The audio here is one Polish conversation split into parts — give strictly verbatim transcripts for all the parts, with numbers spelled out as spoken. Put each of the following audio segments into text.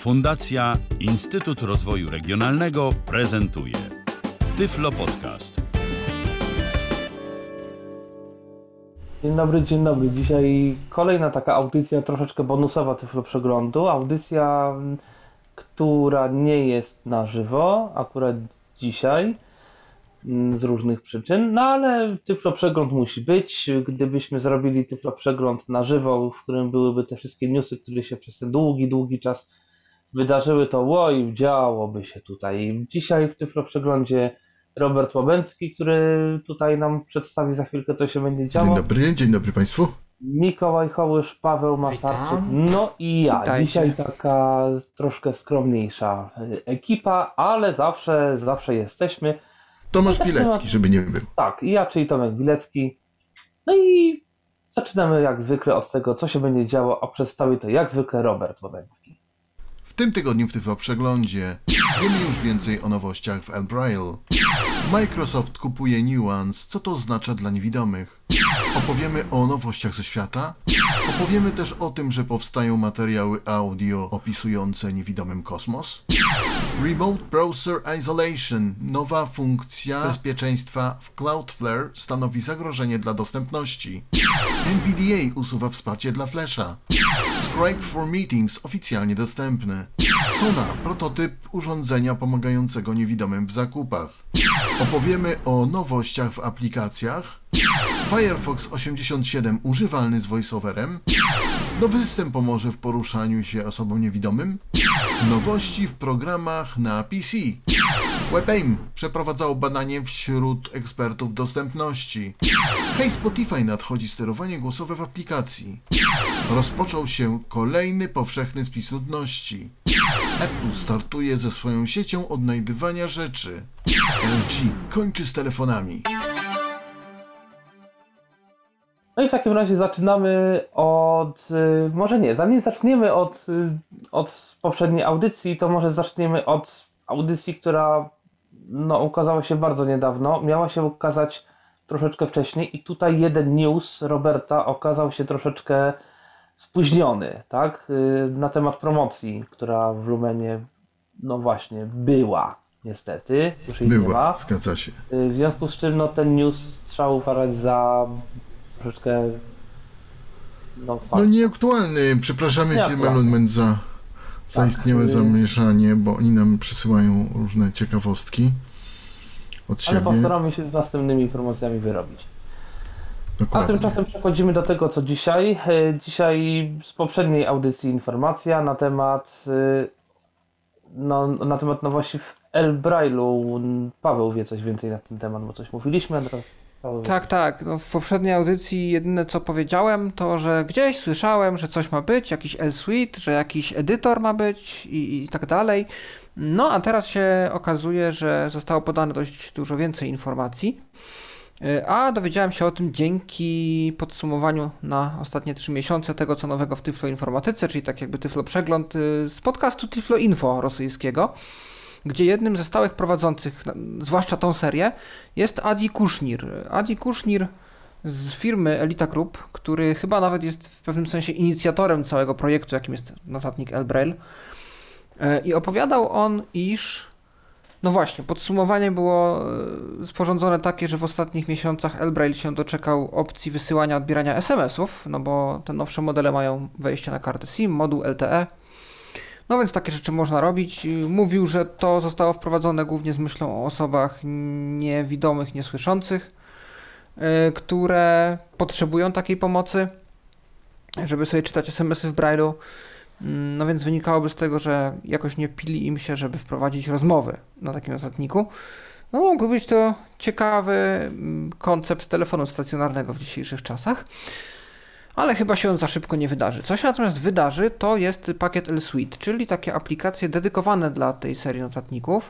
Fundacja Instytut Rozwoju Regionalnego prezentuje Tyflo Podcast. Dzień dobry, dzień dobry. Dzisiaj kolejna taka audycja troszeczkę bonusowa Tyflo Przeglądu. Audycja, która nie jest na żywo, akurat dzisiaj, z różnych przyczyn, no ale Tyflo Przegląd musi być. Gdybyśmy zrobili Tyflo Przegląd na żywo, w którym byłyby te wszystkie newsy, które się przez ten długi, długi czas wydarzyły, to oj, działoby się tutaj. Dzisiaj w Tyflo Przeglądzie Robert Łabęcki, który tutaj nam przedstawi za chwilkę, co się będzie działo. Dzień dobry, dzień dobry Państwu. Mikołaj Hołysz, Paweł Masarczyk, no i ja. Witajcie. Dzisiaj taka troszkę skromniejsza ekipa, ale zawsze, zawsze jesteśmy. Tomasz Bilecki, żeby nie był. Tak, i ja, czyli Tomek Bilecki. No i zaczynamy jak zwykle od tego, co się będzie działo, a przedstawi to jak zwykle Robert Łabęcki. W tym tygodniu w Tyflo Przeglądzie wiemy już więcej o nowościach w Elbrail. Microsoft kupuje Nuance, co to oznacza dla niewidomych. Opowiemy o nowościach ze świata. Opowiemy też o tym, że powstają materiały audio opisujące niewidomym kosmos. Remote Browser Isolation, nowa funkcja bezpieczeństwa w Cloudflare, stanowi zagrożenie dla dostępności. N V D A usuwa wsparcie dla Flasha. Scribe for Meetings oficjalnie dostępny. Sona, prototyp urządzenia pomagającego niewidomym w zakupach. Opowiemy o nowościach w aplikacjach. Firefox osiemdziesiąt siedem używalny z voiceoverem. Nowy system pomoże w poruszaniu się osobom niewidomym. Nowości w programach na P C. WebAIM przeprowadzało badanie wśród ekspertów dostępności. Hej Spotify, nadchodzi sterowanie głosowe w aplikacji. Rozpoczął się kolejny powszechny spis ludności. Apple startuje ze swoją siecią odnajdywania rzeczy. L G kończy z telefonami. No i w takim razie zaczynamy od, może nie, zanim zaczniemy od, od poprzedniej audycji, to może zaczniemy od audycji, która no, ukazała się bardzo niedawno, miała się ukazać troszeczkę wcześniej i tutaj jeden news Roberta okazał się troszeczkę spóźniony, tak, na temat promocji, która w Lumenie, no właśnie, była, niestety, już jej nie ma. Była, zgadza się. W związku z czym no, ten news trzeba uważać za troszeczkę no, No nieaktualny. Przepraszamy firmę Lumen za zaistniałe tak, zamieszanie, bo oni nam przysyłają różne ciekawostki od siebie. Ale postaramy się z następnymi promocjami wyrobić. Dokładnie. A tymczasem przechodzimy do tego, co dzisiaj. Dzisiaj z poprzedniej audycji informacja na temat no, na temat nowości w Elbrailu. Paweł wie coś więcej na ten temat, bo coś mówiliśmy, a teraz Paweł Tak, wie. tak. No, w poprzedniej audycji jedyne co powiedziałem to, że gdzieś słyszałem, że coś ma być, jakiś L-Suite, że jakiś edytor ma być i, i tak dalej. No a teraz się okazuje, że zostało podane dość dużo więcej informacji. A dowiedziałem się o tym dzięki podsumowaniu na ostatnie trzy miesiące tego, co nowego w Tyflo Informatyce, czyli tak jakby Tyflo Przegląd z podcastu Tyflo Info rosyjskiego, gdzie jednym ze stałych prowadzących, zwłaszcza tą serię, jest Adi Kusznir. Adi Kusznir z firmy Elita Group, który chyba nawet jest w pewnym sensie inicjatorem całego projektu, jakim jest notatnik Elbrail. I opowiadał on, iż no właśnie, podsumowanie było sporządzone takie, że w ostatnich miesiącach Elbrail się doczekał opcji wysyłania, odbierania es em esów, no bo te nowsze modele mają wejście na kartę SIM, moduł L T E. No więc takie rzeczy można robić. Mówił, że to zostało wprowadzone głównie z myślą o osobach niewidomych, niesłyszących, które potrzebują takiej pomocy, żeby sobie czytać es em esy w Braille'u. No więc wynikałoby z tego, że jakoś nie pili im się, żeby wprowadzić rozmowy na takim notatniku. No mógłby być to ciekawy koncept telefonu stacjonarnego w dzisiejszych czasach, ale chyba się on za szybko nie wydarzy. Co się natomiast wydarzy, to jest pakiet L-Suite, czyli takie aplikacje dedykowane dla tej serii notatników,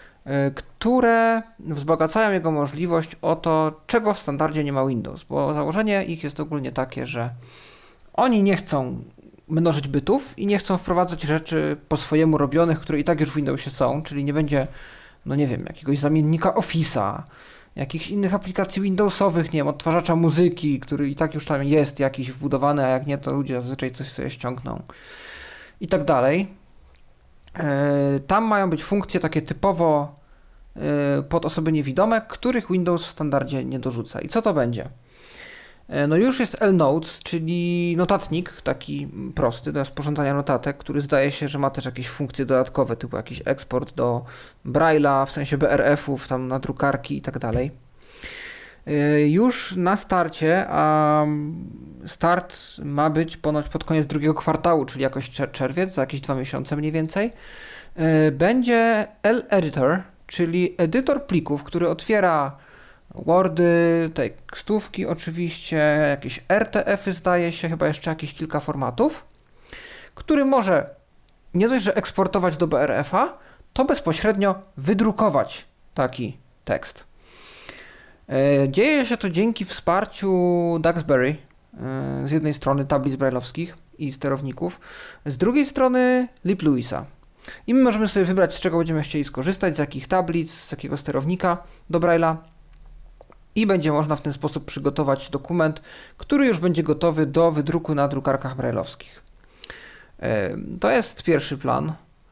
które wzbogacają jego możliwość o to, czego w standardzie nie ma Windows, bo założenie ich jest ogólnie takie, że oni nie chcą mnożyć bytów i nie chcą wprowadzać rzeczy po swojemu robionych, które i tak już w Windowsie są, czyli nie będzie, no nie wiem, jakiegoś zamiennika Office'a, jakichś innych aplikacji Windowsowych, nie wiem, odtwarzacza muzyki, który i tak już tam jest jakiś wbudowany, a jak nie, to ludzie zazwyczaj coś sobie ściągną i tak dalej. Tam mają być funkcje takie typowo pod osoby niewidome, których Windows w standardzie nie dorzuca. I co to będzie? No już jest L-Notes, czyli notatnik taki prosty do sporządzania notatek, który zdaje się, że ma też jakieś funkcje dodatkowe, typu jakiś eksport do Braille'a, w sensie B R F-ów, tam na drukarki i tak dalej. Już na starcie, a start ma być ponoć pod koniec drugiego kwartału, czyli jakoś czerwiec, za jakieś dwa miesiące mniej więcej, będzie L-Editor, czyli edytor plików, który otwiera Wordy, tekstówki oczywiście, jakieś R T F-y zdaje się, chyba jeszcze jakieś kilka formatów, który może nie dość, że eksportować do B R F-a, to bezpośrednio wydrukować taki tekst. Dzieje się to dzięki wsparciu Duxbury, z jednej strony tablic braille'owskich i sterowników, z drugiej strony Lip Lewisa. I my możemy sobie wybrać, z czego będziemy chcieli skorzystać, z jakich tablic, z jakiego sterownika do Braille'a. I będzie można w ten sposób przygotować dokument, który już będzie gotowy do wydruku na drukarkach braille'owskich. To jest pierwszy plan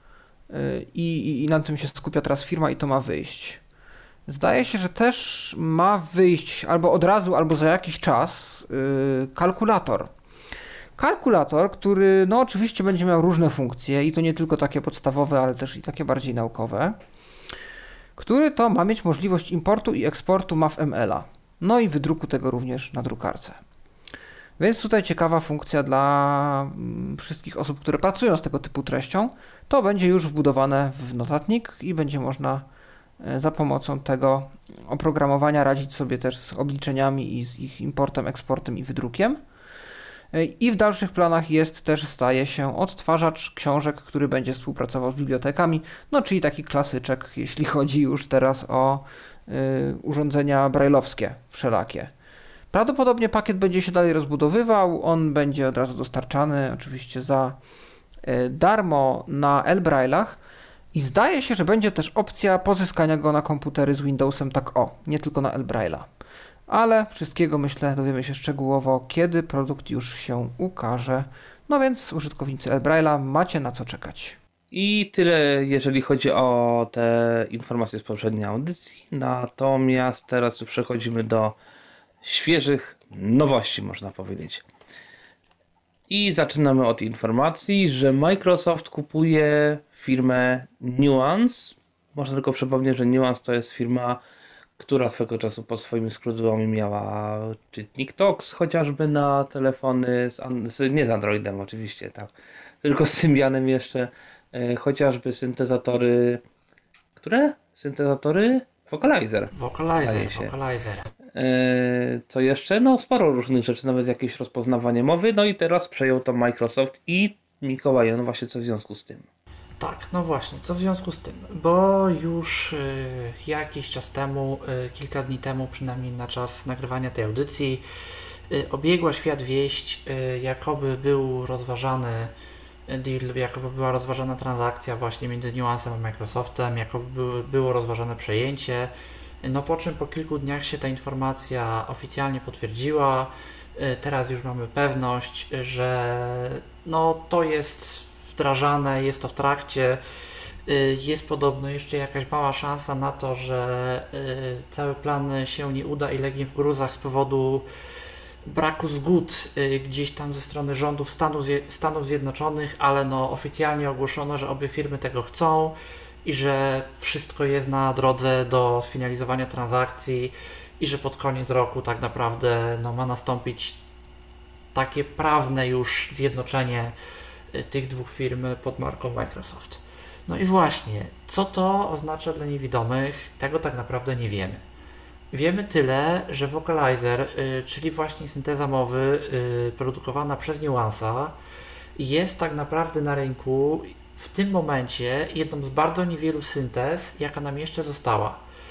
i, i, i na tym się skupia teraz firma i to ma wyjść. Zdaje się, że też ma wyjść albo od razu, albo za jakiś czas yy, kalkulator. Kalkulator, który no oczywiście będzie miał różne funkcje i to nie tylko takie podstawowe, ale też i takie bardziej naukowe, który to ma mieć możliwość importu i eksportu M A V M L-a, no i wydruku tego również na drukarce. Więc tutaj ciekawa funkcja dla wszystkich osób, które pracują z tego typu treścią. To będzie już wbudowane w notatnik i będzie można za pomocą tego oprogramowania radzić sobie też z obliczeniami i z ich importem, eksportem i wydrukiem. I w dalszych planach jest też, staje się, odtwarzacz książek, który będzie współpracował z bibliotekami, no czyli taki klasyczek, jeśli chodzi już teraz o y, urządzenia braille'owskie wszelakie. Prawdopodobnie pakiet będzie się dalej rozbudowywał, on będzie od razu dostarczany oczywiście za y, darmo na L-Braille'ach i zdaje się, że będzie też opcja pozyskania go na komputery z Windowsem tak o, nie tylko na L-Braille'a. Ale wszystkiego, myślę, dowiemy się szczegółowo, kiedy produkt już się ukaże. No więc użytkownicy L-Braille'a macie na co czekać. I tyle, jeżeli chodzi o te informacje z poprzedniej audycji. Natomiast teraz tu przechodzimy do świeżych nowości, można powiedzieć. I zaczynamy od informacji, że Microsoft kupuje firmę Nuance. Można tylko przypomnieć, że Nuance to jest firma, która swego czasu pod swoimi skrzydłami miała czytnik Tox, chociażby na telefony, z, z, nie z Androidem oczywiście, tak, tylko z Symbianem jeszcze, e, chociażby syntezatory, które? Syntezatory? Vocalizer. Vocalizer, Vocalizer. E, co jeszcze? No sporo różnych rzeczy, nawet jakieś rozpoznawanie mowy, no i teraz przejął to Microsoft i Mikołaj, no właśnie co w związku z tym? Tak, no właśnie, co w związku z tym? Bo już y, jakiś czas temu, y, kilka dni temu przynajmniej na czas nagrywania tej audycji, y, obiegła świat wieść, y, jakoby był rozważany deal, jakoby była rozważana transakcja właśnie między Nuancem a Microsoftem, jakoby było, było rozważane przejęcie, no po czym po kilku dniach się ta informacja oficjalnie potwierdziła, y, teraz już mamy pewność, że no to jest wdrażane, jest to w trakcie, jest podobno jeszcze jakaś mała szansa na to, że cały plan się nie uda i legnie w gruzach z powodu braku zgód gdzieś tam ze strony rządów Stanów, Stanów Zjednoczonych, ale no oficjalnie ogłoszono, że obie firmy tego chcą i że wszystko jest na drodze do sfinalizowania transakcji i że pod koniec roku tak naprawdę no, ma nastąpić takie prawne już zjednoczenie tych dwóch firm pod marką Microsoft. No i właśnie, co to oznacza dla niewidomych, tego tak naprawdę nie wiemy. Wiemy tyle, że Vocalizer, y, czyli właśnie synteza mowy y, produkowana przez Nuance'a, jest tak naprawdę na rynku w tym momencie jedną z bardzo niewielu syntez, jaka nam jeszcze została.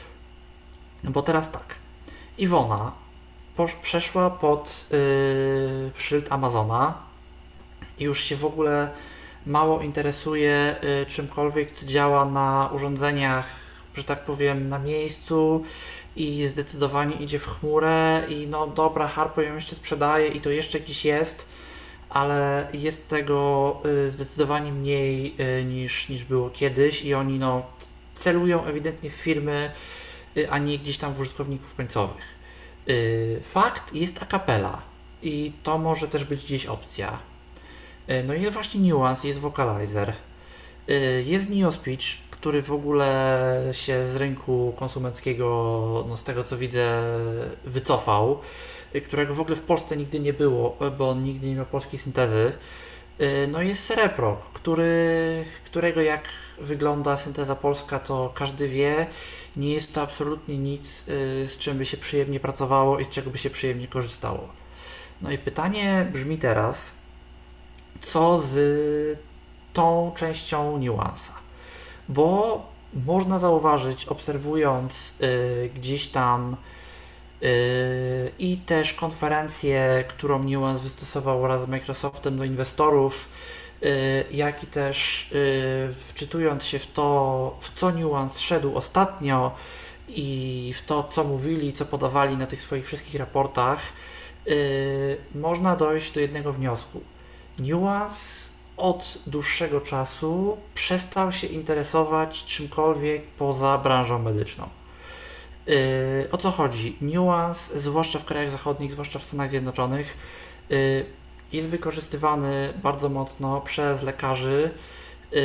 No bo teraz tak, Iwona posz- przeszła pod y, szyld Amazona, już się w ogóle mało interesuje y, czymkolwiek, co działa na urządzeniach, że tak powiem, na miejscu i zdecydowanie idzie w chmurę i no dobra, Harpo ją jeszcze sprzedaje i to jeszcze gdzieś jest, ale jest tego y, zdecydowanie mniej y, niż, niż było kiedyś i oni no, celują ewidentnie w firmy, y, a nie gdzieś tam w użytkowników końcowych. Y, fakt, jest a cappella i to może też być gdzieś opcja. Y, no jest właśnie Nuance, jest Vocalizer, y, jest NeoSpeech, który w ogóle się z rynku konsumenckiego, no z tego co widzę, wycofał, którego w ogóle w Polsce nigdy nie było, bo on nigdy nie miał polskiej syntezy. No jest Cereproc, który, którego jak wygląda synteza polska, to każdy wie. Nie jest to absolutnie nic, z czym by się przyjemnie pracowało i z czego by się przyjemnie korzystało. No i pytanie brzmi teraz, co z tą częścią Nuance'a? Bo można zauważyć, obserwując y, gdzieś tam y, i też konferencję, którą Nuance wystosował wraz z Microsoftem do inwestorów, y, jak i też y, wczytując się w to, w co Nuance szedł ostatnio i w to, co mówili, co podawali na tych swoich wszystkich raportach, y, można dojść do jednego wniosku. Nuance od dłuższego czasu przestał się interesować czymkolwiek poza branżą medyczną. Yy, o co chodzi? Nuance, zwłaszcza w krajach zachodnich, zwłaszcza w Stanach Zjednoczonych, yy, jest wykorzystywany bardzo mocno przez lekarzy yy,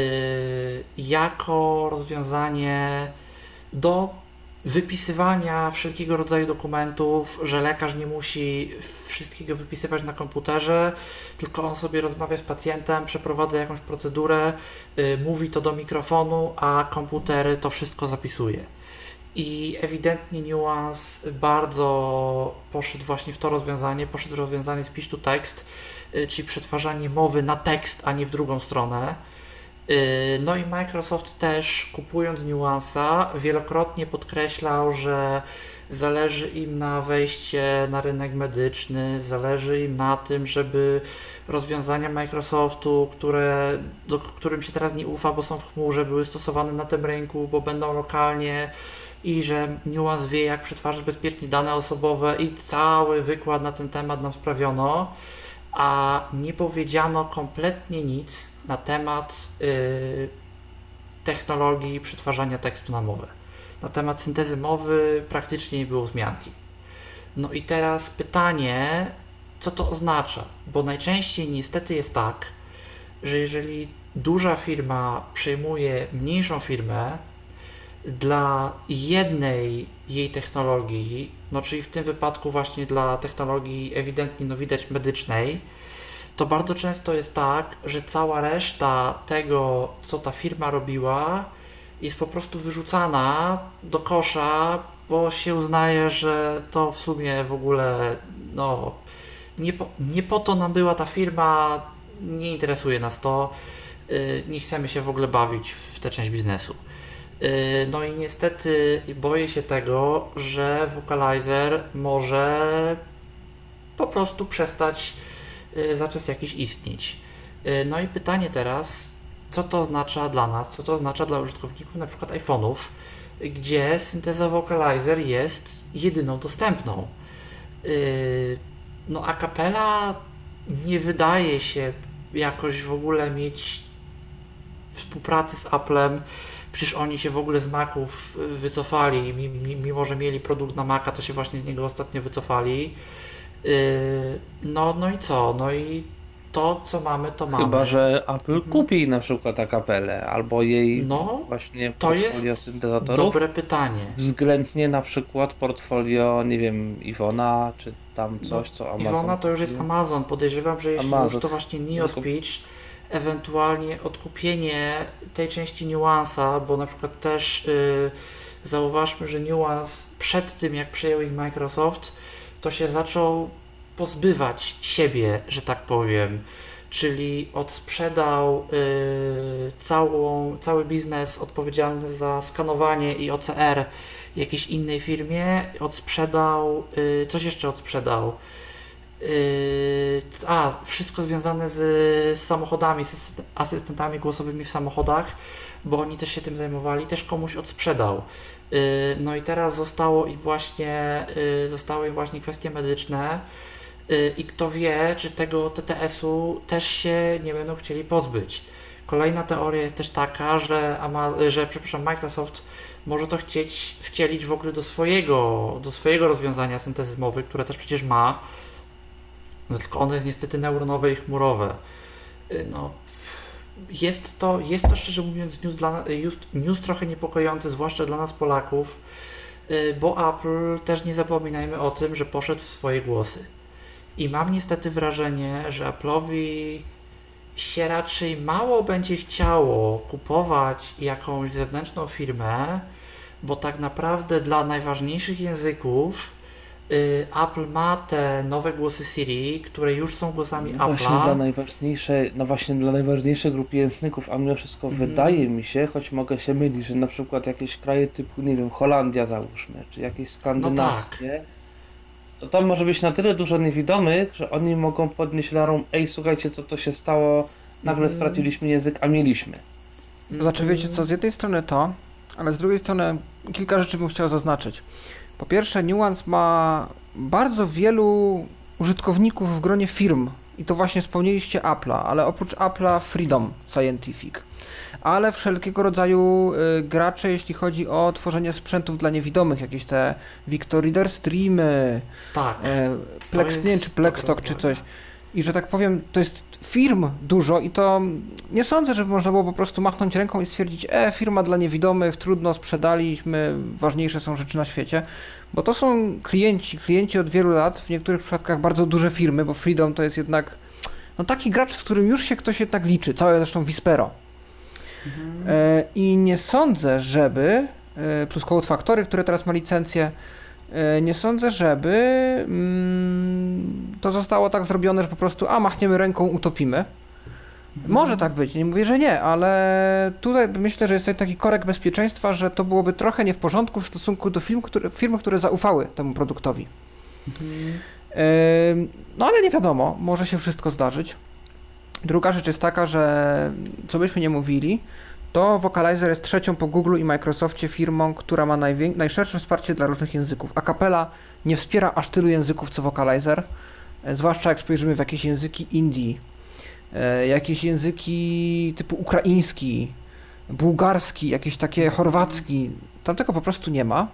jako rozwiązanie do wypisywania wszelkiego rodzaju dokumentów, że lekarz nie musi wszystkiego wypisywać na komputerze, tylko on sobie rozmawia z pacjentem, przeprowadza jakąś procedurę, yy, mówi to do mikrofonu, a komputer to wszystko zapisuje. I ewidentnie Nuance bardzo poszedł właśnie w to rozwiązanie, poszedł w rozwiązanie speech to text, yy, czyli przetwarzanie mowy na tekst, a nie w drugą stronę. No i Microsoft też, kupując Nuance'a, wielokrotnie podkreślał, że zależy im na wejście na rynek medyczny, zależy im na tym, żeby rozwiązania Microsoftu, które, do którym się teraz nie ufa, bo są w chmurze, były stosowane na tym rynku, bo będą lokalnie i że Nuance wie, jak przetwarzać bezpiecznie dane osobowe i cały wykład na ten temat nam sprawiono, a nie powiedziano kompletnie nic na temat yy, technologii przetwarzania tekstu na mowę. Na temat syntezy mowy praktycznie nie było wzmianki. No i teraz pytanie, co to oznacza? Bo najczęściej niestety jest tak, że jeżeli duża firma przejmuje mniejszą firmę, dla jednej jej technologii, no czyli w tym wypadku właśnie dla technologii ewidentnie no widać medycznej, to bardzo często jest tak, że cała reszta tego, co ta firma robiła, jest po prostu wyrzucana do kosza, bo się uznaje, że to w sumie w ogóle no nie po, nie po to nam była ta firma, nie interesuje nas to, yy, nie chcemy się w ogóle bawić w tę część biznesu. No i niestety boję się tego, że Vocalizer może po prostu przestać za czas jakiś istnieć. No i pytanie teraz, co to oznacza dla nas, co to oznacza dla użytkowników na przykład iPhone'ów, gdzie synteza Vocalizer jest jedyną dostępną. No a cappella nie wydaje się jakoś w ogóle mieć współpracy z Applem. Przecież oni się w ogóle z Maców wycofali, mimo że mieli produkt na Maca, to się właśnie z niego ostatnio wycofali. No, no i co? No i to, co mamy, to mamy. Chyba że Apple kupi na przykład a cappellę, albo jej no, właśnie to portfolio jest syntezatorów. Dobre pytanie. Względnie na przykład portfolio, nie wiem, Iwona, czy tam coś, no, co Amazon. Iwona to już jest Amazon. Podejrzewam, że jeśli Amazon. już to właśnie NeoSpeech, ewentualnie odkupienie tej części Nuance'a, bo na przykład też yy, zauważmy, że Nuance przed tym, jak przejął ich Microsoft, to się zaczął pozbywać siebie, że tak powiem, czyli odsprzedał yy, całą, cały biznes odpowiedzialny za skanowanie i O C R jakiejś innej firmie, odsprzedał, yy, coś jeszcze odsprzedał, yy, a, wszystko związane z, z samochodami, z asystentami głosowymi w samochodach, bo oni też się tym zajmowali, też komuś odsprzedał. No i teraz zostało im właśnie, zostały im właśnie kwestie medyczne, i kto wie, czy tego T T S-u też się nie będą chcieli pozbyć. Kolejna teoria jest też taka, że, Ama- że przepraszam, Microsoft może to chcieć wcielić w ogóle do swojego, do swojego rozwiązania syntezy mowy, które też przecież ma, no tylko ono jest niestety neuronowe i chmurowe. No, jest to, jest to szczerze mówiąc news, dla, news trochę niepokojący, zwłaszcza dla nas Polaków, bo Apple, też nie zapominajmy o tym, że poszedł w swoje głosy. I mam niestety wrażenie, że Apple'owi się raczej mało będzie chciało kupować jakąś zewnętrzną firmę, bo tak naprawdę dla najważniejszych języków y, Apple ma te nowe głosy Siri, które już są głosami no Apple'a. Właśnie dla najważniejszej, no właśnie dla najważniejszej grupy języków, a mimo wszystko Mhm. wydaje mi się, choć mogę się mylić, że na przykład jakieś kraje typu, nie wiem, Holandia załóżmy, czy jakieś skandynawskie, to tam może być na tyle dużo niewidomych, że oni mogą podnieść larą, ej, słuchajcie, co to się stało, nagle Mhm. straciliśmy język, a mieliśmy. To znaczy, wiecie co, z jednej strony to, ale z drugiej strony kilka rzeczy bym chciał zaznaczyć. Po pierwsze, Nuance ma bardzo wielu użytkowników w gronie firm i to właśnie wspomnieliście Apple'a, ale oprócz Apple'a Freedom Scientific, ale wszelkiego rodzaju y, gracze, jeśli chodzi o tworzenie sprzętów dla niewidomych, jakieś te Victor Reader Streamy, Tak. e, Plex, jest nie wiem, czy Plextalk, dobra czy uwaga. coś. I że tak powiem, to jest firm dużo i to nie sądzę, żeby można było po prostu machnąć ręką i stwierdzić, e, firma dla niewidomych, trudno, sprzedaliśmy, ważniejsze są rzeczy na świecie, bo to są klienci, klienci od wielu lat, w niektórych przypadkach bardzo duże firmy, bo Freedom to jest jednak no taki gracz, z którym już się ktoś jednak liczy, całe zresztą Vispero. Mhm. E, I nie sądzę, żeby, e, plus Code Factory, które teraz ma licencję, e, nie sądzę, żeby mm, to zostało tak zrobione, że po prostu a machniemy ręką, utopimy. Może tak być, nie mówię, że nie, ale tutaj myślę, że jest tutaj taki korek bezpieczeństwa, że to byłoby trochę nie w porządku w stosunku do firm, które, firm, które zaufały temu produktowi. Mhm. Ym, No ale nie wiadomo, może się wszystko zdarzyć. Druga rzecz jest taka, że co byśmy nie mówili, to Vocalizer jest trzecią po Google i Microsoftie firmą, która ma najwię- najszersze wsparcie dla różnych języków. Acapella nie wspiera aż tylu języków co Vocalizer, e, zwłaszcza jak spojrzymy w jakieś języki Indii, e, jakieś języki typu ukraiński, bułgarski, jakieś takie chorwacki, tam tego po prostu nie ma.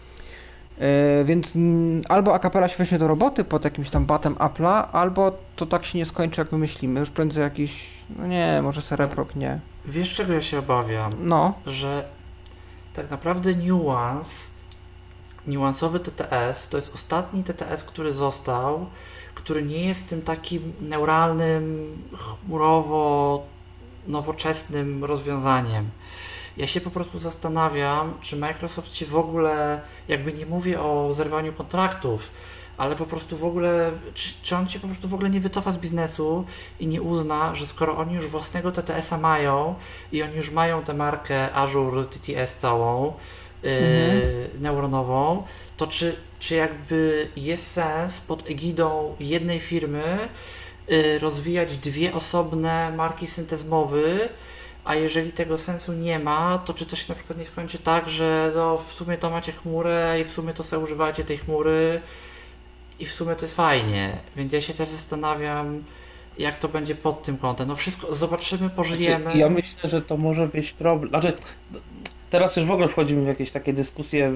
Yy, więc mm, albo Acapella się weźmie do roboty pod jakimś tam batem Apple'a, albo to tak się nie skończy, jak my myślimy. Już prędzej jakiś, no nie, może Cereproc, nie. Wiesz, czego ja się obawiam? No, Że tak naprawdę Nuance, niuansowy T T S, to jest ostatni T T S, który został, który nie jest tym takim neuralnym, chmurowo nowoczesnym rozwiązaniem. Ja się po prostu zastanawiam, czy Microsoft się w ogóle, jakby nie mówię o zerwaniu kontraktów, ale po prostu w ogóle, czy, czy on się po prostu w ogóle nie wycofa z biznesu i nie uzna, że skoro oni już własnego T T S-a mają i oni już mają tę markę Azure T T S całą, yy, Mhm. neuronową, to czy, czy jakby jest sens pod egidą jednej firmy yy, rozwijać dwie osobne marki syntez mowy, a jeżeli tego sensu nie ma, to czy to się na przykład nie skończy tak, że no, w sumie to macie chmurę i w sumie to sobie używacie tej chmury i w sumie to jest fajnie, więc ja się też zastanawiam, jak to będzie pod tym kątem. No wszystko, zobaczymy, pożyjemy. Znaczy, ja myślę, że to może być problem. Znaczy, teraz już w ogóle wchodzimy w jakieś takie dyskusje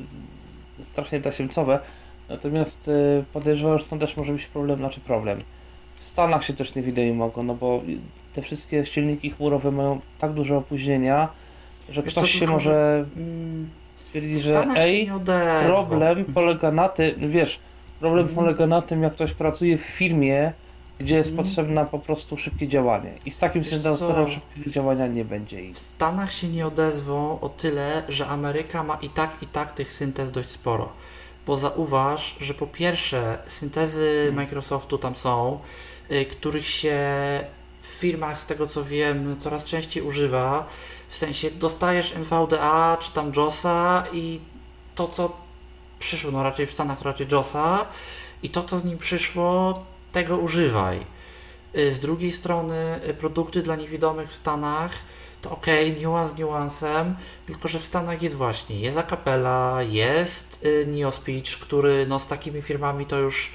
y, strasznie tasiemcowe, natomiast y, podejrzewam, że to też może być problem, znaczy problem. W Stanach się też nie widać mogą, no bo te wszystkie silniki chmurowe mają tak duże opóźnienia, że Wiesz, ktoś to się tylko, może Mm, stwierdzić, w że Stanach się ej, nie odezwą. problem polega na tym, wiesz, problem Mhm. polega na tym, jak ktoś pracuje w firmie, gdzie jest Mhm. potrzebne po prostu szybkie działanie. I z takim Wiesz syntezatorem co? szybkiego działania nie będzie W ich. Stanach się nie odezwą o tyle, że Ameryka ma i tak, i tak tych syntez dość sporo. Bo zauważ, że po pierwsze syntezy Microsoftu tam są, y, których się w firmach, z tego co wiem, coraz częściej używa. W sensie dostajesz N V D A czy tam JOSa i to co przyszło, no raczej w Stanach to raczej JOSa i to co z nim przyszło, tego używaj. Y, Z drugiej strony y, produkty dla niewidomych w Stanach to okej, okay, niuans niuansem, tylko że w Stanach jest właśnie, jest Acapella, jest y, NeoSpeech, który no z takimi firmami to już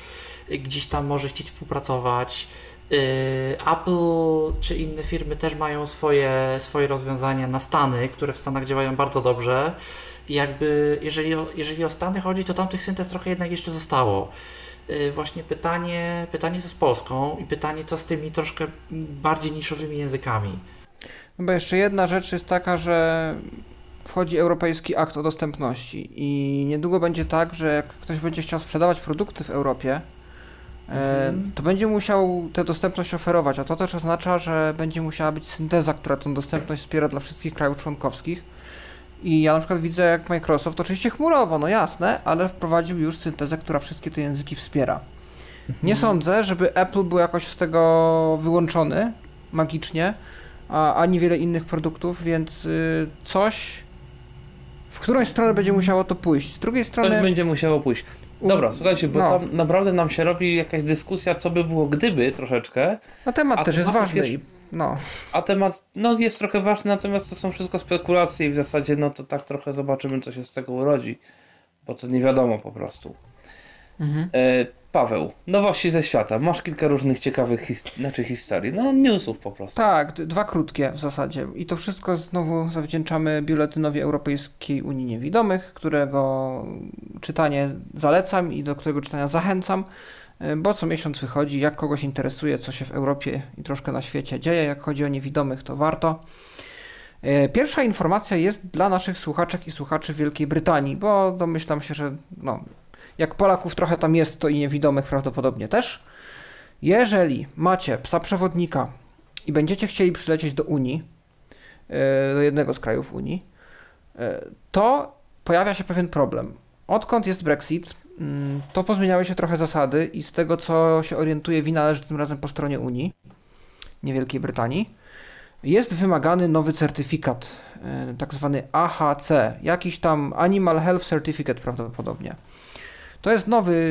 gdzieś tam może chcieć współpracować. Apple czy inne firmy też mają swoje, swoje rozwiązania na Stany, które w Stanach działają bardzo dobrze. I jakby jeżeli o, jeżeli o Stany chodzi, to tam tych syntez trochę jednak jeszcze zostało. Właśnie pytanie, pytanie co z Polską i pytanie co z tymi troszkę bardziej niszowymi językami. No bo jeszcze jedna rzecz jest taka, że wchodzi Europejski Akt o Dostępności i niedługo będzie tak, że jak ktoś będzie chciał sprzedawać produkty w Europie, mhm. to będzie musiał tę dostępność oferować, a to też oznacza, że będzie musiała być synteza, która tę dostępność wspiera dla wszystkich krajów członkowskich. I ja na przykład widzę, jak Microsoft, oczywiście chmurowo, no jasne, ale wprowadził już syntezę, która wszystkie te języki wspiera. Mhm. Nie sądzę, żeby Apple był jakoś z tego wyłączony magicznie, a ani wiele innych produktów, więc y, coś, w którąś stronę będzie musiało to pójść. Z drugiej strony... Coś będzie musiało pójść. Dobra, słuchajcie, bo no. tam naprawdę nam się robi jakaś dyskusja, co by było gdyby troszeczkę. No temat a też jest ważny. Jest, no. A temat no, jest trochę ważny, natomiast to są wszystko spekulacje i w zasadzie no to tak trochę zobaczymy, co się z tego urodzi, bo to nie wiadomo po prostu. Mhm. E, Paweł, nowości ze świata. Masz kilka różnych ciekawych his- znaczy historii, no newsów po prostu. Tak, d- dwa krótkie w zasadzie. I to wszystko znowu zawdzięczamy Biuletynowi Europejskiej Unii Niewidomych, którego czytanie zalecam i do którego czytania zachęcam, bo co miesiąc wychodzi. Jak kogoś interesuje, co się w Europie i troszkę na świecie dzieje, jak chodzi o niewidomych, to warto. Pierwsza informacja jest dla naszych słuchaczek i słuchaczy w Wielkiej Brytanii, bo domyślam się, że no, jak Polaków trochę tam jest, to i niewidomych prawdopodobnie też. Jeżeli macie psa przewodnika i będziecie chcieli przylecieć do Unii, do jednego z krajów Unii, to pojawia się pewien problem. Odkąd jest Brexit, to pozmieniały się trochę zasady i z tego, co się orientuje, wina leży tym razem po stronie Unii, nie Wielkiej Brytanii. Jest wymagany nowy certyfikat, tak zwany A H C, jakiś tam Animal Health Certificate prawdopodobnie. To jest nowy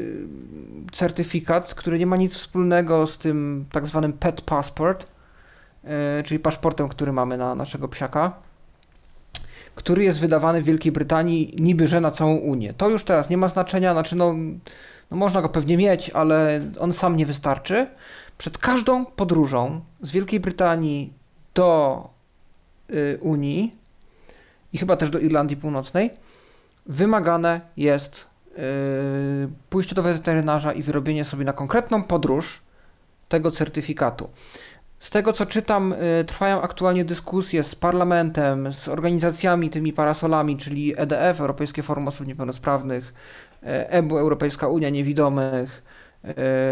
certyfikat, który nie ma nic wspólnego z tym tak zwanym Pet Passport, czyli paszportem, który mamy na naszego psiaka, który jest wydawany w Wielkiej Brytanii niby, że na całą Unię. To już teraz nie ma znaczenia, znaczy no, no można go pewnie mieć, ale on sam nie wystarczy. Przed każdą podróżą z Wielkiej Brytanii do y, Unii i chyba też do Irlandii Północnej wymagane jest y, pójście do weterynarza i wyrobienie sobie na konkretną podróż tego certyfikatu. Z tego, co czytam, y, trwają aktualnie dyskusje z parlamentem, z organizacjami, tymi parasolami, czyli E D F, Europejskie Forum Osób Niepełnosprawnych, E B U, Europejska Unia Niewidomych, y,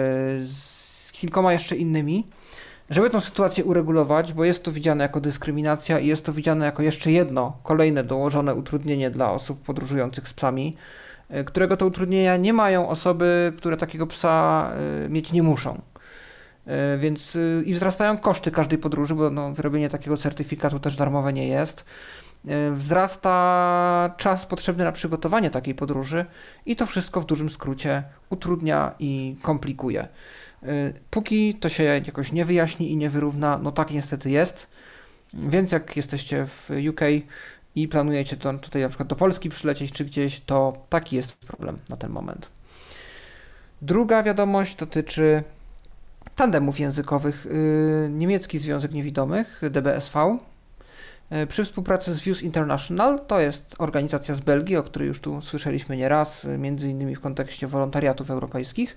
z kilkoma jeszcze innymi, żeby tę sytuację uregulować, bo jest to widziane jako dyskryminacja i jest to widziane jako jeszcze jedno, kolejne dołożone utrudnienie dla osób podróżujących z psami, y, którego to utrudnienia nie mają osoby, które takiego psa y, mieć nie muszą. Więc i wzrastają koszty każdej podróży, bo no, wyrobienie takiego certyfikatu też darmowe nie jest. Wzrasta czas potrzebny na przygotowanie takiej podróży i to wszystko w dużym skrócie utrudnia i komplikuje. Póki to się jakoś nie wyjaśni i nie wyrówna, no tak niestety jest. Więc jak jesteście w U K i planujecie to, tutaj na przykład do Polski przylecieć czy gdzieś, to taki jest problem na ten moment. Druga wiadomość dotyczy tandemów językowych. Niemiecki Związek Niewidomych, D B S V, przy współpracy z Views International, to jest organizacja z Belgii, o której już tu słyszeliśmy nieraz, między innymi w kontekście wolontariatów europejskich,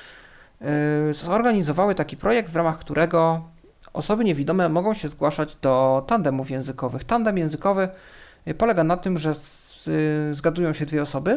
zorganizowały taki projekt, w ramach którego osoby niewidome mogą się zgłaszać do tandemów językowych. Tandem językowy polega na tym, że zgadują się dwie osoby,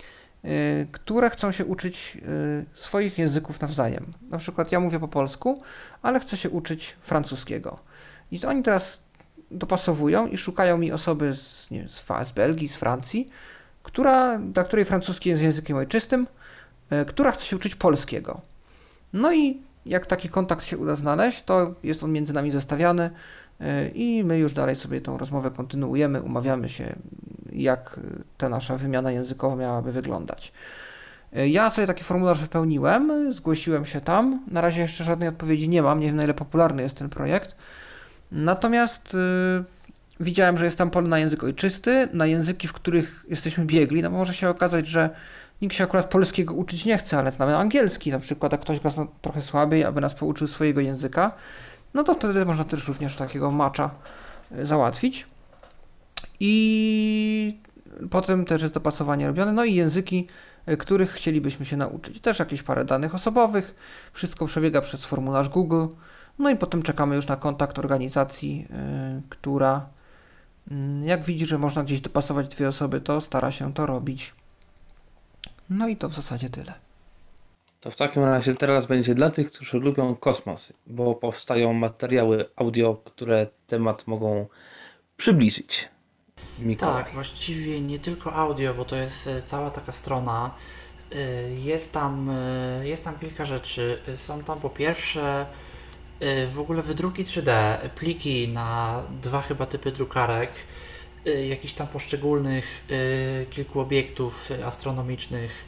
które chcą się uczyć swoich języków nawzajem. Na przykład ja mówię po polsku, ale chcę się uczyć francuskiego. I to oni teraz dopasowują i szukają mi osoby z, nie wiem, z Belgii, z Francji, która, dla której francuski jest językiem ojczystym, która chce się uczyć polskiego. No i jak taki kontakt się uda znaleźć, to jest on między nami zestawiany i my już dalej sobie tą rozmowę kontynuujemy, umawiamy się, jak ta nasza wymiana językowa miałaby wyglądać. Ja sobie taki formularz wypełniłem, zgłosiłem się tam, na razie jeszcze żadnej odpowiedzi nie mam, nie wiem na ile popularny jest ten projekt, natomiast yy, widziałem, że jest tam pole na język ojczysty, na języki, w których jesteśmy biegli, no może się okazać, że nikt się akurat polskiego uczyć nie chce, ale znamy angielski na przykład, a ktoś go zna trochę słabiej, aby nas pouczył swojego języka, no to wtedy można też również takiego matcha załatwić. I potem też jest dopasowanie robione, no i języki, których chcielibyśmy się nauczyć. Też jakieś parę danych osobowych, wszystko przebiega przez formularz Google, no i potem czekamy już na kontakt organizacji, yy, która yy, jak widzi, że można gdzieś dopasować dwie osoby, to stara się to robić. No i to w zasadzie tyle. To w takim razie teraz będzie dla tych, którzy lubią kosmos, bo powstają materiały audio, które temat mogą przybliżyć. Mikołaj. Tak, właściwie nie tylko audio, bo to jest e, cała taka strona. E, Jest tam, e, jest tam kilka rzeczy. E, Są tam po pierwsze e, w ogóle wydruki trzy D, pliki na dwa chyba typy drukarek, e, jakichś tam poszczególnych e, kilku obiektów e, astronomicznych,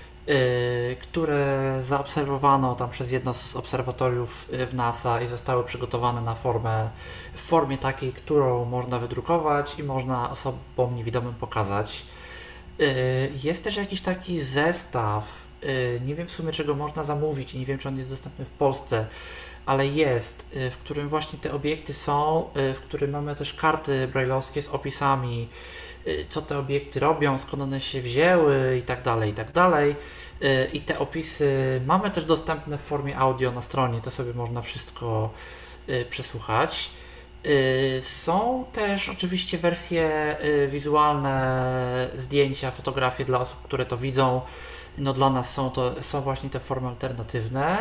e, które zaobserwowano tam przez jedno z obserwatoriów e, w NASA i zostały przygotowane na formę, w formie takiej, którą można wydrukować i można osobom niewidomym pokazać. E, Jest też jakiś taki zestaw, e, nie wiem w sumie czego można zamówić i nie wiem czy on jest dostępny w Polsce, ale jest, e, w którym właśnie te obiekty są, e, w którym mamy też karty brajlowskie z opisami, e, co te obiekty robią, skąd one się wzięły i tak dalej, i tak dalej. E, I te opisy mamy też dostępne w formie audio na stronie, to sobie można wszystko e, przesłuchać. E, Są też oczywiście wersje e, wizualne, zdjęcia, fotografie dla osób, które to widzą. No dla nas są to są właśnie te formy alternatywne.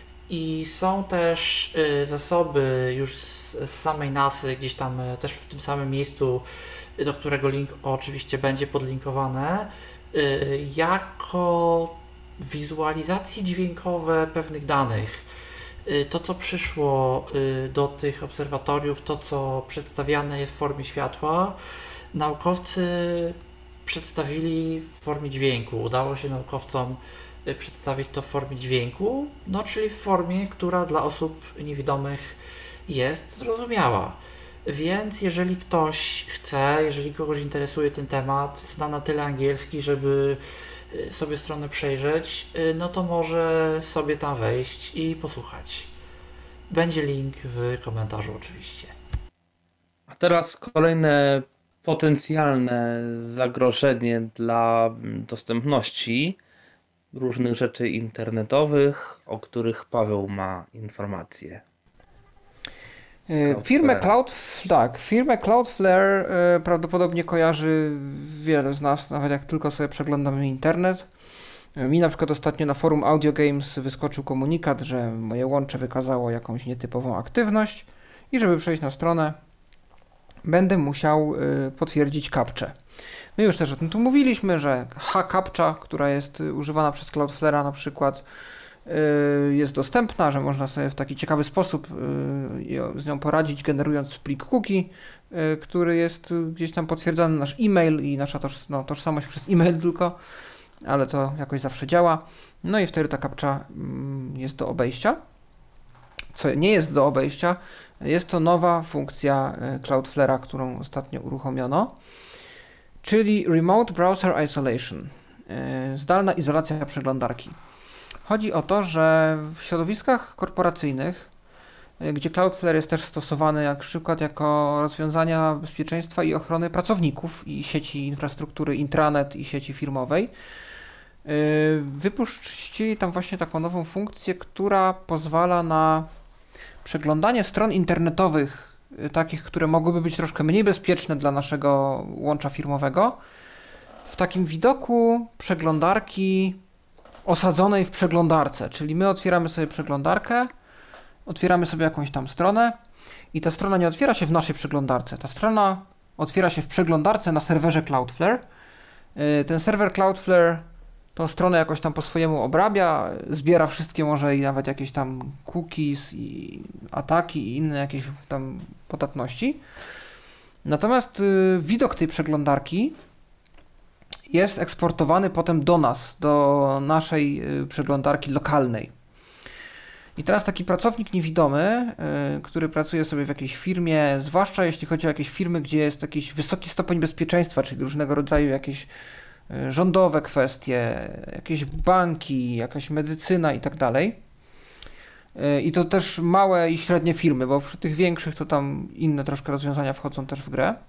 I są też y, zasoby już z, z samej nasy, gdzieś tam y, też w tym samym miejscu, y, do którego link oczywiście będzie podlinkowane, y, jako wizualizacje dźwiękowe pewnych danych. Y, to, co przyszło y, do tych obserwatoriów, to, co przedstawiane jest w formie światła, naukowcy przedstawili w formie dźwięku. Udało się naukowcom przedstawić to w formie dźwięku, no czyli w formie, która dla osób niewidomych jest zrozumiała. Więc jeżeli ktoś chce, jeżeli kogoś interesuje ten temat, zna na tyle angielski, żeby sobie stronę przejrzeć, no to może sobie tam wejść i posłuchać. Będzie link w komentarzu oczywiście. A teraz kolejne potencjalne zagrożenie dla dostępności różnych rzeczy internetowych, o których Paweł ma informacje. Firmę Cloud, tak, firmę Cloudflare y, prawdopodobnie kojarzy wiele z nas, nawet jak tylko sobie przeglądamy internet. Mi na przykład ostatnio na forum Audio Games wyskoczył komunikat, że moje łącze wykazało jakąś nietypową aktywność i żeby przejść na stronę, będę musiał y, potwierdzić kapczę. My już też o tym tu mówiliśmy, że H-Captcha, która jest używana przez Cloudflare'a na przykład, yy, jest dostępna, że można sobie w taki ciekawy sposób yy, z nią poradzić, generując plik cookie, yy, który jest gdzieś tam potwierdzany, nasz e-mail i nasza toż, no, tożsamość przez e-mail tylko, ale to jakoś zawsze działa. No i wtedy ta captcha yy, jest do obejścia. Co nie jest do obejścia, jest to nowa funkcja yy, Cloudflare'a, którą ostatnio uruchomiono, czyli Remote Browser Isolation, yy, zdalna izolacja przeglądarki. Chodzi o to, że w środowiskach korporacyjnych, yy, gdzie Cloudflare jest też stosowany jak przykład jako rozwiązania bezpieczeństwa i ochrony pracowników i sieci infrastruktury intranet i sieci firmowej, yy, wypuścili tam właśnie taką nową funkcję, która pozwala na przeglądanie stron internetowych, takich, które mogłyby być troszkę mniej bezpieczne dla naszego łącza firmowego, w takim widoku przeglądarki osadzonej w przeglądarce. Czyli my otwieramy sobie przeglądarkę, otwieramy sobie jakąś tam stronę i ta strona nie otwiera się w naszej przeglądarce. Ta strona otwiera się w przeglądarce na serwerze Cloudflare. Ten serwer Cloudflare tą stronę jakoś tam po swojemu obrabia, zbiera wszystkie może i nawet jakieś tam cookies i ataki i inne jakieś tam podatności. Natomiast y, widok tej przeglądarki jest eksportowany potem do nas, do naszej y, przeglądarki lokalnej. I teraz taki pracownik niewidomy, y, który pracuje sobie w jakiejś firmie, zwłaszcza jeśli chodzi o jakieś firmy, gdzie jest jakiś wysoki stopień bezpieczeństwa, czyli różnego rodzaju jakieś rządowe kwestie, jakieś banki, jakaś medycyna i tak dalej. I to też małe i średnie firmy, bo przy tych większych to tam inne troszkę rozwiązania wchodzą też w grę.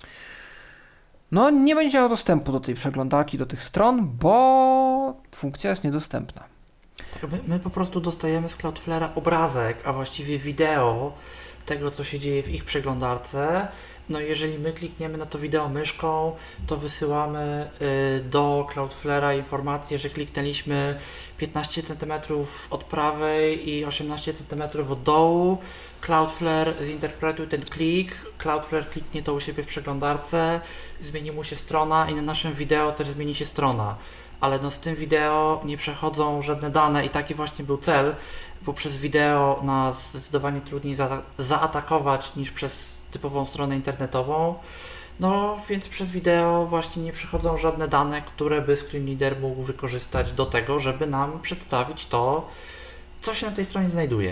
No nie będzie miał dostępu do tej przeglądarki, do tych stron, bo funkcja jest niedostępna. Tak, my, my po prostu dostajemy z Cloudflare'a obrazek, a właściwie wideo tego, co się dzieje w ich przeglądarce. No jeżeli my klikniemy na to wideo myszką, to wysyłamy y, do Cloudflare'a informację, że kliknęliśmy piętnaście centymetrów od prawej i osiemnaście centymetrów od dołu. Cloudflare zinterpretuje ten klik, Cloudflare kliknie to u siebie w przeglądarce, zmieni mu się strona i na naszym wideo też zmieni się strona. Ale no z tym wideo nie przechodzą żadne dane i taki właśnie był cel, bo przez wideo nas zdecydowanie trudniej za- zaatakować niż przez typową stronę internetową. No więc przez wideo właśnie nie przechodzą żadne dane, które by Screenreader mógł wykorzystać do tego, żeby nam przedstawić to, co się na tej stronie znajduje.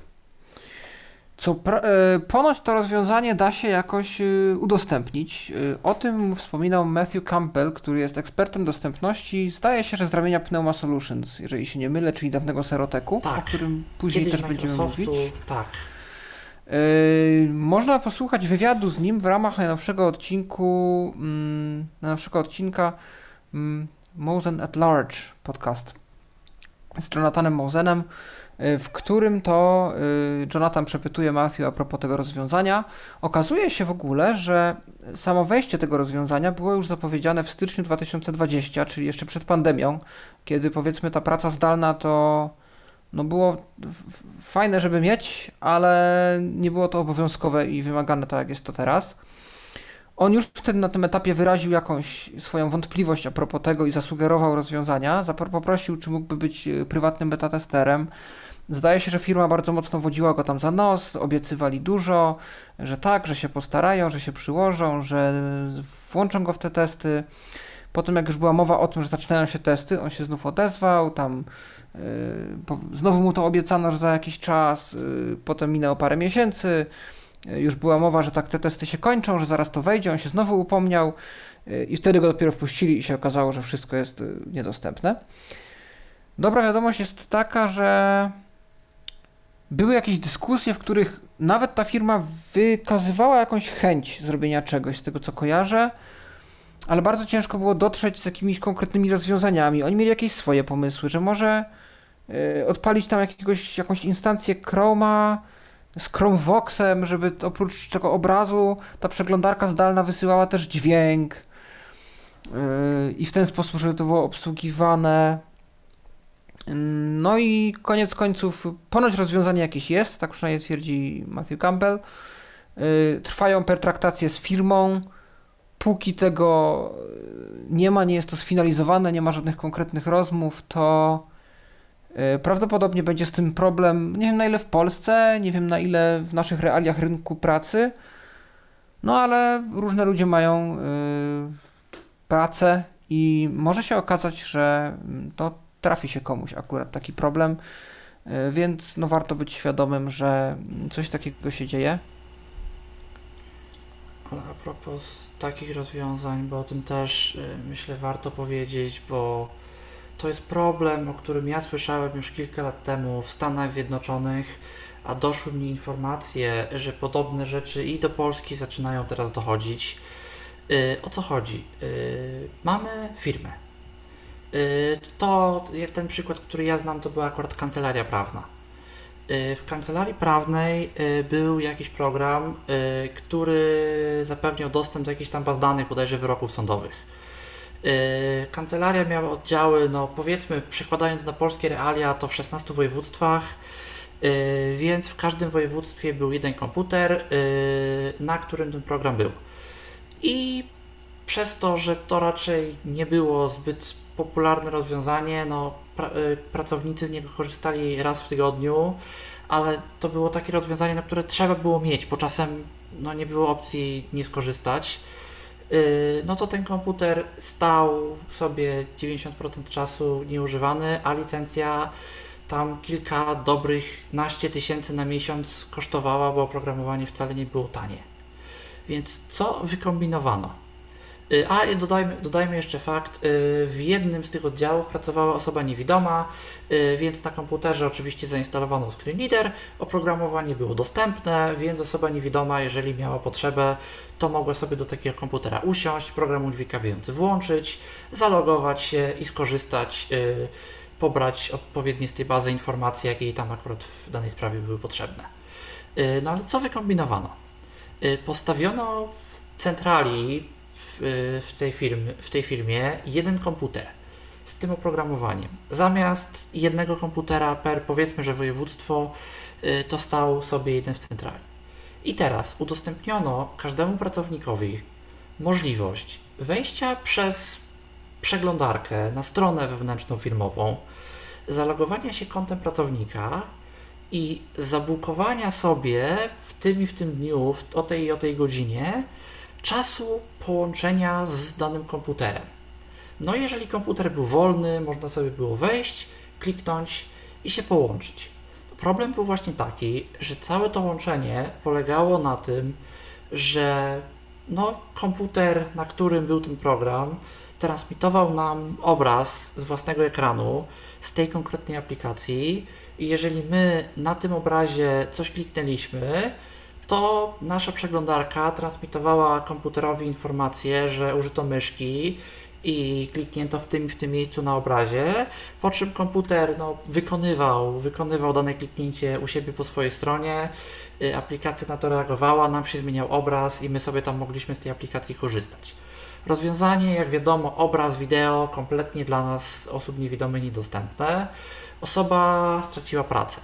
Co pra- y, ponoć to rozwiązanie da się jakoś y, udostępnić. Y, o tym wspominał Matthew Campbell, który jest ekspertem dostępności. Zdaje się, że z ramienia Pneuma Solutions, jeżeli się nie mylę, czyli dawnego Seroteku, Tak. o którym później Kiedyś też będziemy Microsoftu, mówić. tak. Yy, można posłuchać wywiadu z nim w ramach najnowszego odcinku, mm, najnowszego odcinka mm, Mosen at Large podcast z Jonathanem Mosenem, yy, w którym to yy, Jonathan przepytuje Matthew a propos tego rozwiązania. Okazuje się w ogóle, że samo wejście tego rozwiązania było już zapowiedziane w styczniu dwa tysiące dwudziestym, czyli jeszcze przed pandemią, kiedy powiedzmy ta praca zdalna to no było f- fajne, żeby mieć, ale nie było to obowiązkowe i wymagane tak, jak jest to teraz. On już wtedy na tym etapie wyraził jakąś swoją wątpliwość a propos tego i zasugerował rozwiązania. Zapro- poprosił, czy mógłby być y, prywatnym beta testerem. Zdaje się, że firma bardzo mocno wodziła go tam za nos, obiecywali dużo, że tak, że się postarają, że się przyłożą, że włączą go w te testy. Potem jak już była mowa o tym, że zaczynają się testy, on się znów odezwał, tam yy, po, znowu mu to obiecano, że za jakiś czas, yy, potem minęło parę miesięcy, yy, już była mowa, że tak te testy się kończą, że zaraz to wejdzie, on się znowu upomniał yy, i wtedy go dopiero wpuścili i się okazało, że wszystko jest yy, niedostępne. Dobra wiadomość jest taka, że były jakieś dyskusje, w których nawet ta firma wykazywała jakąś chęć zrobienia czegoś, z tego co kojarzę, ale bardzo ciężko było dotrzeć z jakimiś konkretnymi rozwiązaniami. Oni mieli jakieś swoje pomysły, że może y, odpalić tam jakiegoś, jakąś instancję Chroma z Chromevoxem, żeby oprócz tego obrazu ta przeglądarka zdalna wysyłała też dźwięk y, i w ten sposób, żeby to było obsługiwane. No i koniec końców ponoć rozwiązanie jakieś jest, tak przynajmniej twierdzi Matthew Campbell. Y, trwają pertraktacje z firmą. Póki tego nie ma, nie jest to sfinalizowane, nie ma żadnych konkretnych rozmów, to yy, prawdopodobnie będzie z tym problem, nie wiem na ile w Polsce, nie wiem na ile w naszych realiach rynku pracy, no ale różne ludzie mają yy, pracę i może się okazać, że to trafi się komuś akurat taki problem, yy, więc no warto być świadomym, że coś takiego się dzieje. Ale a propos takich rozwiązań, bo o tym też y, myślę warto powiedzieć, bo to jest problem, o którym ja słyszałem już kilka lat temu w Stanach Zjednoczonych, a doszły mi informacje, że podobne rzeczy i do Polski zaczynają teraz dochodzić. Y, o co chodzi? Y, mamy firmę. Y, to ten przykład, który ja znam, to była akurat kancelaria prawna. W kancelarii prawnej był jakiś program, który zapewniał dostęp do jakichś tam baz danych, bodajże wyroków sądowych. Kancelaria miała oddziały, no powiedzmy, przekładając na polskie realia, to w szesnastu województwach, więc w każdym województwie był jeden komputer, na którym ten program był. I przez to, że to raczej nie było zbyt popularne rozwiązanie, no pra, y, pracownicy z niego korzystali raz w tygodniu, ale to było takie rozwiązanie, na które trzeba było mieć, bo czasem no, nie było opcji nie skorzystać. Yy, no to ten komputer stał sobie dziewięćdziesiąt procent czasu nieużywany, a licencja tam kilka dobrych naście tysięcy na miesiąc kosztowała, bo oprogramowanie wcale nie było tanie. Więc co wykombinowano? A dodajmy, dodajmy jeszcze fakt, w jednym z tych oddziałów pracowała osoba niewidoma, więc na komputerze oczywiście zainstalowano screen reader, oprogramowanie było dostępne, więc osoba niewidoma, jeżeli miała potrzebę, to mogła sobie do takiego komputera usiąść, program udźwigawiający włączyć, zalogować się i skorzystać, pobrać odpowiednie z tej bazy informacje, jakie jej tam akurat w danej sprawie były potrzebne. No ale co wykombinowano? Postawiono w centrali w tej, firmie, w tej firmie jeden komputer z tym oprogramowaniem. Zamiast jednego komputera per, powiedzmy, że województwo, to stał sobie jeden w centrali. I teraz udostępniono każdemu pracownikowi możliwość wejścia przez przeglądarkę na stronę wewnętrzną firmową, zalogowania się kontem pracownika i zabukowania sobie w tym i w tym dniu, w, o tej i o tej godzinie czasu połączenia z danym komputerem. No i jeżeli komputer był wolny, można sobie było wejść, kliknąć i się połączyć. Problem był właśnie taki, że całe to łączenie polegało na tym, że no, komputer, na którym był ten program, transmitował nam obraz z własnego ekranu z tej konkretnej aplikacji i jeżeli my na tym obrazie coś kliknęliśmy, to nasza przeglądarka transmitowała komputerowi informację, że użyto myszki i kliknięto w tym w tym miejscu na obrazie, po czym komputer no, wykonywał, wykonywał dane kliknięcie u siebie po swojej stronie, aplikacja na to reagowała, nam się zmieniał obraz i my sobie tam mogliśmy z tej aplikacji korzystać. Rozwiązanie, jak wiadomo, obraz, wideo, kompletnie dla nas, osób niewidomych, niedostępne. Osoba straciła pracę.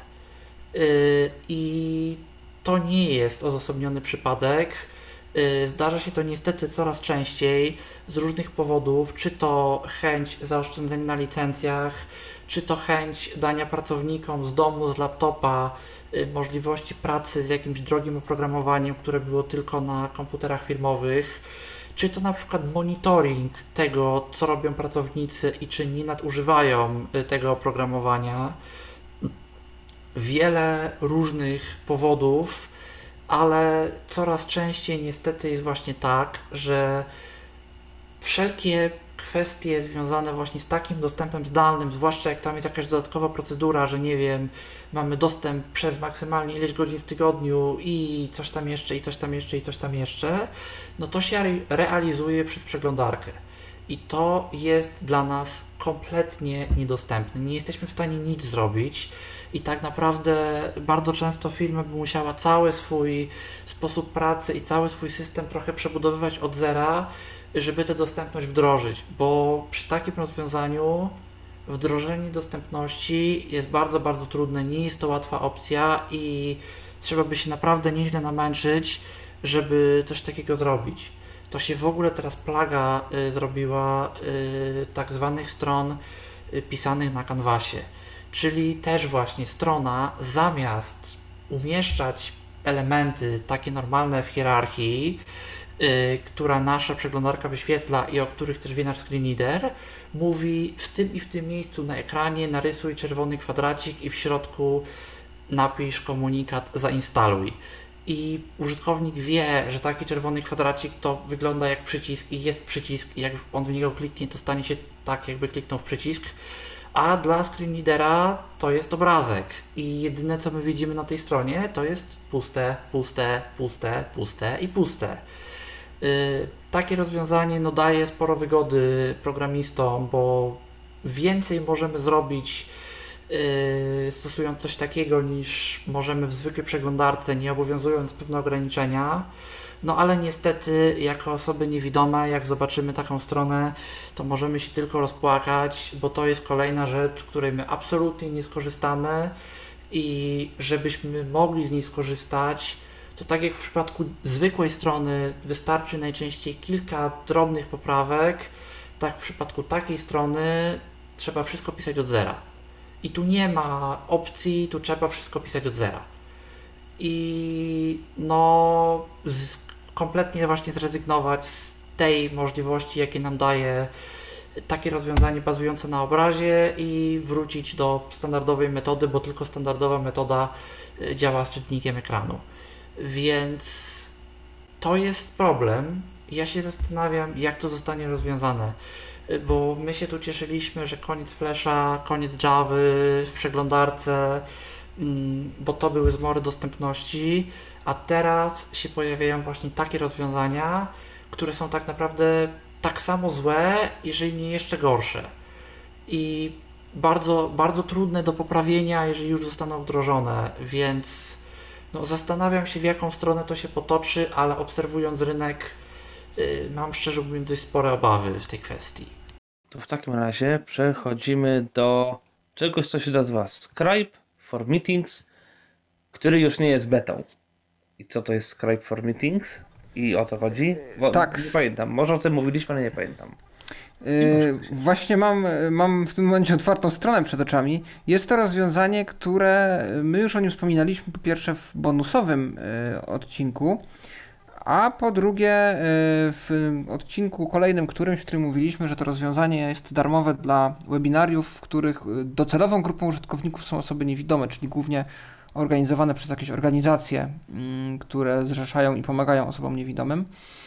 Yy, I to nie jest odosobniony przypadek. Yy, zdarza się to niestety coraz częściej z różnych powodów, czy to chęć zaoszczędzenia na licencjach, czy to chęć dania pracownikom z domu, z laptopa yy, możliwości pracy z jakimś drogim oprogramowaniem, które było tylko na komputerach firmowych, czy to na przykład monitoring tego, co robią pracownicy i czy nie nadużywają tego oprogramowania. Wiele różnych powodów, ale coraz częściej niestety jest właśnie tak, że wszelkie kwestie związane właśnie z takim dostępem zdalnym, zwłaszcza jak tam jest jakaś dodatkowa procedura, że nie wiem, mamy dostęp przez maksymalnie ileś godzin w tygodniu i coś tam jeszcze, i coś tam jeszcze, i coś tam jeszcze, no to się realizuje przez przeglądarkę. I to jest dla nas kompletnie niedostępne. Nie jesteśmy w stanie nic zrobić i tak naprawdę bardzo często firma by musiała cały swój sposób pracy i cały swój system trochę przebudowywać od zera, żeby tę dostępność wdrożyć, bo przy takim rozwiązaniu wdrożenie dostępności jest bardzo, bardzo trudne, nie jest to łatwa opcja i trzeba by się naprawdę nieźle namęczyć, żeby coś takiego zrobić. To się w ogóle teraz plaga y, zrobiła y, tak zwanych stron y, pisanych na kanwasie, czyli też właśnie strona zamiast umieszczać elementy takie normalne w hierarchii, y, która nasza przeglądarka wyświetla i o których też wie nasz screen reader, mówi w tym i w tym miejscu na ekranie narysuj czerwony kwadracik i w środku napisz komunikat zainstaluj. I użytkownik wie, że taki czerwony kwadracik to wygląda jak przycisk i jest przycisk i jak on w niego kliknie, to stanie się tak, jakby kliknął w przycisk, a dla screen readera to jest obrazek i jedyne co my widzimy na tej stronie to jest puste, puste, puste, puste i puste. Yy, takie rozwiązanie no, daje sporo wygody programistom, bo więcej możemy zrobić Yy, stosując coś takiego niż możemy w zwykłej przeglądarce, nie obowiązując pewne ograniczenia. No ale niestety jako osoby niewidome, jak zobaczymy taką stronę, to możemy się tylko rozpłakać, bo to jest kolejna rzecz, z której my absolutnie nie skorzystamy i żebyśmy mogli z niej skorzystać, to tak jak w przypadku zwykłej strony wystarczy najczęściej kilka drobnych poprawek, tak w przypadku takiej strony trzeba wszystko pisać od zera. I tu nie ma opcji, tu trzeba wszystko pisać od zera. I no z, kompletnie właśnie zrezygnować z tej możliwości, jakie nam daje takie rozwiązanie bazujące na obrazie i wrócić do standardowej metody, bo tylko standardowa metoda działa z czytnikiem ekranu. Więc to jest problem ja się zastanawiam, jak to zostanie rozwiązane. Bo my się tu cieszyliśmy, że koniec Flasha, koniec Javy w przeglądarce, bo to były zmory dostępności, a teraz się pojawiają właśnie takie rozwiązania, które są tak naprawdę tak samo złe, jeżeli nie jeszcze gorsze. I bardzo, bardzo trudne do poprawienia, jeżeli już zostaną wdrożone, więc no, zastanawiam się, w jaką stronę to się potoczy, ale obserwując rynek, yy, mam szczerze mówiąc dość spore obawy w tej kwestii. To w takim razie przechodzimy do czegoś, co się nazywa Scribe for Meetings, który już nie jest betą. I co to jest Scribe for Meetings? I o co chodzi? Bo tak. Nie pamiętam. Może o tym mówiliśmy, ale nie pamiętam. Yy, właśnie mam, mam w tym momencie otwartą stronę przed oczami. Jest to rozwiązanie, które my już o nim wspominaliśmy po pierwsze w bonusowym yy, odcinku, a po drugie yy, w odcinku kolejnym, którymś, w którym mówiliśmy, że to rozwiązanie jest darmowe dla webinariów, w których docelową grupą użytkowników są osoby niewidome, czyli głównie organizowane przez jakieś organizacje, yy, które zrzeszają i pomagają osobom niewidomym.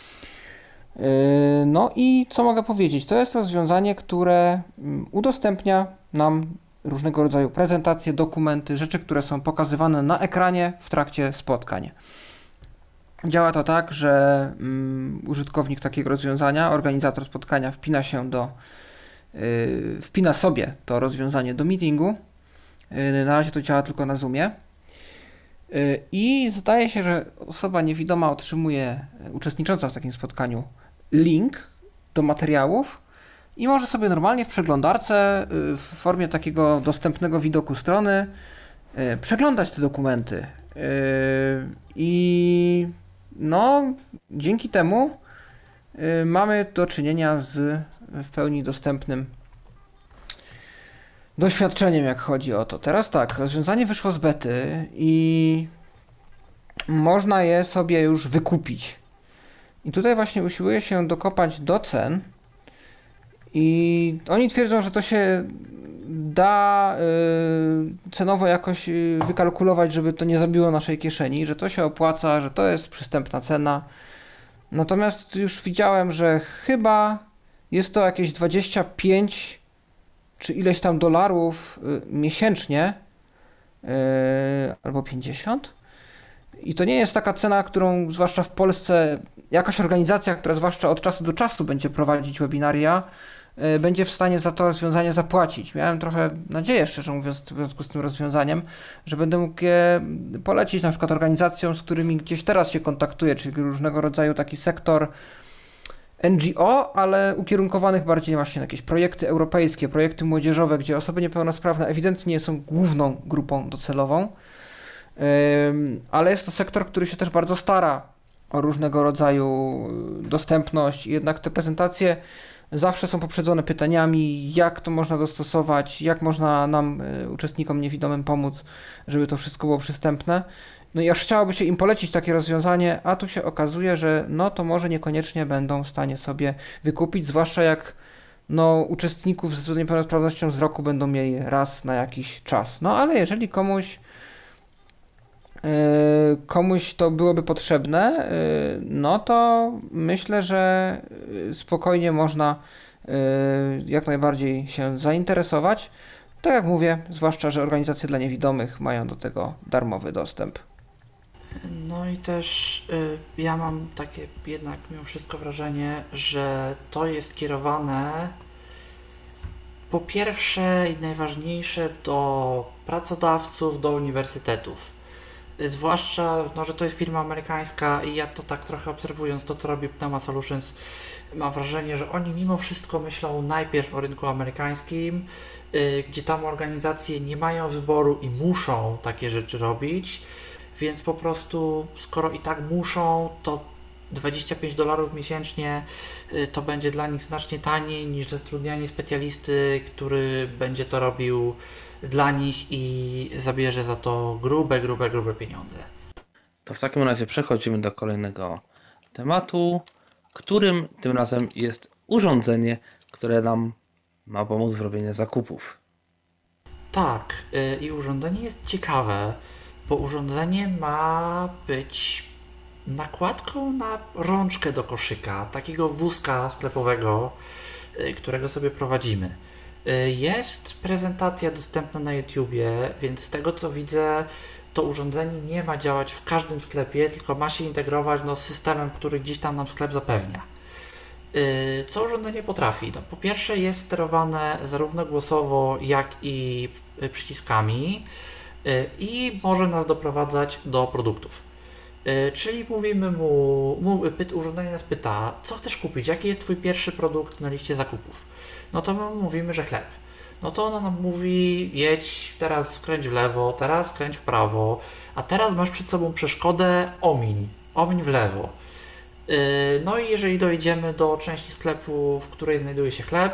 No i co mogę powiedzieć? To jest rozwiązanie, które udostępnia nam różnego rodzaju prezentacje, dokumenty, rzeczy, które są pokazywane na ekranie w trakcie spotkań. Działa to tak, że um, użytkownik takiego rozwiązania, organizator spotkania wpina się do, yy, wpina sobie to rozwiązanie do meetingu. Yy, na razie to działa tylko na Zoomie. I zdaje się, że osoba niewidoma otrzymuje, uczestnicząca w takim spotkaniu, link do materiałów i może sobie normalnie w przeglądarce w formie takiego dostępnego widoku strony przeglądać te dokumenty. I no, dzięki temu mamy do czynienia z w pełni dostępnym doświadczeniem, jak chodzi o to. Teraz tak, rozwiązanie wyszło z bety i można je sobie już wykupić. I tutaj właśnie usiłuję się dokopać do cen i oni twierdzą, że to się da yy, cenowo jakoś yy, wykalkulować, żeby to nie zabiło naszej kieszeni, że to się opłaca, że to jest przystępna cena. Natomiast już widziałem, że chyba jest to jakieś dwadzieścia pięć czy ileś tam dolarów y, miesięcznie, y, albo pięćdziesiąt. I to nie jest taka cena, którą zwłaszcza w Polsce jakaś organizacja, która zwłaszcza od czasu do czasu będzie prowadzić webinaria, y, będzie w stanie za to rozwiązanie zapłacić. Miałem trochę nadzieję, szczerze mówiąc, w związku z tym rozwiązaniem, że będę mógł je polecić na przykład organizacjom, z którymi gdzieś teraz się kontaktuję, czyli różnego rodzaju taki sektor N G O, ale ukierunkowanych bardziej właśnie na jakieś projekty europejskie, projekty młodzieżowe, gdzie osoby niepełnosprawne ewidentnie są główną grupą docelową, ale jest to sektor, który się też bardzo stara o różnego rodzaju dostępność i jednak te prezentacje zawsze są poprzedzone pytaniami, jak to można dostosować, jak można nam, uczestnikom niewidomym, pomóc, żeby to wszystko było przystępne. No i aż chciałoby się im polecić takie rozwiązanie, a tu się okazuje, że no to może niekoniecznie będą w stanie sobie wykupić, zwłaszcza jak no, uczestników z niepełnosprawnością wzroku będą mieli raz na jakiś czas. No ale jeżeli komuś yy, komuś to byłoby potrzebne, yy, no to myślę, że spokojnie można yy, jak najbardziej się zainteresować. Tak jak mówię, zwłaszcza, że organizacje dla niewidomych mają do tego darmowy dostęp. No i też y, ja mam takie jednak mimo wszystko wrażenie, że to jest kierowane po pierwsze i najważniejsze do pracodawców, do uniwersytetów. Y, zwłaszcza, no, że to jest firma amerykańska i ja to tak trochę obserwując to, co robi Pneuma Solutions, mam wrażenie, że oni mimo wszystko myślą najpierw o rynku amerykańskim, y, gdzie tam organizacje nie mają wyboru i muszą takie rzeczy robić. Więc po prostu, skoro i tak muszą, to dwadzieścia pięć dolarów miesięcznie to będzie dla nich znacznie taniej niż zatrudnianie specjalisty, który będzie to robił dla nich i zabierze za to grube, grube, grube pieniądze. To w takim razie przechodzimy do kolejnego tematu, którym tym razem jest urządzenie, które nam ma pomóc w robieniu zakupów. Tak, i urządzenie jest ciekawe, bo urządzenie ma być nakładką na rączkę do koszyka, takiego wózka sklepowego, którego sobie prowadzimy. Jest prezentacja dostępna na YouTubie, więc z tego co widzę, to urządzenie nie ma działać w każdym sklepie, tylko ma się integrować no, z systemem, który gdzieś tam nam sklep zapewnia. Co urządzenie potrafi? No, po pierwsze jest sterowane zarówno głosowo, jak i przyciskami i może nas doprowadzać do produktów. Czyli mówimy mu, mu pyt, urządzenie nas pyta, co chcesz kupić, jaki jest Twój pierwszy produkt na liście zakupów. No to my mówimy, że chleb. No to ona nam mówi, jedź, teraz skręć w lewo, teraz skręć w prawo, a teraz masz przed sobą przeszkodę, omiń, omiń w lewo. No i jeżeli dojdziemy do części sklepu, w której znajduje się chleb,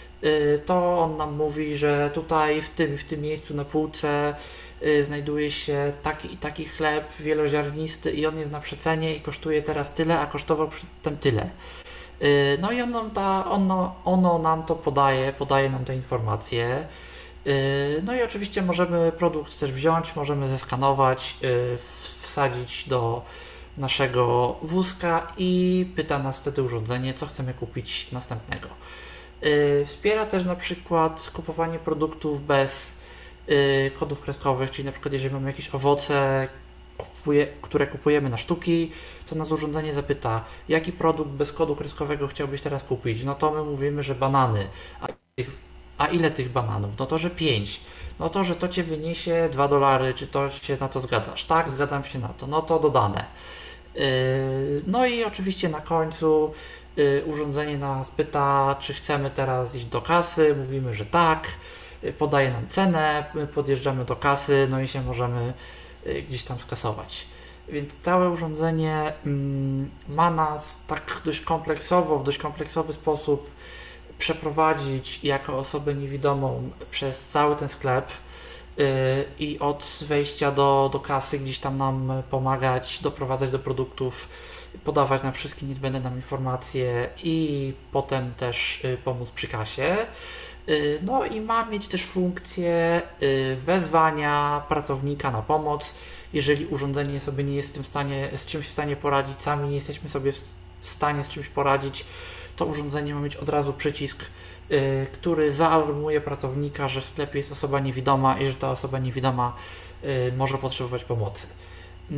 to on nam mówi, że tutaj w tym, w tym miejscu na półce znajduje się taki i taki chleb wieloziarnisty i on jest na przecenie i kosztuje teraz tyle, a kosztował przedtem tyle. No i ono, ta, ono, ono nam to podaje, podaje nam te informacje. No i oczywiście możemy produkt też wziąć, możemy zeskanować, wsadzić do naszego wózka i pyta nas wtedy urządzenie, co chcemy kupić następnego. Wspiera też na przykład kupowanie produktów bez kodów kreskowych, czyli na przykład jeżeli mamy jakieś owoce, kupuje, które kupujemy na sztuki, to nas urządzenie zapyta, jaki produkt bez kodu kreskowego chciałbyś teraz kupić? No to my mówimy, że banany. A, a ile tych bananów? No to, że pięć. No to, że to Cię wyniesie dwa dolary, czy to się na to zgadzasz? Tak, zgadzam się na to. No to dodane. Yy, no i oczywiście na końcu yy, urządzenie nas pyta, czy chcemy teraz iść do kasy. Mówimy, że tak. Yy, podaje nam cenę, my podjeżdżamy do kasy, no i się możemy yy, gdzieś tam skasować. Więc całe urządzenie mm, ma nas tak dość kompleksowo, w dość kompleksowy sposób przeprowadzić jako osobę niewidomą przez cały ten sklep yy, i od wejścia do, do kasy gdzieś tam nam pomagać, doprowadzać do produktów, podawać nam wszystkie niezbędne nam informacje i potem też yy, pomóc przy kasie. Yy, no i ma mieć też funkcję yy, wezwania pracownika na pomoc. Jeżeli urządzenie sobie nie jest z tym w stanie, z czymś w stanie poradzić, sami nie jesteśmy sobie w, w stanie z czymś poradzić, to urządzenie ma mieć od razu przycisk, yy, który zaalarmuje pracownika, że w sklepie jest osoba niewidoma i że ta osoba niewidoma yy, może potrzebować pomocy. Yy,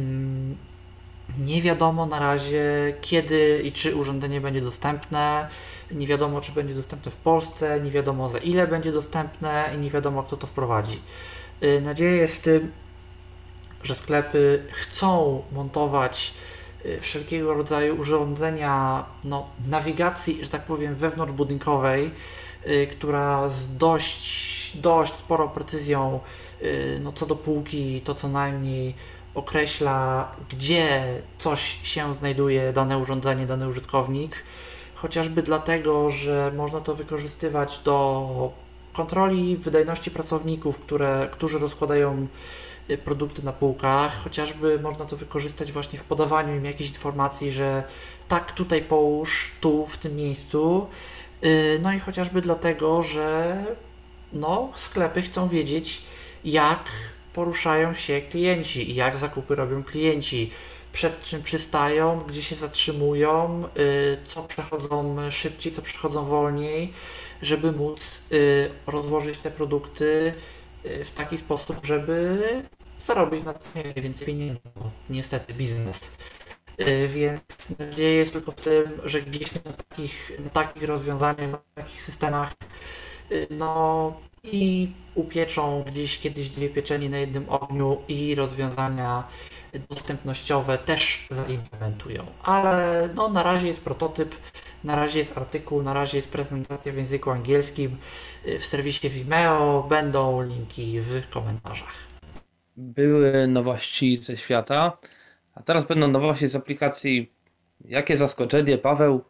nie wiadomo na razie, kiedy i czy urządzenie będzie dostępne, nie wiadomo, czy będzie dostępne w Polsce, nie wiadomo, za ile będzie dostępne i nie wiadomo, kto to wprowadzi. Yy, nadzieja jest w tym, że sklepy chcą montować wszelkiego rodzaju urządzenia no, nawigacji, że tak powiem, wewnątrzbudynkowej, y, która z dość, dość sporą precyzją y, no, co do półki to co najmniej określa, gdzie coś się znajduje, dane urządzenie, dany użytkownik, chociażby dlatego, że można to wykorzystywać do kontroli wydajności pracowników, które, którzy rozkładają produkty na półkach, chociażby można to wykorzystać właśnie w podawaniu im jakichś informacji, że tak, tutaj połóż, tu, w tym miejscu. No i chociażby dlatego, że no, sklepy chcą wiedzieć, jak poruszają się klienci i jak zakupy robią klienci, przed czym przystają, gdzie się zatrzymują, co przechodzą szybciej, co przechodzą wolniej, żeby móc rozłożyć te produkty w taki sposób, żeby zarobić na tym mniej więcej pieniędzy. No, niestety biznes. Yy, więc nadzieja jest tylko w tym, że gdzieś na takich, na takich rozwiązaniach, na takich systemach yy, no i upieczą gdzieś kiedyś dwie pieczenie na jednym ogniu i rozwiązania dostępnościowe też zaimplementują. Ale no, na razie jest prototyp, na razie jest artykuł, na razie jest prezentacja w języku angielskim. W serwisie Vimeo będą linki w komentarzach. Były nowości ze świata, a teraz będą nowości z aplikacji. Jakie zaskoczenie, Paweł?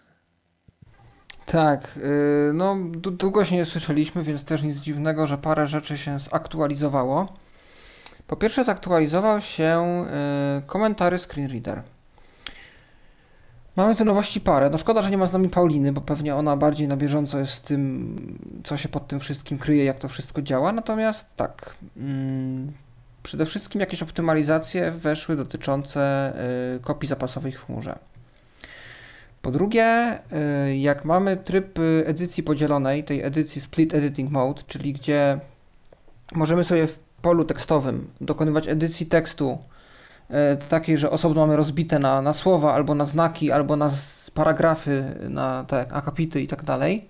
Tak, yy, no d- długo się nie słyszeliśmy, więc też nic dziwnego, że parę rzeczy się zaktualizowało. Po pierwsze zaktualizował się yy, komentary Screen Reader. Mamy tu nowości parę. No szkoda, że nie ma z nami Pauliny, bo pewnie ona bardziej na bieżąco jest z tym, co się pod tym wszystkim kryje, jak to wszystko działa. Natomiast tak, mm, przede wszystkim jakieś optymalizacje weszły dotyczące y, kopii zapasowych w chmurze. Po drugie, y, jak mamy tryb edycji podzielonej, tej edycji Split Editing Mode, czyli gdzie możemy sobie w polu tekstowym dokonywać edycji tekstu y, takiej, że osobno mamy rozbite na, na słowa, albo na znaki, albo na paragrafy, na te akapity i tak dalej,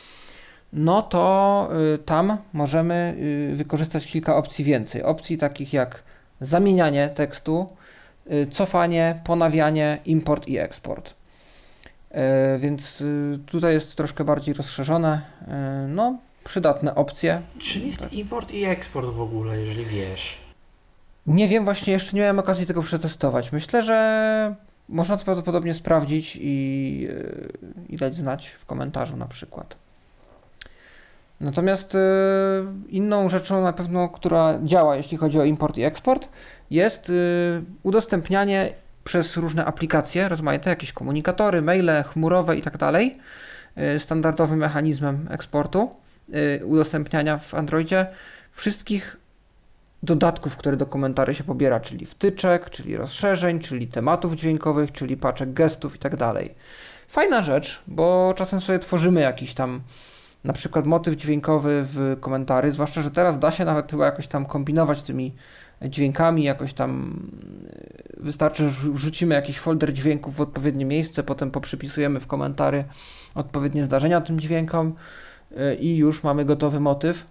no to y, tam możemy y, wykorzystać kilka opcji więcej. Opcji takich jak zamienianie tekstu, y, cofanie, ponawianie, import i eksport. Y, więc y, tutaj jest troszkę bardziej rozszerzone. Y, no, przydatne opcje. Czym jest import i eksport w ogóle, jeżeli wiesz? Nie wiem, właśnie jeszcze nie miałem okazji tego przetestować. Myślę, że można to prawdopodobnie sprawdzić i, y, i dać znać w komentarzu na przykład. Natomiast y, inną rzeczą na pewno, która działa, jeśli chodzi o import i eksport, jest y, udostępnianie przez różne aplikacje rozmaite, jakieś komunikatory, maile, chmurowe i tak dalej, y, standardowym mechanizmem eksportu, y, udostępniania w Androidzie wszystkich dodatków, które do komentarzy się pobiera, czyli wtyczek, czyli rozszerzeń, czyli tematów dźwiękowych, czyli paczek gestów i tak dalej. Fajna rzecz, bo czasem sobie tworzymy jakiś tam na przykład motyw dźwiękowy w komentarzy, zwłaszcza, że teraz da się nawet chyba jakoś tam kombinować tymi dźwiękami, jakoś tam wystarczy, że wrzucimy jakiś folder dźwięków w odpowiednie miejsce, potem poprzypisujemy w komentarze odpowiednie zdarzenia tym dźwiękom i już mamy gotowy motyw.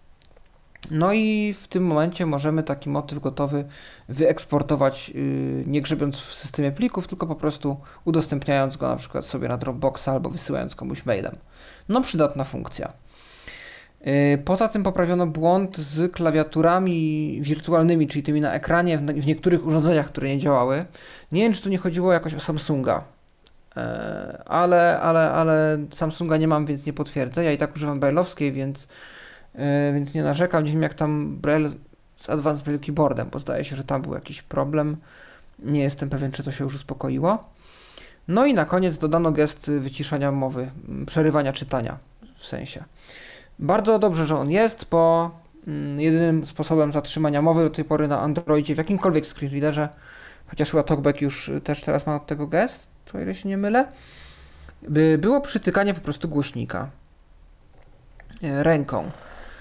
No i w tym momencie możemy taki motyw gotowy wyeksportować, nie grzebiąc w systemie plików, tylko po prostu udostępniając go na przykład sobie na Dropboxa albo wysyłając komuś mailem. No, przydatna funkcja. Poza tym poprawiono błąd z klawiaturami wirtualnymi, czyli tymi na ekranie w niektórych urządzeniach, które nie działały. Nie wiem, czy tu nie chodziło jakoś o Samsunga, ale, ale, ale Samsunga nie mam, więc nie potwierdzę. Ja i tak używam braille'owskiej, więc Yy, więc nie narzekam. Nie wiem, jak tam Braille z Advanced Braille Keyboardem, bo zdaje się, że tam był jakiś problem. Nie jestem pewien, czy to się już uspokoiło. No i na koniec dodano gest wyciszania mowy, przerywania czytania w sensie. Bardzo dobrze, że on jest, bo mm, jedynym sposobem zatrzymania mowy do tej pory na Androidzie w jakimkolwiek screenreaderze, chociaż chyba TalkBack już też teraz ma od tego gest, o ile się nie mylę, by było przytykanie po prostu głośnika yy, ręką.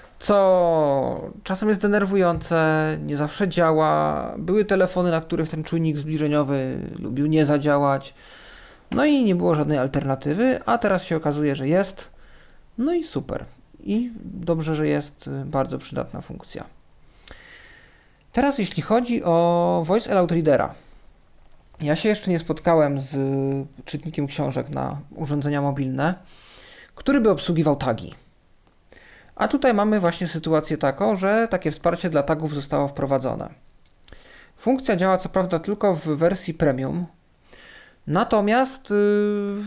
Co czasem jest denerwujące, nie zawsze działa. Były telefony, na których ten czujnik zbliżeniowy lubił nie zadziałać. No i nie było żadnej alternatywy, a teraz się okazuje, że jest. No i super. I dobrze, że jest, bardzo przydatna funkcja. Teraz jeśli chodzi o Voice Aloud Readera. Ja się jeszcze nie spotkałem z czytnikiem książek na urządzenia mobilne, który by obsługiwał tagi. A tutaj mamy właśnie sytuację taką, że takie wsparcie dla tagów zostało wprowadzone. Funkcja działa co prawda tylko w wersji premium, natomiast yy,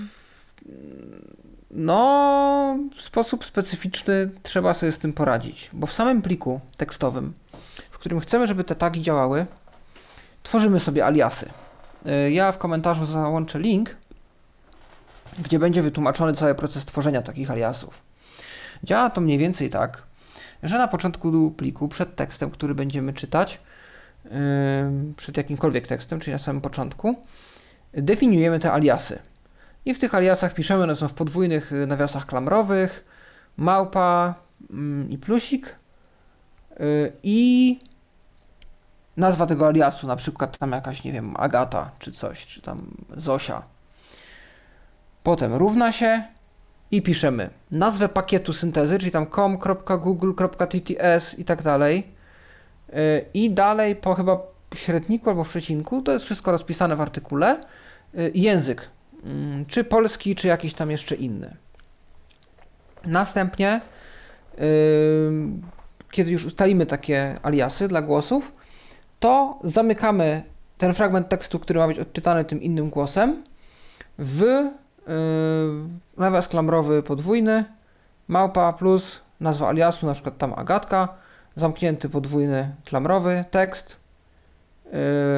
no, w sposób specyficzny trzeba sobie z tym poradzić, bo w samym pliku tekstowym, w którym chcemy, żeby te tagi działały, tworzymy sobie aliasy. Yy, ja w komentarzu załączę link, gdzie będzie wytłumaczony cały proces tworzenia takich aliasów. Działa to mniej więcej tak, że na początku pliku, przed tekstem, który będziemy czytać, yy, przed jakimkolwiek tekstem, czyli na samym początku, definiujemy te aliasy. I w tych aliasach piszemy, one są w podwójnych nawiasach klamrowych, małpa yy, i plusik yy, i nazwa tego aliasu, na przykład tam jakaś, nie wiem, Agata, czy coś, czy tam Zosia. Potem równa się i piszemy nazwę pakietu syntezy, czyli tam com kropka google kropka t t s i tak dalej. Yy, I dalej po chyba średniku albo przecinku, to jest wszystko rozpisane w artykule, yy, język, yy, czy polski, czy jakiś tam jeszcze inny. Następnie, yy, kiedy już ustalimy takie aliasy dla głosów, to zamykamy ten fragment tekstu, który ma być odczytany tym innym głosem, w Yy, nawias klamrowy podwójny, małpa plus nazwa aliasu, na przykład tam Agatka, zamknięty podwójny klamrowy tekst yy,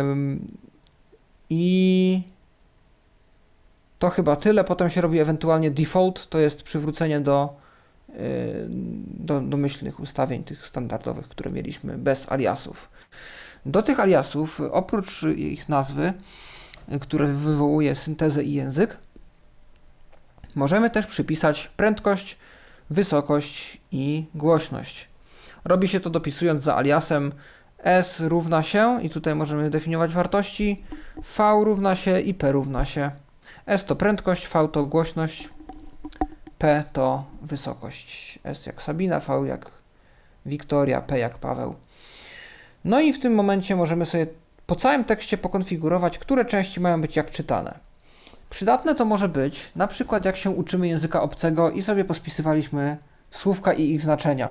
i to chyba tyle. Potem się robi ewentualnie default, to jest przywrócenie do do domyślnych ustawień tych standardowych, które mieliśmy bez aliasów. Do tych aliasów, oprócz ich nazwy, które wywołuje syntezę i język, możemy też przypisać prędkość, wysokość i głośność. Robi się to dopisując za aliasem S równa się, i tutaj możemy definiować wartości, V równa się i P równa się. S to prędkość, V to głośność, P to wysokość. S jak Sabina, V jak Wiktoria, P jak Paweł. No i w tym momencie możemy sobie po całym tekście pokonfigurować, które części mają być jak czytane. Przydatne to może być, na przykład jak się uczymy języka obcego i sobie pospisywaliśmy słówka i ich znaczenia.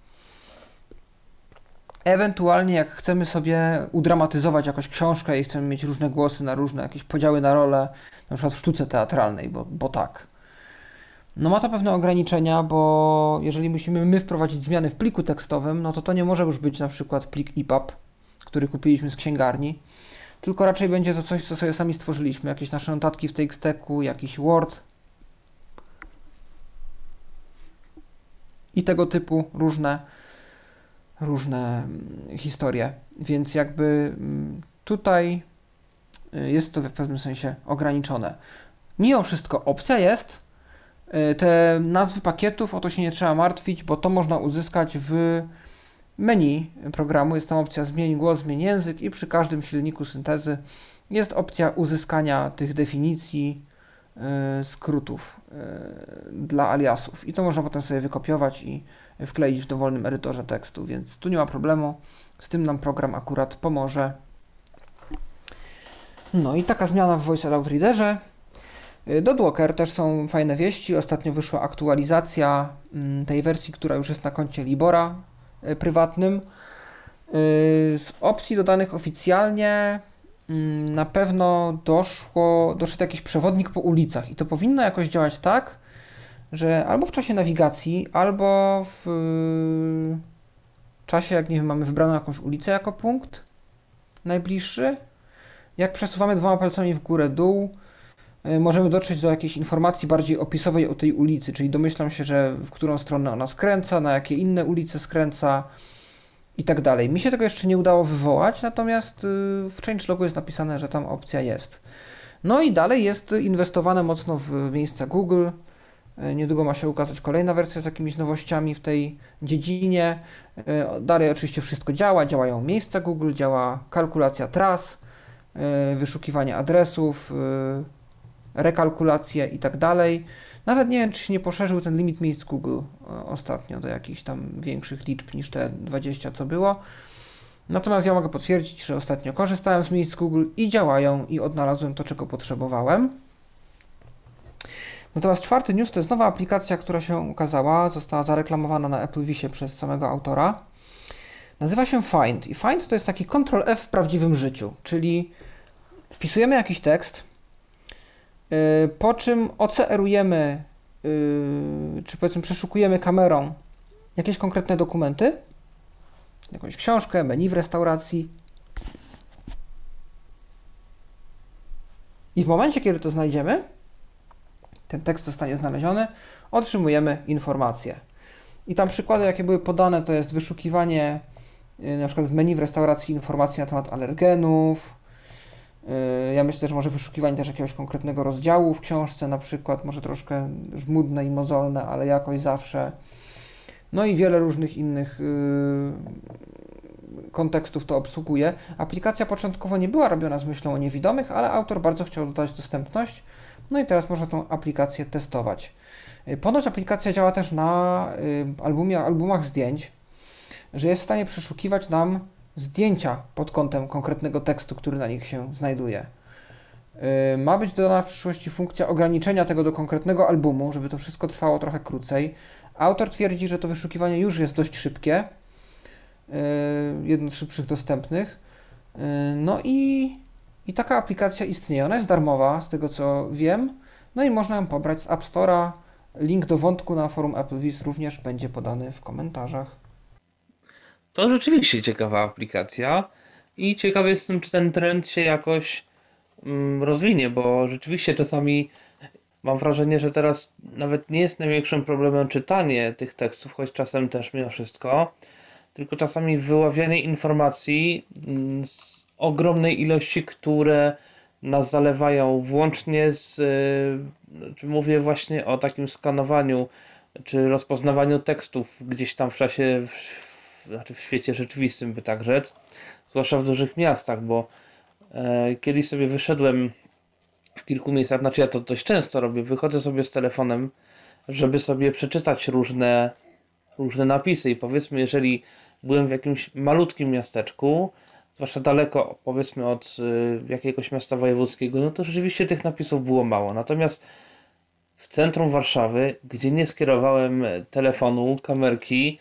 Ewentualnie jak chcemy sobie udramatyzować jakąś książkę i chcemy mieć różne głosy na różne jakieś podziały na role, na przykład w sztuce teatralnej, bo, bo tak. No ma to pewne ograniczenia, bo jeżeli musimy my wprowadzić zmiany w pliku tekstowym, no to to nie może już być na przykład plik E P U B, który kupiliśmy z księgarni, tylko raczej będzie to coś, co sobie sami stworzyliśmy, jakieś nasze notatki w T X T ku, jakiś Word i tego typu różne, różne historie. Więc jakby tutaj jest to w pewnym sensie ograniczone. Mimo wszystko opcja jest. Te nazwy pakietów, o to się nie trzeba martwić, bo to można uzyskać w menu programu. Jest tam opcja zmień głos, zmień język i przy każdym silniku syntezy jest opcja uzyskania tych definicji y, skrótów y, dla aliasów. I to można potem sobie wykopiować i wkleić w dowolnym edytorze tekstu, więc tu nie ma problemu. Z tym nam program akurat pomoże. No i taka zmiana w Voice Aloud Readerze. Do Dwoker też są fajne wieści. Ostatnio wyszła aktualizacja tej wersji, która już jest na koncie Libora prywatnym. Z opcji dodanych oficjalnie na pewno doszło, doszedł jakiś przewodnik po ulicach i to powinno jakoś działać tak, że albo w czasie nawigacji, albo w czasie, jak nie wiem, mamy wybraną jakąś ulicę jako punkt najbliższy, jak przesuwamy dwoma palcami w górę, dół, możemy dotrzeć do jakiejś informacji bardziej opisowej o tej ulicy, czyli domyślam się, że w którą stronę ona skręca, na jakie inne ulice skręca i tak dalej. Mi się tego jeszcze nie udało wywołać, natomiast w changelogu jest napisane, że tam opcja jest. No i dalej jest inwestowane mocno w miejsca Google. Niedługo ma się ukazać kolejna wersja z jakimiś nowościami w tej dziedzinie. Dalej oczywiście wszystko działa, działają miejsca Google, działa kalkulacja tras, wyszukiwanie adresów, rekalkulacje i tak dalej. Nawet nie wiem, czy się nie poszerzył ten limit miejsc Google ostatnio do jakichś tam większych liczb niż te dwadzieścia, co było. Natomiast ja mogę potwierdzić, że ostatnio korzystałem z miejsc Google i działają i odnalazłem to, czego potrzebowałem. Natomiast czwarty news to jest nowa aplikacja, która się ukazała, została zareklamowana na AppleVisie przez samego autora. Nazywa się Find i Find to jest taki Control F w prawdziwym życiu, czyli wpisujemy jakiś tekst, po czym ocerujemy, czy powiedzmy przeszukujemy kamerą jakieś konkretne dokumenty, jakąś książkę, menu w restauracji i w momencie, kiedy to znajdziemy, ten tekst zostanie znaleziony, otrzymujemy informację. I tam przykłady, jakie były podane, to jest wyszukiwanie na przykład w menu w restauracji informacji na temat alergenów. Ja myślę, że może wyszukiwanie też jakiegoś konkretnego rozdziału w książce, na przykład, może troszkę żmudne i mozolne, ale jakoś zawsze. No i wiele różnych innych yy, kontekstów to obsługuje. Aplikacja początkowo nie była robiona z myślą o niewidomych, ale autor bardzo chciał dodać dostępność. No i teraz można tą aplikację testować. Ponoć aplikacja działa też na yy, albumie, albumach zdjęć, że jest w stanie przeszukiwać nam zdjęcia pod kątem konkretnego tekstu, który na nich się znajduje. Yy, ma być dodana w przyszłości funkcja ograniczenia tego do konkretnego albumu, żeby to wszystko trwało trochę krócej. Autor twierdzi, że to wyszukiwanie już jest dość szybkie, yy, jedno z szybszych dostępnych. Yy, no i, i taka aplikacja istnieje. Ona jest darmowa, z tego co wiem, no i można ją pobrać z App Store'a. Link do wątku na forum AppleVis również będzie podany w komentarzach. To rzeczywiście ciekawa aplikacja i ciekawy jestem, czy ten trend się jakoś mm, rozwinie, bo rzeczywiście czasami mam wrażenie, że teraz nawet nie jest największym problemem czytanie tych tekstów, choć czasem też mimo wszystko, tylko czasami wyławianie informacji z ogromnej ilości, które nas zalewają, włącznie z, czy mówię właśnie o takim skanowaniu, czy rozpoznawaniu tekstów gdzieś tam w czasie, w, w, znaczy w świecie rzeczywistym, by tak rzec, zwłaszcza w dużych miastach, bo e, kiedyś sobie wyszedłem w kilku miejscach, znaczy ja to dość często robię, wychodzę sobie z telefonem, żeby sobie przeczytać różne, różne napisy i powiedzmy, jeżeli byłem w jakimś malutkim miasteczku, zwłaszcza daleko, powiedzmy, od y, jakiegoś miasta wojewódzkiego, no to rzeczywiście tych napisów było mało. Natomiast w centrum Warszawy, gdzie nie skierowałem telefonu, kamerki,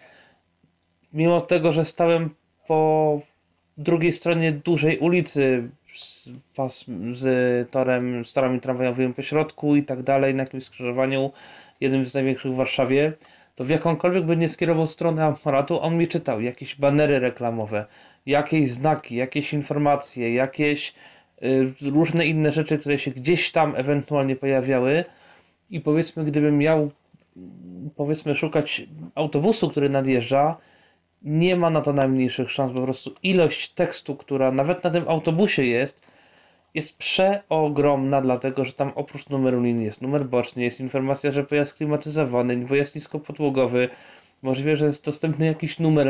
mimo tego, że stałem po drugiej stronie dużej ulicy z, pas, z torem, z torami tramwajowymi po środku i tak dalej, na jakimś skrzyżowaniu, jednym z największych w Warszawie, to w jakąkolwiek by nie skierował stronę aparatu, on mi czytał jakieś banery reklamowe, jakieś znaki, jakieś informacje, jakieś y, różne inne rzeczy, które się gdzieś tam ewentualnie pojawiały i powiedzmy, gdybym miał powiedzmy szukać autobusu, który nadjeżdża, nie ma na to najmniejszych szans, bo po prostu ilość tekstu, która nawet na tym autobusie jest, jest przeogromna, dlatego że tam oprócz numeru linii jest numer boczny, jest informacja, że pojazd klimatyzowany, pojazd niskopodłogowy, możliwe, że jest dostępny jakiś numer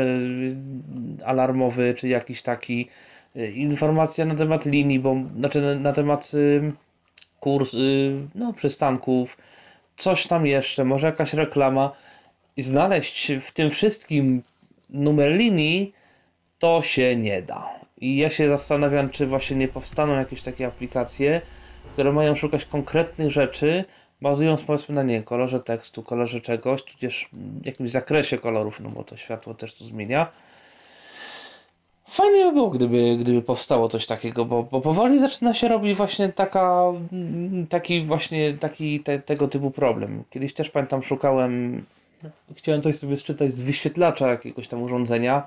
alarmowy, czy jakiś taki, informacja na temat linii, bo znaczy na, na temat y, kurs, y, no przystanków, coś tam jeszcze, może jakaś reklama i znaleźć w tym wszystkim numer linii, to się nie da. I ja się zastanawiam, czy właśnie nie powstaną jakieś takie aplikacje, które mają szukać konkretnych rzeczy, bazując powiedzmy na nie, kolorze tekstu, kolorze czegoś, tudzież jakimś zakresie kolorów, no bo to światło też tu zmienia. Fajnie by było, gdyby, gdyby powstało coś takiego, bo, bo powoli zaczyna się robić właśnie taka, taki właśnie taki te, tego typu problem. Kiedyś też pamiętam, szukałem, chciałem coś sobie czytać z wyświetlacza jakiegoś tam urządzenia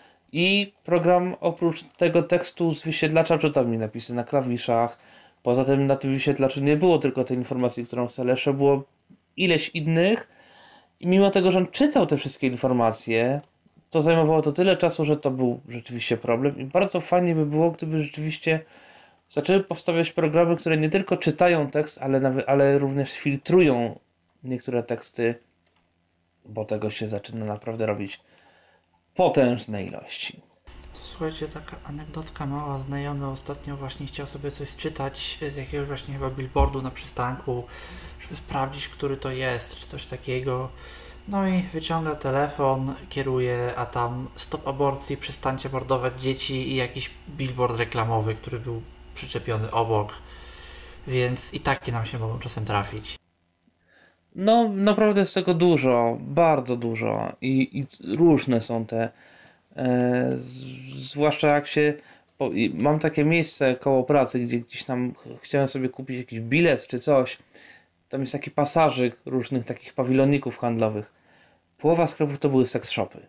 i program oprócz tego tekstu z wyświetlacza czytał mi napisy na klawiszach. Poza tym na tym wyświetlaczu nie było tylko tej informacji, którą chcę, ale jeszcze było ileś innych i mimo tego, że on czytał te wszystkie informacje, to zajmowało to tyle czasu, że to był rzeczywiście problem i bardzo fajnie by było, gdyby rzeczywiście zaczęły powstawać programy, które nie tylko czytają tekst, ale, nawet, ale również filtrują niektóre teksty, bo tego się zaczyna naprawdę robić potężne ilości. To słuchajcie, taka anegdotka mała. Znajomy ostatnio właśnie chciał sobie coś czytać z jakiegoś właśnie chyba billboardu na przystanku, żeby sprawdzić, który to jest, czy coś takiego. No i wyciąga telefon, kieruje, a tam stop aborcji, przestańcie mordować dzieci i jakiś billboard reklamowy, który był przyczepiony obok. Więc i takie nam się mogą czasem trafić. No naprawdę jest tego dużo, bardzo dużo i, i różne są te, e, z, zwłaszcza jak się, po, mam takie miejsce koło pracy, gdzie gdzieś tam ch- chciałem sobie kupić jakiś bilet czy coś, tam jest taki pasażyk różnych takich pawiloników handlowych, połowa sklepów to były seks shopy.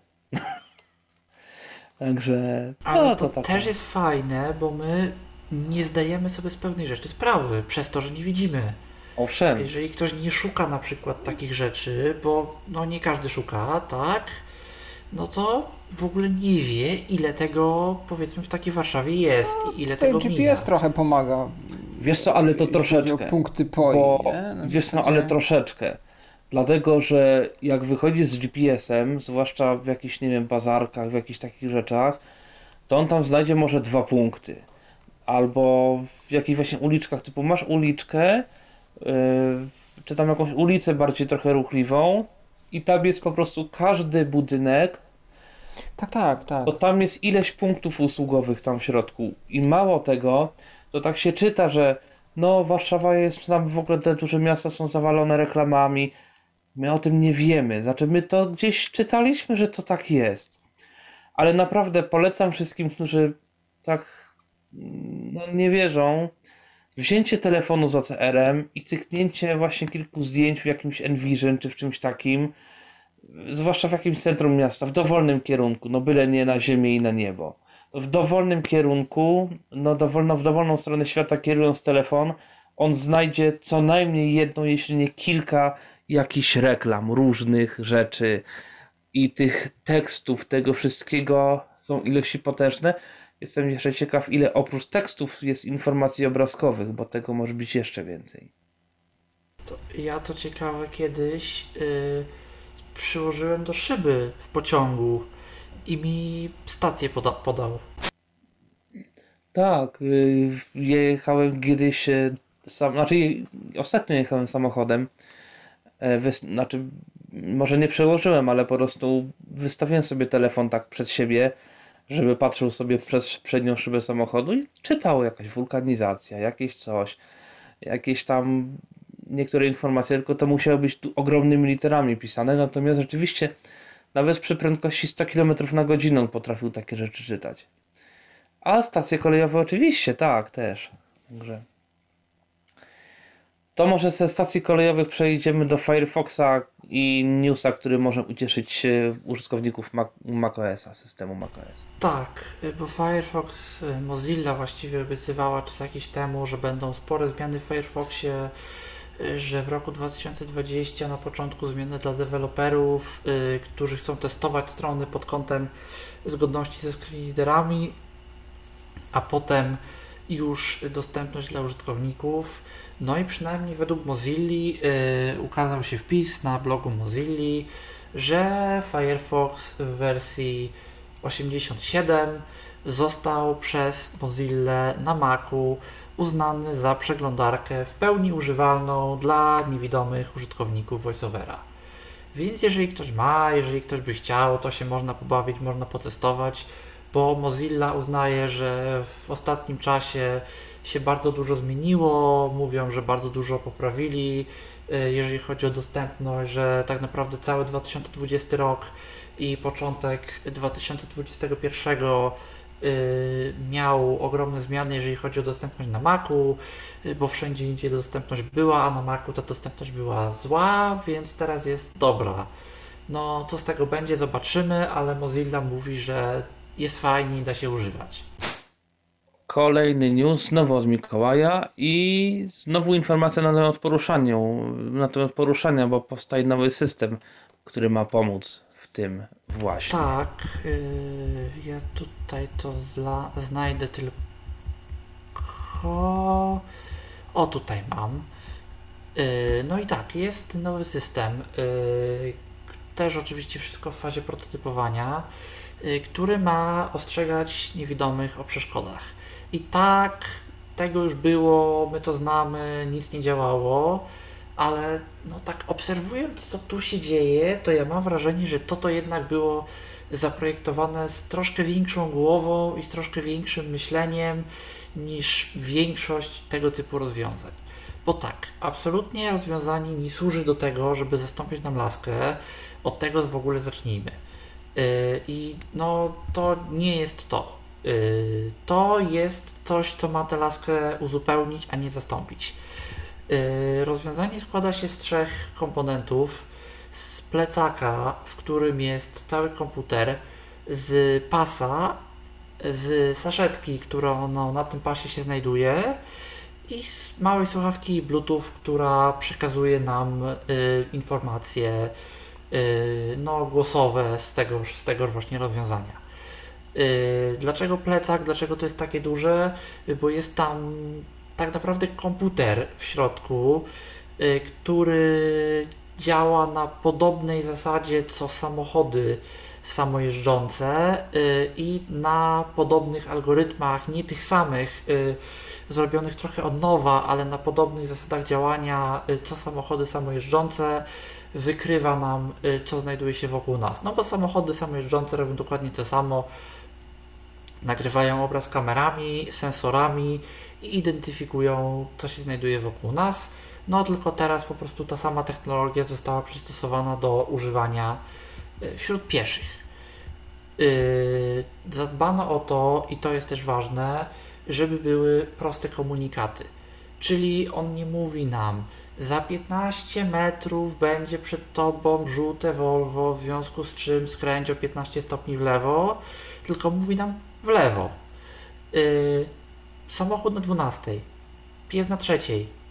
Także Ale no, to, to, to też jest fajne, bo my nie zdajemy sobie z pewnych rzeczy sprawy, przez to, że nie widzimy. Owszem. Jeżeli ktoś nie szuka na przykład takich rzeczy, bo no nie każdy szuka, tak, no to w ogóle nie wie, ile tego powiedzmy w takiej Warszawie jest i ile Tutaj tego G P S mija. trochę pomaga. Wiesz co, ale to jeśli chodzi troszeczkę. o punkty P O I, Bo, nie? No w wiesz co, zasadzie- ale troszeczkę. Dlatego, że jak wychodzisz z G P S-em, zwłaszcza w jakichś, nie wiem, bazarkach, w jakichś takich rzeczach, to on tam znajdzie może dwa punkty. Albo w jakichś właśnie uliczkach, typu masz uliczkę, yy, czy tam jakąś ulicę bardziej trochę ruchliwą i tam jest po prostu każdy budynek, Tak, tak, tak. to tam jest ileś punktów usługowych tam w środku. I mało tego, to tak się czyta, że no Warszawa jest, czy tam w ogóle te duże miasta są zawalone reklamami. My o tym nie wiemy. Znaczy my to gdzieś czytaliśmy, że to tak jest. Ale naprawdę polecam wszystkim, którzy tak no, nie wierzą, wzięcie telefonu z O C R-em i cyknięcie właśnie kilku zdjęć w jakimś Envision czy w czymś takim, zwłaszcza w jakimś centrum miasta, w dowolnym kierunku, no byle nie na ziemię i na niebo. W dowolnym kierunku, no dowolno, w dowolną stronę świata kierując telefon, on znajdzie co najmniej jedną, jeśli nie kilka jakichś reklam, różnych rzeczy i tych tekstów, tego wszystkiego są ilości potężne. Jestem jeszcze ciekaw, ile oprócz tekstów jest informacji obrazkowych, bo tego może być jeszcze więcej. To ja to ciekawe kiedyś yy, przyłożyłem do szyby w pociągu i mi stację poda- podał. Tak, y, jechałem kiedyś y, sam, znaczy ostatnio jechałem samochodem, e, wys, znaczy może nie przełożyłem, ale po prostu wystawiłem sobie telefon tak przed siebie, żeby patrzył sobie przez przednią szybę samochodu i czytał jakaś wulkanizacja, jakieś coś, jakieś tam niektóre informacje, tylko to musiało być tu ogromnymi literami pisane, natomiast rzeczywiście nawet przy prędkości sto kilometrów na godzinę on potrafił takie rzeczy czytać. A stacje kolejowe oczywiście, tak, też. Także to może ze stacji kolejowych przejdziemy do Firefoxa i newsa, który może ucieszyć użytkowników Mac- macOSa, systemu macOS. Tak, bo Firefox, Mozilla właściwie obiecywała czas jakiś temu, że będą spore zmiany w Firefoxie, że w roku dwa tysiące dwudziestym na początku zmiany dla deweloperów, yy, którzy chcą testować strony pod kątem zgodności ze screenreaderami, a potem już dostępność dla użytkowników. No i przynajmniej według Mozilli yy, ukazał się wpis na blogu Mozilli, że Firefox w wersji osiemdziesiąt siedem został przez Mozillę na Macu uznany za przeglądarkę w pełni używalną dla niewidomych użytkowników VoiceOvera. Więc jeżeli ktoś ma, jeżeli ktoś by chciał, to się można pobawić, można potestować, bo Mozilla uznaje, że w ostatnim czasie się bardzo dużo zmieniło, mówią, że bardzo dużo poprawili, jeżeli chodzi o dostępność, że tak naprawdę cały dwa tysiące dwudziesty rok i początek dwa tysiące dwudziestego pierwszego Yy, miał ogromne zmiany, jeżeli chodzi o dostępność na Macu, yy, bo wszędzie indziej dostępność była, a na Macu ta dostępność była zła, więc teraz jest dobra. No, co z tego będzie, zobaczymy, ale Mozilla mówi, że jest fajnie i da się używać. Kolejny news, znowu od Mikołaja i znowu informacja na temat poruszania, na temat poruszania, bo powstaje nowy system, który ma pomóc w tym właśnie. Tak, yy, ja tutaj to zla, znajdę tylko... O, tutaj mam. Yy, no i tak, jest nowy system, yy, też oczywiście wszystko w fazie prototypowania, yy, który ma ostrzegać niewidomych o przeszkodach. I tak, tego już było, my to znamy, nic nie działało, ale no tak obserwując, co tu się dzieje, to ja mam wrażenie, że to to jednak było zaprojektowane z troszkę większą głową i z troszkę większym myśleniem niż większość tego typu rozwiązań. Bo tak, absolutnie rozwiązanie nie służy do tego, żeby zastąpić nam laskę, od tego w ogóle zacznijmy. Yy, I no to nie jest to. Yy, to jest coś, co ma tę laskę uzupełnić, a nie zastąpić. Yy, rozwiązanie składa się z trzech komponentów. Z plecaka, w którym jest cały komputer, z pasa, z saszetki, która no, na tym pasie się znajduje, i z małej słuchawki Bluetooth, która przekazuje nam y, informacje y, no, głosowe z tego, z tego właśnie rozwiązania. Y, dlaczego plecak? Dlaczego to jest takie duże? Y, bo jest tam tak naprawdę komputer w środku, y, który działa na podobnej zasadzie co samochody samojeżdżące y, i na podobnych algorytmach, nie tych samych, y, zrobionych trochę od nowa, ale na podobnych zasadach działania y, co samochody samojeżdżące, wykrywa nam, y, co znajduje się wokół nas. No bo samochody samojeżdżące robią dokładnie to samo, nagrywają obraz kamerami, sensorami i identyfikują, co się znajduje wokół nas. No tylko teraz po prostu ta sama technologia została przystosowana do używania wśród pieszych. Yy, zadbano o to, i to jest też ważne, żeby były proste komunikaty. Czyli on nie mówi nam, za piętnaście metrów będzie przed tobą żółte Volvo, w związku z czym skręć o piętnaście stopni w lewo, tylko mówi nam w lewo. Yy, samochód na dwunastej, pies na trzeciej,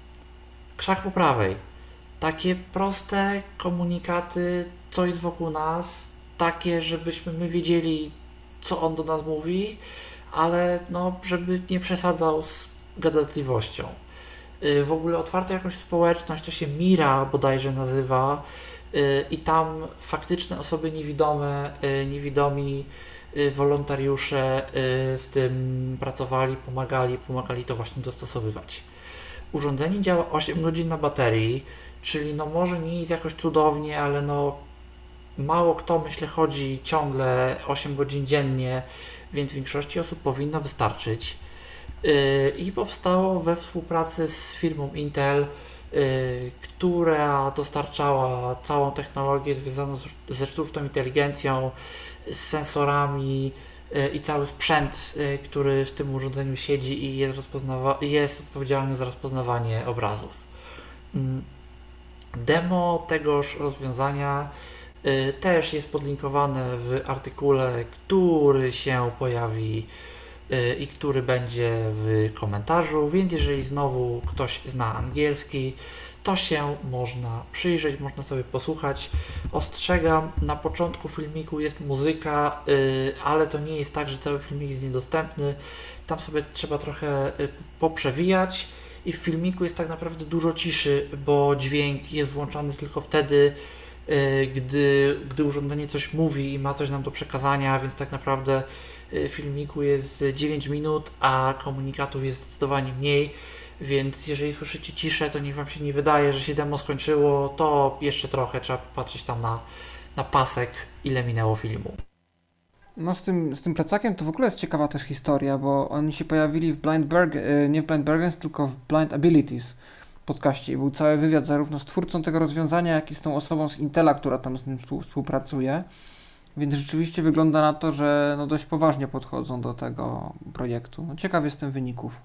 krzak po prawej. Takie proste komunikaty, co jest wokół nas, takie, żebyśmy my wiedzieli, co on do nas mówi, ale no, żeby nie przesadzał z gadatliwością. Yy, w ogóle otwarta jakąś społeczność, to się Mira bodajże nazywa, yy, i tam faktyczne osoby niewidome, yy, niewidomi yy, wolontariusze yy, z tym pracowali, pomagali, pomagali to właśnie dostosowywać. Urządzenie działa osiem godzin na baterii, czyli no może nie jest jakoś cudownie, ale no mało kto, myślę, chodzi ciągle osiem godzin dziennie, więc większości osób powinno wystarczyć. Yy, I powstało we współpracy z firmą Intel, yy, która dostarczała całą technologię związaną z, ze sztuczną inteligencją, z sensorami yy, i cały sprzęt, yy, który w tym urządzeniu siedzi i jest, rozpoznawa- jest odpowiedzialny za rozpoznawanie obrazów. Yy. Demo tegoż rozwiązania y, też jest podlinkowane w artykule, który się pojawi y, i który będzie w komentarzu, więc jeżeli znowu ktoś zna angielski, to się można przyjrzeć, można sobie posłuchać. Ostrzegam, na początku filmiku jest muzyka, y, ale to nie jest tak, że cały filmik jest niedostępny. Tam sobie trzeba trochę y, poprzewijać. I w filmiku jest tak naprawdę dużo ciszy, bo dźwięk jest włączany tylko wtedy, yy, gdy, gdy urządzenie coś mówi i ma coś nam do przekazania, więc tak naprawdę w filmiku jest dziewięć minut, a komunikatów jest zdecydowanie mniej, więc jeżeli słyszycie ciszę, to niech Wam się nie wydaje, że się demo skończyło, to jeszcze trochę trzeba popatrzeć tam na, na pasek, ile minęło filmu. No z tym, z tym plecakiem to w ogóle jest ciekawa też historia, bo oni się pojawili w Blind Berg- nie w Blind Bargains, tylko w Blind Abilities podcaście i był cały wywiad zarówno z twórcą tego rozwiązania, jak i z tą osobą z Intela, która tam z nim współpracuje, więc rzeczywiście wygląda na to, że no dość poważnie podchodzą do tego projektu. No ciekaw jestem wyników.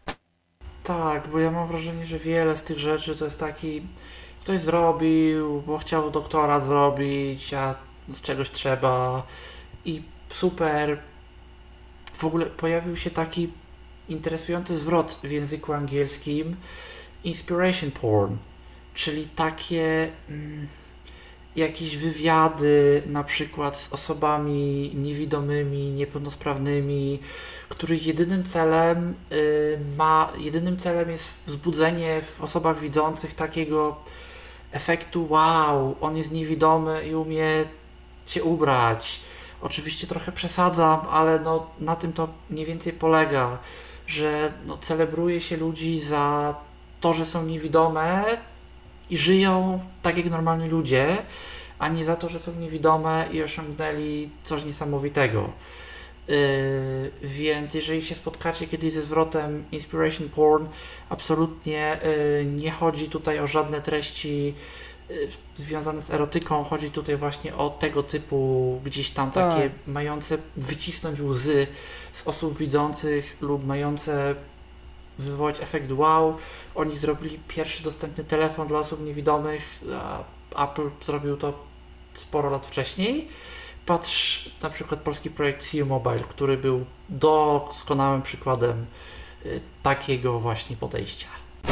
Tak, bo ja mam wrażenie, że wiele z tych rzeczy to jest taki, ktoś zrobił, bo chciał doktorat zrobić, a z czegoś trzeba i super. W ogóle pojawił się taki interesujący zwrot w języku angielskim, inspiration porn, czyli takie mm, jakieś wywiady na przykład z osobami niewidomymi, niepełnosprawnymi, których jedynym celem y, ma, jedynym celem jest wzbudzenie w osobach widzących takiego efektu wow, on jest niewidomy i umie się ubrać. Oczywiście trochę przesadzam, ale no, na tym to mniej więcej polega, że no, celebruje się ludzi za to, że są niewidome i żyją tak jak normalni ludzie, a nie za to, że są niewidome i osiągnęli coś niesamowitego. Yy, więc jeżeli się spotkacie kiedyś ze zwrotem inspiration porn, absolutnie yy, nie chodzi tutaj o żadne treści yy, związane z erotyką, chodzi tutaj właśnie o tego typu gdzieś tam tak. takie mające wycisnąć łzy z osób widzących lub mające wywołać efekt wow. Oni zrobili pierwszy dostępny telefon dla osób niewidomych, a Apple zrobił to sporo lat wcześniej. Patrz na przykład polski projekt See You Mobile, który był doskonałym przykładem y, takiego właśnie podejścia.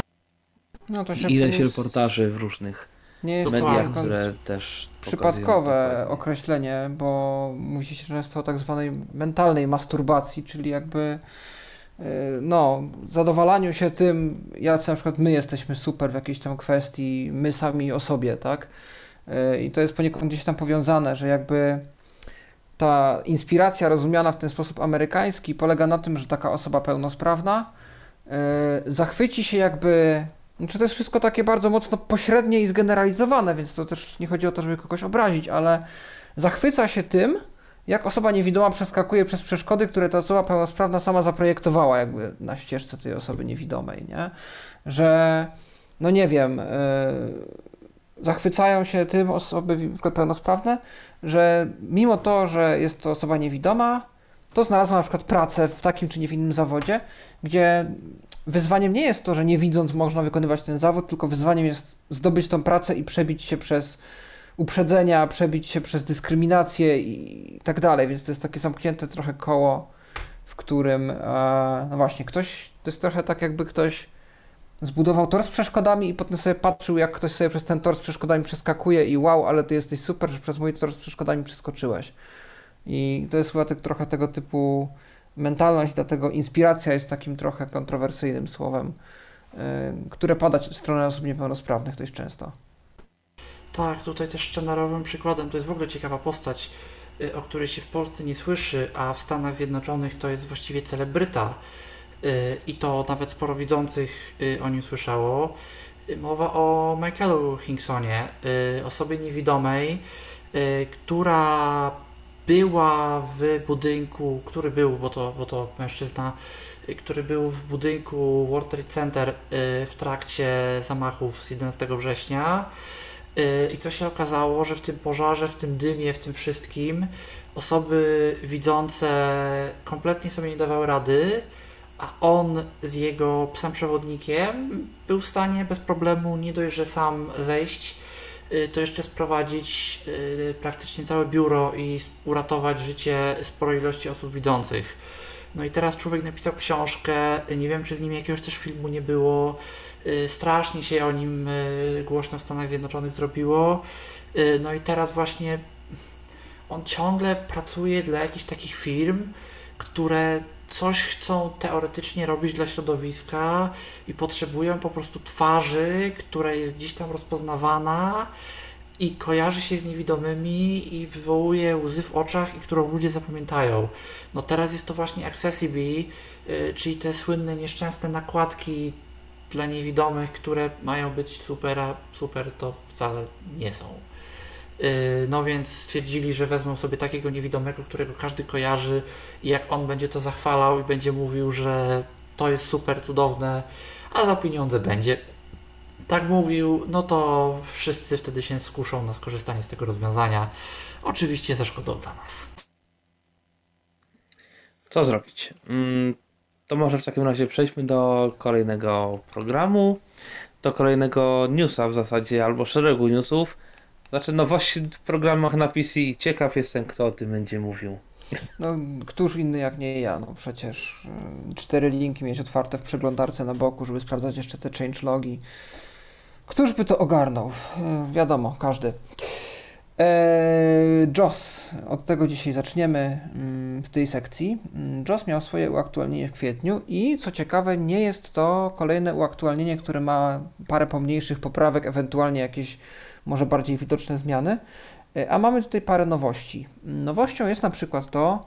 No to się Ileś jest, reportaży w różnych nie jest mediach, to które też przypadkowe pokazują określenie, bo mówi się często o tak zwanej mentalnej masturbacji, czyli jakby no, zadowalaniu się tym, jacy na przykład my jesteśmy super w jakiejś tam kwestii, my sami o sobie, tak? I to jest poniekąd gdzieś tam powiązane, że jakby ta inspiracja rozumiana w ten sposób amerykański polega na tym, że taka osoba pełnosprawna yy, zachwyci się jakby, znaczy to jest wszystko takie bardzo mocno pośrednie i zgeneralizowane, więc to też nie chodzi o to, żeby kogoś obrazić, ale zachwyca się tym, jak osoba niewidoma przeskakuje przez przeszkody, które ta osoba pełnosprawna sama zaprojektowała jakby na ścieżce tej osoby niewidomej, nie? Że, no nie wiem, yy, zachwycają się tym osoby na przykład pełnosprawne, że mimo to, że jest to osoba niewidoma, to znalazła na przykład pracę w takim czy nie w innym zawodzie, gdzie wyzwaniem nie jest to, że nie widząc można wykonywać ten zawód, tylko wyzwaniem jest zdobyć tą pracę i przebić się przez uprzedzenia, przebić się przez dyskryminację i tak dalej, więc to jest takie zamknięte trochę koło, w którym e, no właśnie ktoś, to jest trochę tak jakby ktoś zbudował tor z przeszkodami i potem sobie patrzył, jak ktoś sobie przez ten tor z przeszkodami przeskakuje i wow, ale ty jesteś super, że przez mój tor z przeszkodami przeskoczyłeś. I to jest chyba tak, trochę tego typu mentalność, dlatego inspiracja jest takim trochę kontrowersyjnym słowem, yy, które pada w stronę osób niepełnosprawnych dość często. Tak, tutaj też scenariowym przykładem to jest w ogóle ciekawa postać, o której się w Polsce nie słyszy, a w Stanach Zjednoczonych to jest właściwie celebryta i to nawet sporo widzących o nim słyszało. Mowa o Michaelu Hinksonie, osobie niewidomej, która była w budynku, który był, bo to, bo to mężczyzna, który był w budynku World Trade Center w trakcie zamachów z jedenastego września. I co się okazało, że w tym pożarze, w tym dymie, w tym wszystkim osoby widzące kompletnie sobie nie dawały rady, a on z jego psem przewodnikiem był w stanie bez problemu nie dość, że sam zejść, to jeszcze sprowadzić praktycznie całe biuro i uratować życie sporej ilości osób widzących. No i teraz człowiek napisał książkę, nie wiem, czy z nim jakiegoś też filmu nie było, strasznie się o nim głośno w Stanach Zjednoczonych zrobiło. No i teraz właśnie on ciągle pracuje dla jakichś takich firm, które coś chcą teoretycznie robić dla środowiska i potrzebują po prostu twarzy, która jest gdzieś tam rozpoznawana i kojarzy się z niewidomymi i wywołuje łzy w oczach i którą ludzie zapamiętają. No teraz jest to właśnie Accessibility, czyli te słynne nieszczęsne nakładki dla niewidomych, które mają być super, a super to wcale nie są. No więc stwierdzili, że wezmą sobie takiego niewidomego, którego każdy kojarzy i jak on będzie to zachwalał i będzie mówił, że to jest super cudowne, a za pieniądze będzie tak mówił, no to wszyscy wtedy się skuszą na skorzystanie z tego rozwiązania. Oczywiście ze szkodą dla nas. Co zrobić? To może w takim razie przejdźmy do kolejnego programu, do kolejnego newsa w zasadzie, albo szeregu newsów. Znaczy nowości w programach na P C. Ciekaw jestem, kto o tym będzie mówił. No, któż inny jak nie ja, no przecież y, cztery linki mieć otwarte w przeglądarce na boku, żeby sprawdzać jeszcze te changelogi. Któż by to ogarnął? Y, wiadomo, każdy. Eee, J O S. Od tego dzisiaj zaczniemy y, w tej sekcji. J O S miał swoje uaktualnienie w kwietniu i co ciekawe, nie jest to kolejne uaktualnienie, które ma parę pomniejszych poprawek, ewentualnie jakieś może bardziej widoczne zmiany, a mamy tutaj parę nowości. Nowością jest na przykład to,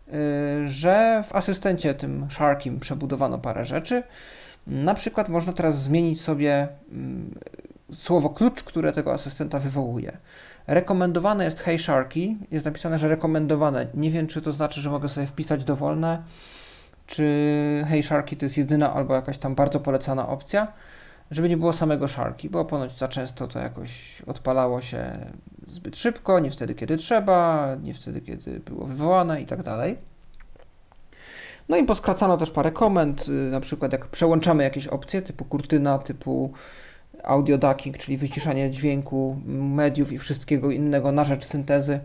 że w asystencie tym Sharkiem przebudowano parę rzeczy. Na przykład można teraz zmienić sobie słowo klucz, które tego asystenta wywołuje. Rekomendowane jest Hey Sharky, jest napisane, że rekomendowane. Nie wiem, czy to znaczy, że mogę sobie wpisać dowolne, czy Hey Sharky to jest jedyna albo jakaś tam bardzo polecana opcja, żeby nie było samego Sharky, bo ponoć za często to jakoś odpalało się zbyt szybko, nie wtedy, kiedy trzeba, nie wtedy, kiedy było wywołane i tak dalej. No i poskracano też parę komend, na przykład jak przełączamy jakieś opcje typu kurtyna, typu audio ducking, czyli wyciszanie dźwięku, mediów i wszystkiego innego na rzecz syntezy,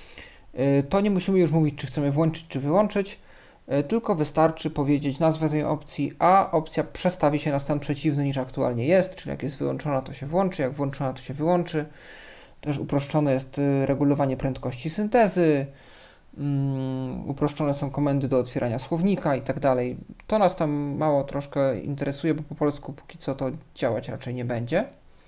to nie musimy już mówić, czy chcemy włączyć, czy wyłączyć, tylko wystarczy powiedzieć nazwę tej opcji, a opcja przestawi się na stan przeciwny niż aktualnie jest, czyli jak jest wyłączona, to się włączy, jak włączona, to się wyłączy. Też uproszczone jest regulowanie prędkości syntezy, um, uproszczone są komendy do otwierania słownika i tak dalej. To nas tam mało troszkę interesuje, bo po polsku póki co to działać raczej nie będzie.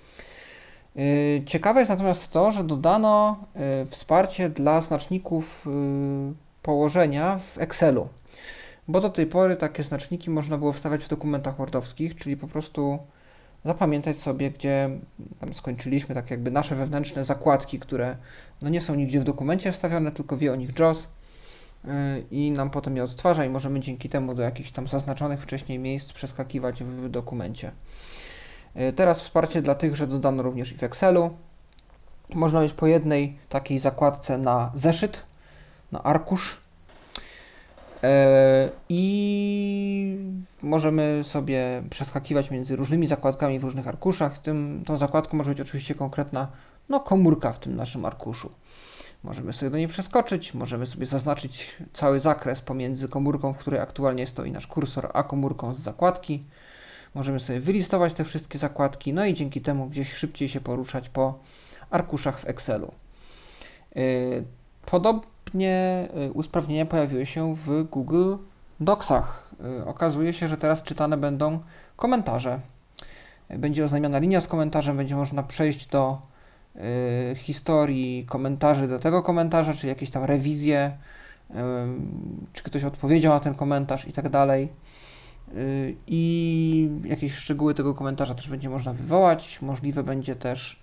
Yy, ciekawe jest natomiast to, że dodano yy, wsparcie dla znaczników yy, położenia w Excelu. Bo do tej pory takie znaczniki można było wstawiać w dokumentach wordowskich, czyli po prostu zapamiętać sobie, gdzie tam skończyliśmy, tak jakby nasze wewnętrzne zakładki, które no nie są nigdzie w dokumencie wstawione, tylko wie o nich J O S yy, i nam potem je odtwarza i możemy dzięki temu do jakichś tam zaznaczonych wcześniej miejsc przeskakiwać w dokumencie. Yy, teraz wsparcie dla tych, że dodano również i w Excelu. Można mieć po jednej takiej zakładce na zeszyt, na arkusz, i możemy sobie przeskakiwać między różnymi zakładkami w różnych arkuszach. Tym, tą zakładką może być oczywiście konkretna no, komórka w tym naszym arkuszu. Możemy sobie do niej przeskoczyć, możemy sobie zaznaczyć cały zakres pomiędzy komórką, w której aktualnie stoi nasz kursor, a komórką z zakładki. Możemy sobie wylistować te wszystkie zakładki, no i dzięki temu gdzieś szybciej się poruszać po arkuszach w Excelu. Podobnie usprawnienia pojawiły się w Google Docsach. Okazuje się, że teraz czytane będą komentarze. Będzie oznajmiona linia z komentarzem, będzie można przejść do y, historii komentarzy do tego komentarza, czy jakieś tam rewizje, y, czy ktoś odpowiedział na ten komentarz i tak dalej. Y, I jakieś szczegóły tego komentarza też będzie można wywołać. Możliwe będzie też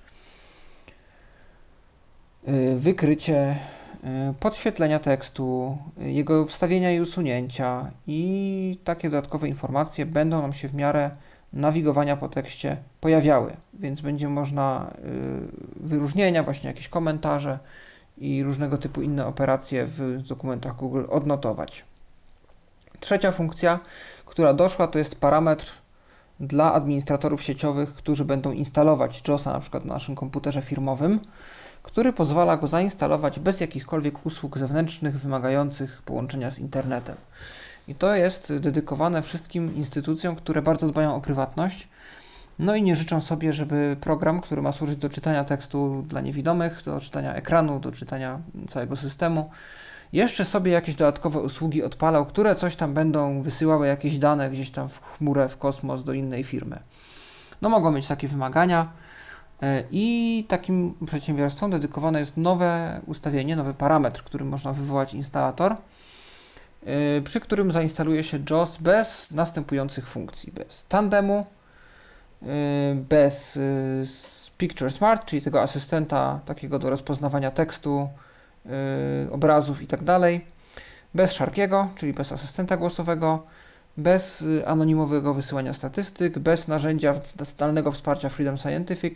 y, wykrycie y, podświetlenia tekstu, y, jego wstawienia i usunięcia, i takie dodatkowe informacje będą nam się w miarę nawigowania po tekście pojawiały, więc będzie można y, wyróżnienia, właśnie jakieś komentarze i różnego typu inne operacje w dokumentach Google odnotować. Trzecia funkcja, która doszła, to jest parametr dla administratorów sieciowych, którzy będą instalować JOSa na przykład na naszym komputerze firmowym, który pozwala go zainstalować bez jakichkolwiek usług zewnętrznych wymagających połączenia z internetem. I to jest dedykowane wszystkim instytucjom, które bardzo dbają o prywatność, no i nie życzą sobie, żeby program, który ma służyć do czytania tekstu dla niewidomych, do czytania ekranu, do czytania całego systemu, jeszcze sobie jakieś dodatkowe usługi odpalał, które coś tam będą wysyłały jakieś dane gdzieś tam w chmurę, w kosmos do innej firmy. No mogą mieć takie wymagania i takim przedsiębiorstwom dedykowane jest nowe ustawienie, nowy parametr, który można wywołać instalator, przy którym zainstaluje się JOS bez następujących funkcji: bez tandemu, bez Picture Smart, czyli tego asystenta takiego do rozpoznawania tekstu, obrazów i tak dalej, bez Sharkiego, czyli bez asystenta głosowego, bez anonimowego wysyłania statystyk, bez narzędzia zdalnego wsparcia Freedom Scientific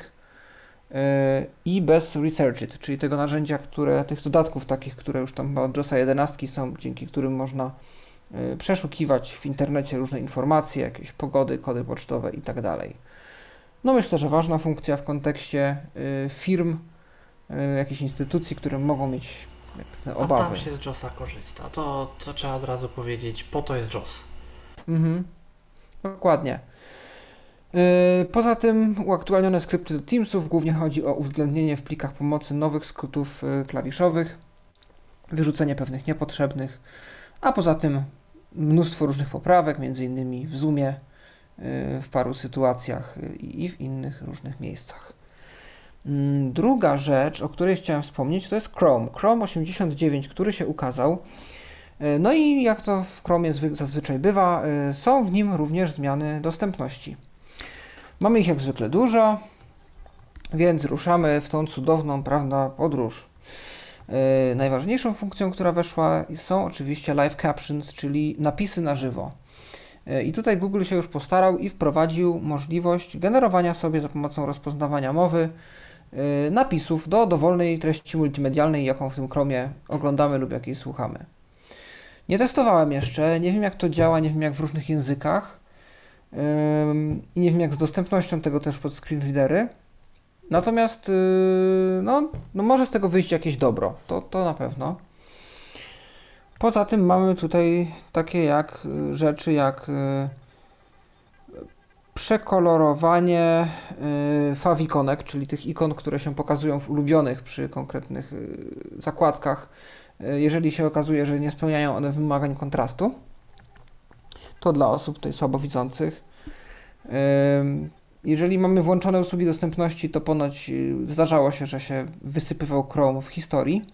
i bez Researchit, czyli tego narzędzia, które, tych dodatków takich, które już tam od JOSa jedenaście są, dzięki którym można y, przeszukiwać w internecie różne informacje, jakieś pogody, kody pocztowe i tak dalej. No myślę, że ważna funkcja w kontekście y, firm, y, jakichś instytucji, które mogą mieć pewne obawy. A tam się z JOSa korzysta, to, to trzeba od razu powiedzieć, po to jest JOS. Mhm, dokładnie. Poza tym uaktualnione skrypty do Teamsów, głównie chodzi o uwzględnienie w plikach pomocy nowych skrótów klawiszowych, wyrzucenie pewnych niepotrzebnych, a poza tym mnóstwo różnych poprawek, między innymi w Zoomie, w paru sytuacjach i w innych różnych miejscach. Druga rzecz, o której chciałem wspomnieć, to jest Chrome. Chrome osiemdziesiąt dziewięć, który się ukazał. No i jak to w Chromie zazwyczaj bywa, są w nim również zmiany dostępności. Mamy ich jak zwykle dużo, więc ruszamy w tą cudowną, prawda, podróż. Yy, najważniejszą funkcją, która weszła, są oczywiście live captions, czyli napisy na żywo. Yy, I tutaj Google się już postarał i wprowadził możliwość generowania sobie za pomocą rozpoznawania mowy yy, napisów do dowolnej treści multimedialnej, jaką w tym Chromie oglądamy lub jakiej słuchamy. Nie testowałem jeszcze, nie wiem jak to działa, nie wiem jak w różnych językach. I nie wiem jak z dostępnością tego też pod screenreadery. Natomiast yy, no, no może z tego wyjść jakieś dobro, to, to na pewno. Poza tym mamy tutaj takie jak rzeczy jak yy, przekolorowanie yy, favikonek, czyli tych ikon, które się pokazują w ulubionych przy konkretnych yy, zakładkach, yy, jeżeli się okazuje, że nie spełniają one wymagań kontrastu. To dla osób tutaj słabowidzących. Jeżeli mamy włączone usługi dostępności, to ponoć zdarzało się, że się wysypywał Chrome w historii.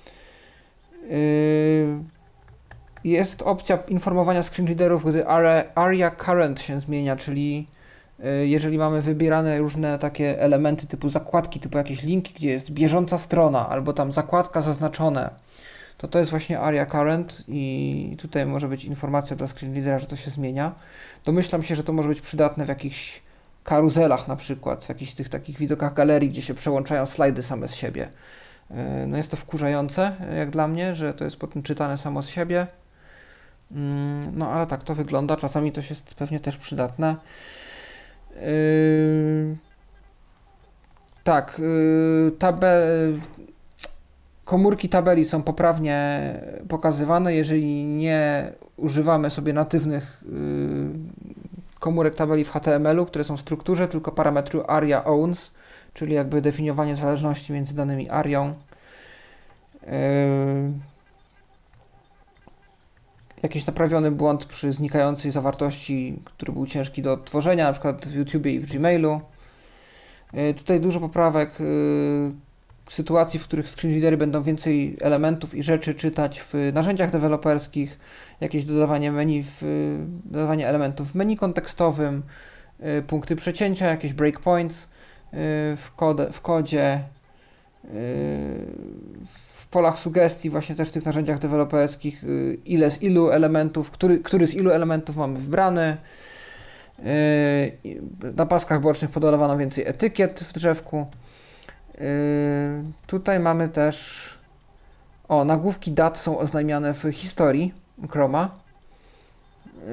Jest opcja informowania screenreaderów, gdy Aria Current się zmienia, czyli jeżeli mamy wybierane różne takie elementy typu zakładki, typu jakieś linki, gdzie jest bieżąca strona, albo tam zakładka zaznaczone, to to jest właśnie Aria Current i tutaj może być informacja dla screenreadera, że to się zmienia. Domyślam się, że to może być przydatne w jakichś karuzelach na przykład, w jakichś tych takich widokach galerii, gdzie się przełączają slajdy same z siebie. No jest to wkurzające jak dla mnie, że to jest potem czytane samo z siebie. No ale tak to wygląda, czasami to jest pewnie też przydatne. Yy... Tak, yy, tabel... komórki tabeli są poprawnie pokazywane, jeżeli nie używamy sobie natywnych yy, komórek tabeli w H T M L u, które są w strukturze, tylko parametru aria owns, czyli jakby definiowanie zależności między danymi arią. Yy, jakiś naprawiony błąd przy znikającej zawartości, który był ciężki do odtworzenia, na przykład w YouTubie i w Gmailu. Yy, tutaj dużo poprawek yy, sytuacji, w których screenreadery będą więcej elementów i rzeczy czytać w narzędziach deweloperskich, jakieś dodawanie menu, w, dodawanie elementów w menu kontekstowym, y, punkty przecięcia, jakieś breakpoints y, w, kode, w kodzie, y, w polach sugestii, właśnie też w tych narzędziach deweloperskich, y, ile z ilu elementów, który, który z ilu elementów mamy wbrany. Y, na paskach bocznych pododawano więcej etykiet w drzewku. Yy, tutaj mamy też o, nagłówki dat są oznajmiane w historii Chroma. Yy,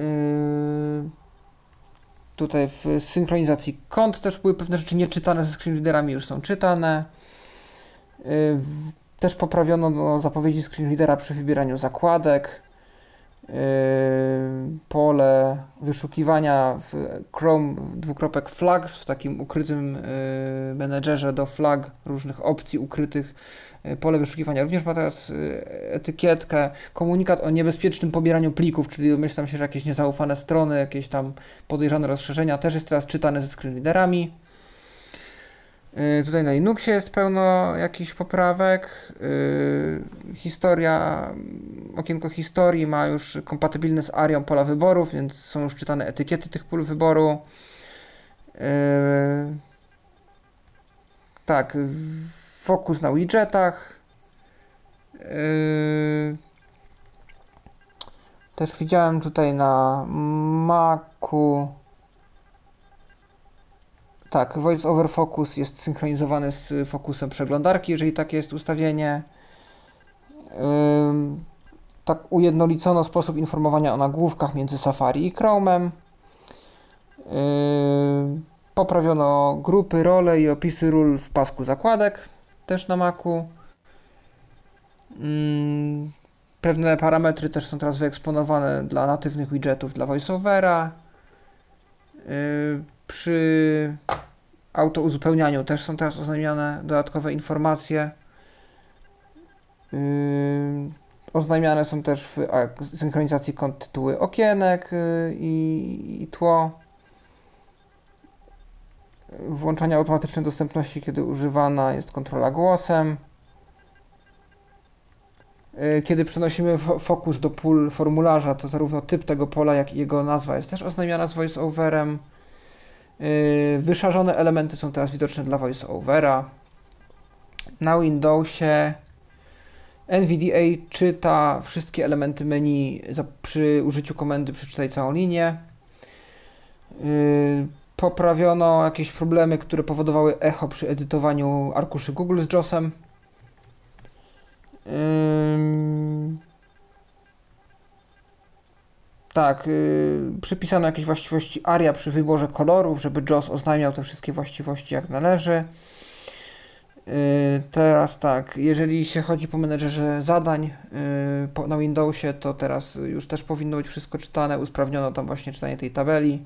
tutaj w synchronizacji kont też były pewne rzeczy nieczytane, ze screenreaderami już są czytane. Yy, w, też poprawiono do zapowiedzi screenreadera przy wybieraniu zakładek. Yy, pole wyszukiwania w Chrome dwukropek flags w takim ukrytym yy, menedżerze do flag różnych opcji ukrytych. Yy, pole wyszukiwania również ma teraz yy, etykietkę, komunikat o niebezpiecznym pobieraniu plików, czyli domyślam się, że jakieś niezaufane strony, jakieś tam podejrzane rozszerzenia też jest teraz czytane ze screenreaderami. Yy, tutaj na Linuxie jest pełno jakichś poprawek. Yy, historia, okienko historii ma już kompatybilne z arią pola wyborów, więc są już czytane etykiety tych pól wyboru. Yy, tak, fokus na widgetach. Yy, też widziałem tutaj na Macu. Tak, Voice over Focus jest synchronizowany z fokusem przeglądarki, jeżeli takie jest ustawienie. Ym, tak ujednolicono sposób informowania o nagłówkach między Safari i Chrome'em. Ym, poprawiono grupy, role i opisy ról w pasku zakładek, też na Macu. Ym, pewne parametry też są teraz wyeksponowane dla natywnych widgetów dla VoiceOvera. Ym, Przy autouzupełnianiu też są teraz oznajmiane dodatkowe informacje. Yy, oznajmiane są też w synchronizacji kont tytuły okienek yy, i, i tło. Włączanie automatycznej dostępności, kiedy używana jest kontrola głosem. Yy, kiedy przenosimy fokus do pól formularza, to zarówno typ tego pola, jak i jego nazwa jest też oznajmiana z VoiceOverem. Yy, wyszarzone elementy są teraz widoczne dla VoiceOvera. Na Windowsie N V D A czyta wszystkie elementy menu za, przy użyciu komendy przeczytaj całą linię. Yy, poprawiono jakieś problemy, które powodowały echo przy edytowaniu arkuszy Google z JOSem. Yy, Tak, yy, przypisano jakieś właściwości aria przy wyborze kolorów, żeby JOS oznajmiał te wszystkie właściwości jak należy. Yy, teraz tak, jeżeli się chodzi po menedżerze zadań yy, po, na Windowsie, to teraz już też powinno być wszystko czytane, usprawniono tam właśnie czytanie tej tabeli.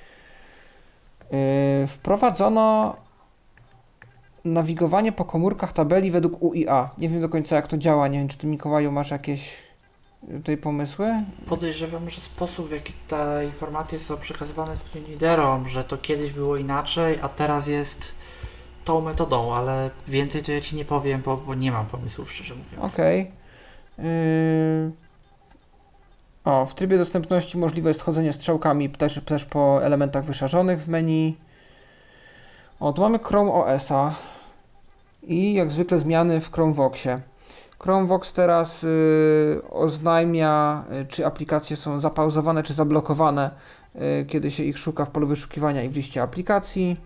Yy, wprowadzono nawigowanie po komórkach tabeli według U I A. Nie wiem do końca jak to działa, nie wiem czy ty Mikołaju masz jakieś tutaj pomysły? Podejrzewam, że sposób, w jaki te informacje są przekazywane screenreaderom, że to kiedyś było inaczej, a teraz jest tą metodą, ale więcej to ja Ci nie powiem, bo, bo nie mam pomysłów, szczerze mówiąc. Okej. Okay. Yy... O, w trybie dostępności możliwe jest chodzenie strzałkami też, też po elementach wyszarzonych w menu. O, tu mamy Chrome O S a i jak zwykle zmiany w ChromeVoxie. ChromeVox teraz y, oznajmia, y, czy aplikacje są zapauzowane, czy zablokowane, y, kiedy się ich szuka w polu wyszukiwania i w liście aplikacji.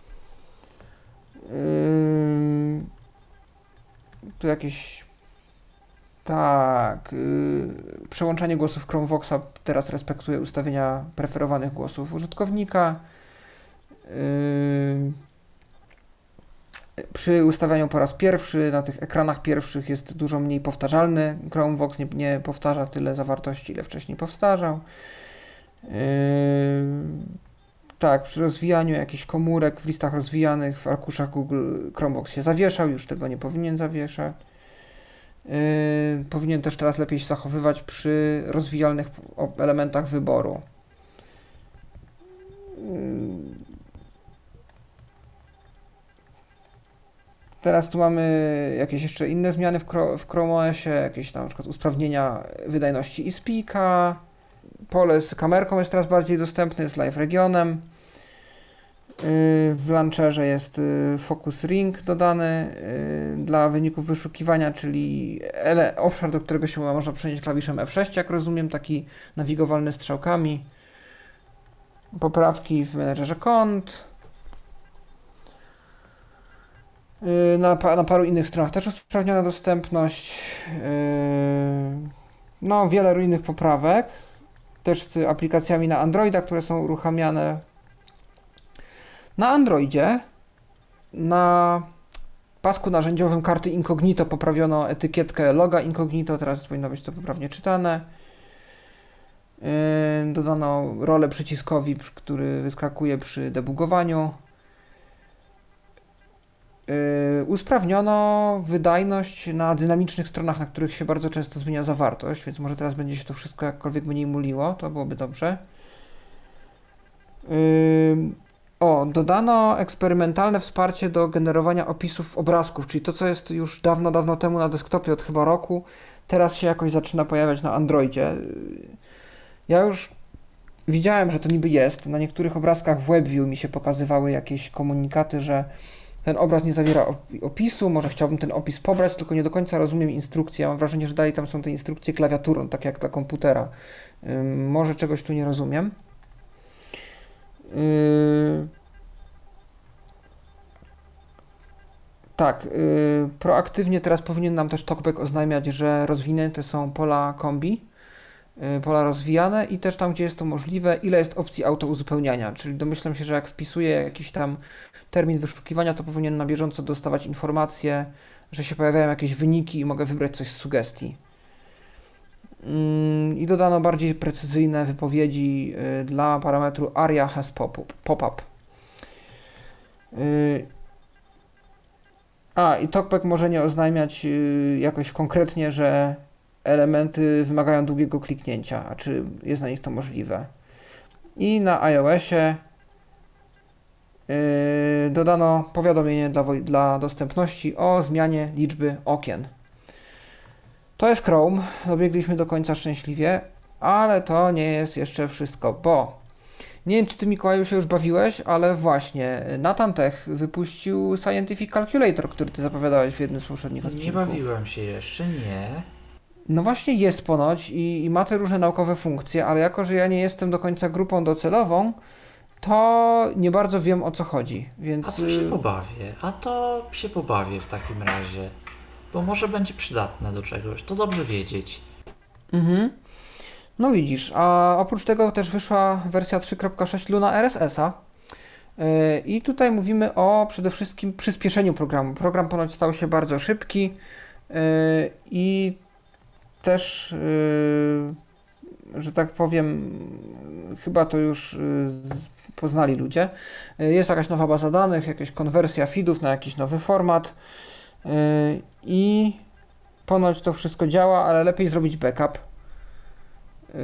Y, tu jakieś... Tak... Y, przełączanie głosów ChromeVoxa teraz respektuje ustawienia preferowanych głosów użytkownika. Y, Przy ustawianiu po raz pierwszy na tych ekranach pierwszych jest dużo mniej powtarzalny. ChromeVox nie, nie powtarza tyle zawartości, ile wcześniej powtarzał. Yy... tak, przy rozwijaniu jakichś komórek w listach rozwijanych w arkuszach Google Chromebox się zawieszał, już tego nie powinien zawieszać. Yy, powinien też teraz lepiej się zachowywać przy rozwijalnych elementach wyboru. Yy. Teraz tu mamy jakieś jeszcze inne zmiany w, w Chrome O S ie, jakieś tam na przykład usprawnienia wydajności iSpeaka. Pole z kamerką jest teraz bardziej dostępne, z live regionem. W launcherze jest focus ring dodany dla wyników wyszukiwania, czyli obszar, do którego się można przenieść klawiszem F sześć, jak rozumiem, taki nawigowalny strzałkami. Poprawki w menedżerze kont. Na, na paru innych stronach też usprawniona dostępność. No, wiele innych poprawek. Też z aplikacjami na Androida, które są uruchamiane. Na Androidzie na pasku narzędziowym karty Incognito poprawiono etykietkę loga Incognito, teraz powinno być to poprawnie czytane. Yy, dodano rolę przyciskowi, który wyskakuje przy debugowaniu. Yy, usprawniono wydajność na dynamicznych stronach, na których się bardzo często zmienia zawartość, więc może teraz będzie się to wszystko jakkolwiek mniej muliło, to byłoby dobrze. Yy, o, dodano eksperymentalne wsparcie do generowania opisów obrazków, czyli to, co jest już dawno, dawno temu na desktopie, od chyba roku, teraz się jakoś zaczyna pojawiać na Androidzie. Ja już widziałem, że to niby jest. Na niektórych obrazkach w WebView mi się pokazywały jakieś komunikaty, że ten obraz nie zawiera opisu, może chciałbym ten opis pobrać, tylko nie do końca rozumiem instrukcję. Ja mam wrażenie, że dalej tam są te instrukcje klawiaturą, tak jak dla komputera. Yy, może czegoś tu nie rozumiem. Yy... Tak, yy, proaktywnie teraz powinien nam też TalkBack oznajmiać, że rozwinięte są pola kombi, yy, pola rozwijane i też tam, gdzie jest to możliwe, ile jest opcji autouzupełniania, czyli domyślam się, że jak wpisuję jakiś tam termin wyszukiwania, to powinien na bieżąco dostawać informacje, że się pojawiają jakieś wyniki i mogę wybrać coś z sugestii. Yy, I dodano bardziej precyzyjne wypowiedzi yy, dla parametru aria has pop-up. pop-up. Yy, A, i TalkBack może nie oznajmiać yy, jakoś konkretnie, że elementy wymagają długiego kliknięcia, a czy jest na nich to możliwe. I na iOSie yy, dodano powiadomienie dla, dla dostępności o zmianie liczby okien. To jest Chrome, dobiegliśmy do końca szczęśliwie, ale to nie jest jeszcze wszystko, bo nie wiem, czy ty, Mikołaju, się już bawiłeś, ale właśnie Natantech wypuścił Scientific Calculator, który ty zapowiadałeś w jednym z poprzednich odcinków. Nie bawiłem się jeszcze, nie. No właśnie jest ponoć i, i ma te różne naukowe funkcje, ale jako, że ja nie jestem do końca grupą docelową, to nie bardzo wiem, o co chodzi, więc... A to się pobawię, a to się pobawię w takim razie, bo może będzie przydatne do czegoś, to dobrze wiedzieć. Mhm. No widzisz, a oprócz tego też wyszła wersja trzy kropka sześć Luna R S S a yy, i tutaj mówimy o przede wszystkim przyspieszeniu programu. Program ponoć stał się bardzo szybki yy, i też, yy, że tak powiem, chyba to już yy, poznali ludzie. Yy, jest jakaś nowa baza danych, jakaś konwersja feedów na jakiś nowy format yy, i ponoć to wszystko działa, ale lepiej zrobić backup. Yy,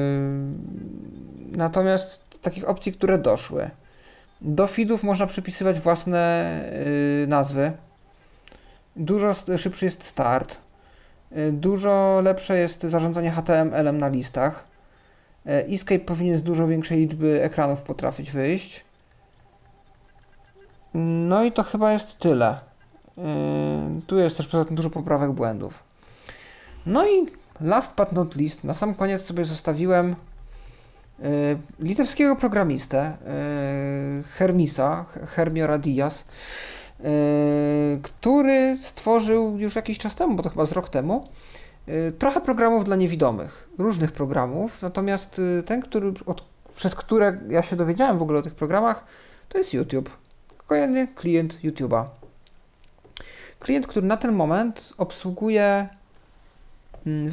natomiast takich opcji, które doszły. Do feedów można przypisywać własne yy, nazwy. Dużo szybszy jest start. Yy, dużo lepsze jest zarządzanie H T M L em na listach. Yy, Escape powinien z dużo większej liczby ekranów potrafić wyjść. No i to chyba jest tyle. Yy, tu jest też poza tym dużo poprawek błędów. No i last but not least, na sam koniec sobie zostawiłem y, litewskiego programistę y, Hermisa, Hermiora Diaz, y, który stworzył już jakiś czas temu, bo to chyba z rok temu, y, trochę programów dla niewidomych, różnych programów, natomiast y, ten, który, od, przez które ja się dowiedziałem w ogóle o tych programach, to jest YouTube, kolejny klient YouTube'a. Klient, który na ten moment obsługuje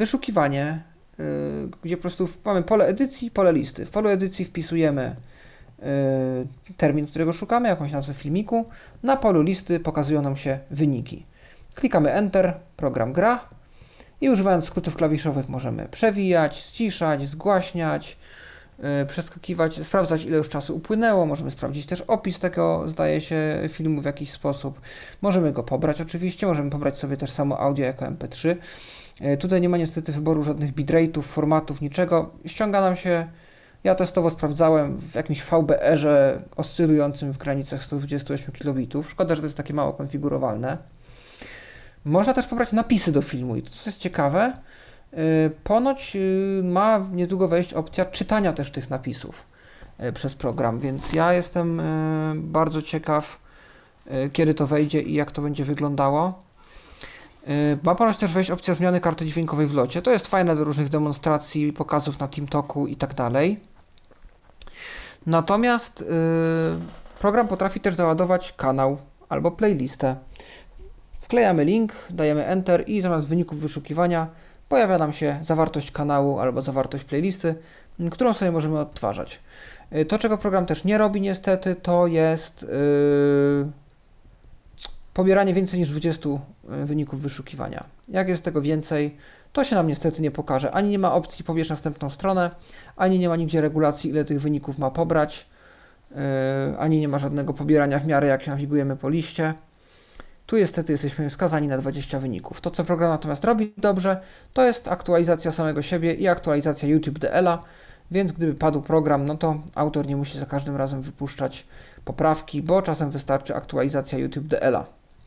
wyszukiwanie, yy, gdzie po prostu mamy pole edycji, pole listy. W polu edycji wpisujemy termin, którego szukamy, jakąś nazwę filmiku. Na polu listy pokazują nam się wyniki. Klikamy Enter, program gra i używając skrótów klawiszowych możemy przewijać, ściszać, zgłaśniać, yy, przeskakiwać, sprawdzać ile już czasu upłynęło, możemy sprawdzić też opis tego, zdaje się, filmu w jakiś sposób. Możemy go pobrać oczywiście, możemy pobrać sobie też samo audio jako em pe trzy. Yy, tutaj nie ma niestety wyboru żadnych bitrate'ów, formatów, niczego. Ściąga nam się, ja testowo sprawdzałem w jakimś V B R-ze oscylującym w granicach sto dwadzieścia osiem kilobitów. Szkoda, że to jest takie mało konfigurowalne. Można też pobrać napisy do filmu i to, co jest ciekawe, yy, ponoć yy, ma niedługo wejść opcja czytania też tych napisów yy, przez program, więc ja jestem yy, bardzo ciekaw, yy, kiedy to wejdzie i jak to będzie wyglądało. Yy, ma ponoć też wejść opcja zmiany karty dźwiękowej w locie. To jest fajne do różnych demonstracji, pokazów na TeamTalku i tak dalej. Natomiast yy, program potrafi też załadować kanał albo playlistę. Wklejamy link, dajemy Enter i zamiast wyników wyszukiwania pojawia nam się zawartość kanału albo zawartość playlisty, którą sobie możemy odtwarzać. To, czego program też nie robi niestety, to jest yy, pobieranie więcej niż dwudziestu wyników wyszukiwania. Jak jest tego więcej, to się nam niestety nie pokaże. Ani nie ma opcji pobierz następną stronę, ani nie ma nigdzie regulacji, ile tych wyników ma pobrać, yy, ani nie ma żadnego pobierania w miarę jak się nawigujemy po liście. Tu niestety jesteśmy skazani na dwadzieścia wyników. To, co program natomiast robi dobrze, to jest aktualizacja samego siebie i aktualizacja YouTube D L a, więc gdyby padł program, no to autor nie musi za każdym razem wypuszczać poprawki, bo czasem wystarczy aktualizacja YouTube D L a.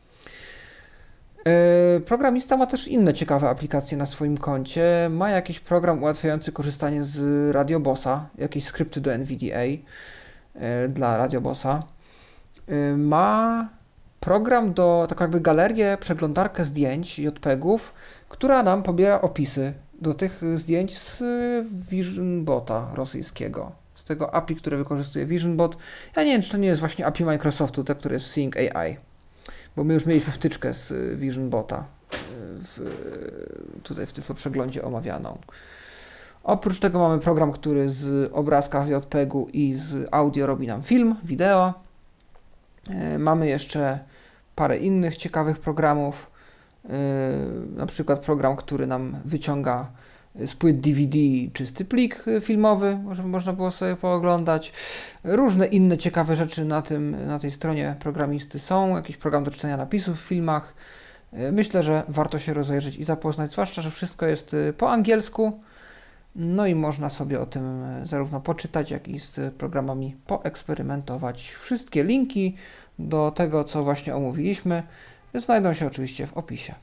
Yy, programista ma też inne ciekawe aplikacje na swoim koncie. Ma jakiś program ułatwiający korzystanie z Radiobossa, jakieś skrypty do N V D A yy, dla Radiobossa. Yy, ma program do taką jakby galerię, przeglądarkę zdjęć J P G ów, która nam pobiera opisy do tych zdjęć z VisionBota rosyjskiego. Z tego A P I, które wykorzystuje VisionBot. Ja nie wiem, czy to nie jest właśnie A P I Microsoftu, te, które jest Seeing A I. Bo my już mieliśmy wtyczkę z VisionBota w, tutaj w tym przeglądzie omawianą. Oprócz tego mamy program, który z obrazka w J P G u i z audio robi nam film, wideo. Mamy jeszcze parę innych ciekawych programów, na przykład program, który nam wyciąga z płyt D V D czysty plik filmowy, żeby można było sobie pooglądać. Różne inne ciekawe rzeczy na, tym, na tej stronie programisty są, jakiś program do czytania napisów w filmach. Myślę, że warto się rozejrzeć i zapoznać, zwłaszcza, że wszystko jest po angielsku, no i można sobie o tym zarówno poczytać, jak i z programami poeksperymentować. Wszystkie linki do tego, co właśnie omówiliśmy, znajdą się oczywiście w opisie.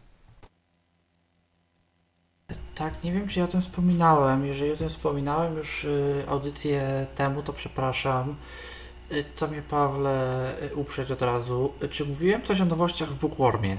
Tak, nie wiem, czy ja o tym wspominałem. Jeżeli o tym wspominałem już y, audycję temu, to przepraszam. Y, to mnie, Pawle, y, uprzeć od razu. Y, czy mówiłem coś o nowościach w Bookwormie?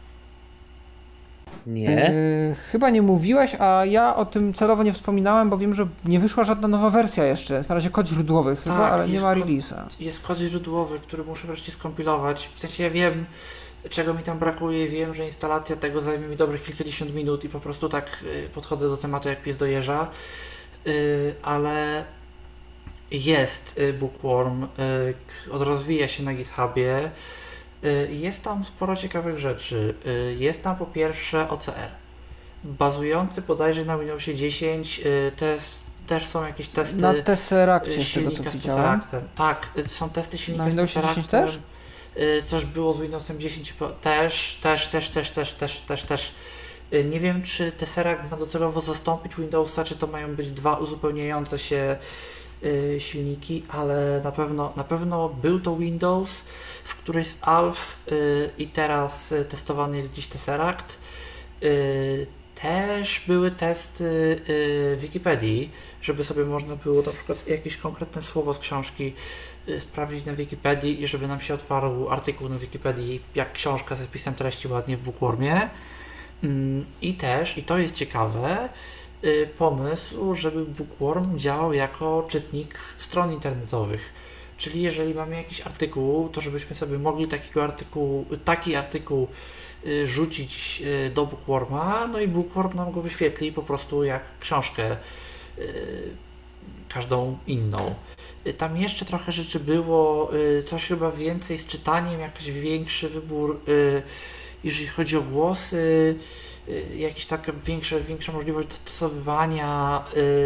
Nie. Yy, chyba nie mówiłeś, a ja o tym celowo nie wspominałem, bo wiem, że nie wyszła żadna nowa wersja jeszcze. Jest na razie kod źródłowy chyba, Tak, ale nie ma kod- release'a. Jest kod źródłowy, który muszę wreszcie skompilować. W sensie ja wiem, czego mi tam brakuje, wiem, że instalacja tego zajmie mi dobrych kilkadziesiąt minut i po prostu tak y, podchodzę do tematu jak pies do jeża, y, ale jest y, Bookworm, y, k- rozwija się na GitHubie, y, jest tam sporo ciekawych rzeczy. Y, jest tam po pierwsze O C R, bazujący bodajże na Windowsie dziesięć, y, też, też są jakieś testy Na Tesseractie, y, z tego co silnika z widziałem. Tesseractem. Tak, y, są testy silnika Na z Windowsie dziesięć Tesseractem. też? Y, Coś było z Windowsem dziesięć po- też, też, też, też, też, też, też, też. Y, Nie wiem, czy Tesseract ma docelowo zastąpić Windowsa, czy to mają być dwa uzupełniające się y, silniki, ale na pewno, na pewno był to Windows, w którejś z Alf y, i teraz y, testowany jest dziś Tesseract. Y, Też były testy y, Wikipedii, żeby sobie można było na przykład jakieś konkretne słowo z książki y, sprawdzić na Wikipedii i żeby nam się otwarł artykuł na Wikipedii jak książka ze spisem treści ładnie w Bookwormie. Ym, I też, i to jest ciekawe, y, pomysł, żeby Bookworm działał jako czytnik stron internetowych. Czyli jeżeli mamy jakiś artykuł, to żebyśmy sobie mogli takiego artykułu, taki artykuł y, rzucić y, do Bookworma, no i Bookworm nam go wyświetli po prostu jak książkę. Y, każdą inną. Tam jeszcze trochę rzeczy było, coś chyba więcej z czytaniem, jakiś większy wybór, jeżeli chodzi o głosy, jakaś taka większa, większa możliwość dostosowywania,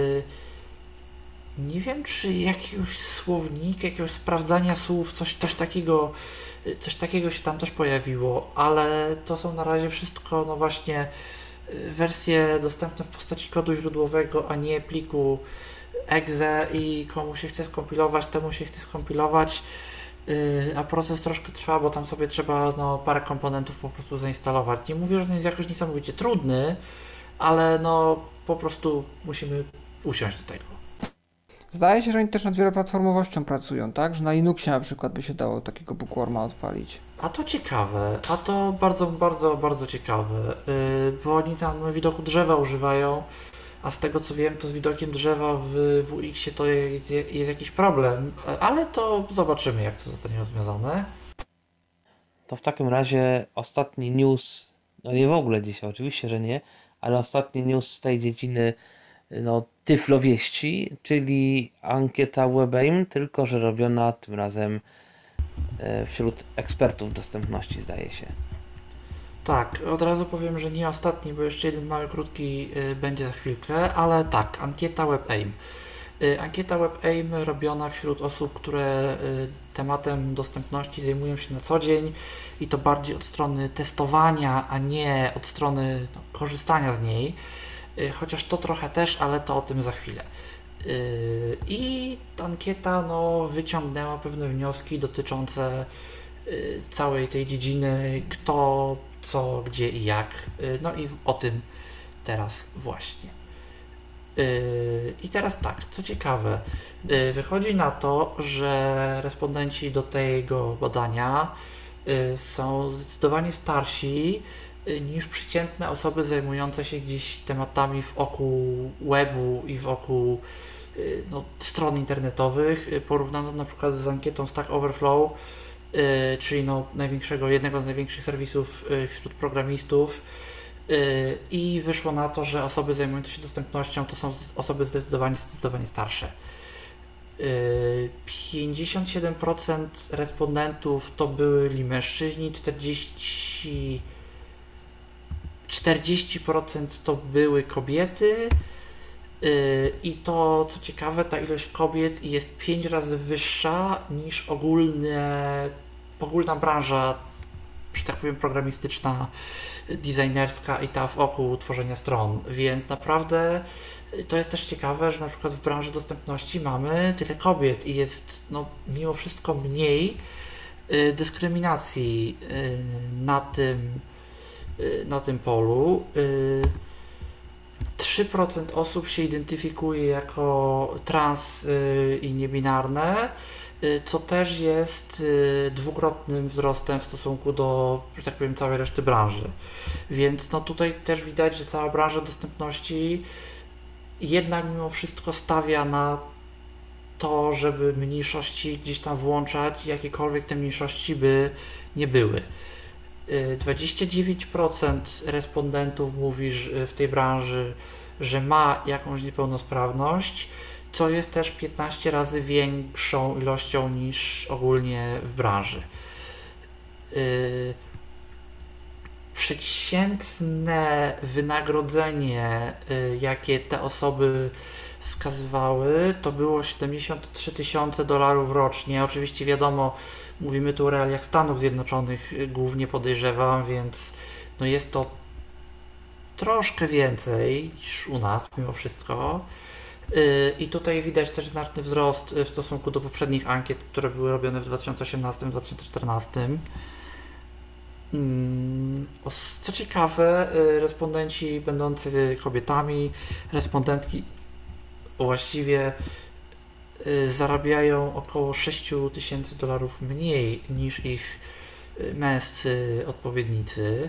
nie wiem, czy jakiegoś słownika, jakiegoś sprawdzania słów, coś, coś takiego, coś takiego się tam też pojawiło, ale to są na razie wszystko, no właśnie, wersje dostępne w postaci kodu źródłowego, a nie pliku exe i komu się chce skompilować, temu się chce skompilować, yy, a proces troszkę trwa, bo tam sobie trzeba no, parę komponentów po prostu zainstalować. Nie mówię, że on jest jakoś niesamowicie trudny, ale no po prostu musimy usiąść do tego. Zdaje się, że oni też nad wieloplatformowością pracują, tak? Że na Linuxie na przykład by się dało takiego bookworma odpalić. A to ciekawe, a to bardzo, bardzo, bardzo ciekawe, yy, bo oni tam widoku drzewa używają, a z tego co wiem, to z widokiem drzewa w W X-ie to jest, jest jakiś problem, ale to zobaczymy, jak to zostanie rozwiązane. To w takim razie ostatni news, no nie w ogóle dzisiaj, oczywiście, że nie, ale ostatni news z tej dziedziny, no tyflowieści, czyli ankieta WebAIM, tylko że robiona tym razem wśród ekspertów dostępności, zdaje się. Tak, od razu powiem, że nie ostatni, bo jeszcze jeden mały, krótki y, będzie za chwilkę, ale tak, ankieta WebAIM. Y, ankieta WebAIM robiona wśród osób, które y, tematem dostępności zajmują się na co dzień i to bardziej od strony testowania, a nie od strony no, korzystania z niej, y, chociaż to trochę też, ale to o tym za chwilę. Y, I ta ankieta no, wyciągnęła pewne wnioski dotyczące y, całej tej dziedziny, kto co, gdzie i jak. No i o tym teraz właśnie. I teraz tak, co ciekawe, wychodzi na to, że respondenci do tego badania są zdecydowanie starsi niż przeciętne osoby zajmujące się gdzieś tematami wokół webu i wokół no, stron internetowych. Porównano na przykład z ankietą Stack Overflow, Yy, czyli no, największego, jednego z największych serwisów yy, wśród programistów yy, i wyszło na to, że osoby zajmujące się dostępnością to są osoby zdecydowanie, zdecydowanie starsze. Yy, pięćdziesiąt siedem procent respondentów to byli mężczyźni, czterdzieści procent to były kobiety. Yy, I to, co ciekawe, ta ilość kobiet jest pięć razy wyższa niż ogólne, ogólna branża, że tak powiem, programistyczna, designerska i ta wokół tworzenia stron, więc naprawdę to jest też ciekawe, że na przykład w branży dostępności mamy tyle kobiet i jest no, mimo wszystko mniej yy, dyskryminacji yy, na tym, yy, na tym polu. Yy, trzy procent osób się identyfikuje jako trans yy, i niebinarne, yy, co też jest yy, dwukrotnym wzrostem w stosunku do, że tak powiem, całej reszty branży. Więc no tutaj też widać, że cała branża dostępności jednak mimo wszystko stawia na to, żeby mniejszości gdzieś tam włączać, jakiekolwiek te mniejszości by nie były. dwadzieścia dziewięć procent respondentów mówi że w tej branży, że ma jakąś niepełnosprawność, co jest też piętnaście razy większą ilością niż ogólnie w branży. Yy, przeciętne wynagrodzenie, yy, jakie te osoby wskazywały, to było siedemdziesiąt trzy tysiące dolarów rocznie. Oczywiście wiadomo, mówimy tu o realiach Stanów Zjednoczonych, głównie podejrzewam, więc no jest to troszkę więcej niż u nas mimo wszystko. Yy, I tutaj widać też znaczny wzrost w stosunku do poprzednich ankiet, które były robione w dwa tysiące osiemnastym dwa tysiące czternastym. Yy, co ciekawe, yy, respondenci będący kobietami, respondentki właściwie y, zarabiają około sześć tysięcy dolarów mniej niż ich y, męscy odpowiednicy,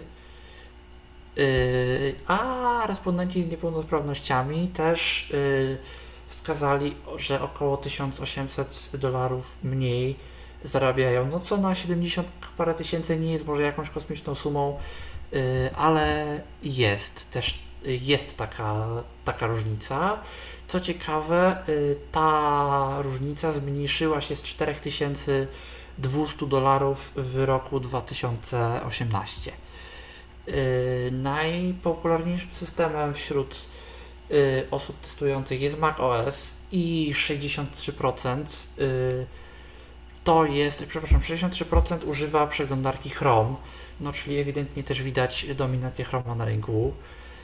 y, a respondenci z niepełnosprawnościami też y, wskazali, że około tysiąc osiemset dolarów mniej zarabiają, no co na siedemdziesiąt parę tysięcy nie jest może jakąś kosmiczną sumą, y, ale jest też jest taka, taka różnica. Co ciekawe, ta różnica zmniejszyła się z cztery tysiące dwieście dolarów w roku dwa tysiące osiemnastym. Najpopularniejszym systemem wśród osób testujących jest macOS i sześćdziesiąt trzy procent to jest, przepraszam, sześćdziesiąt trzy procent używa przeglądarki Chrome, no czyli ewidentnie też widać dominację Chrome'a na rynku.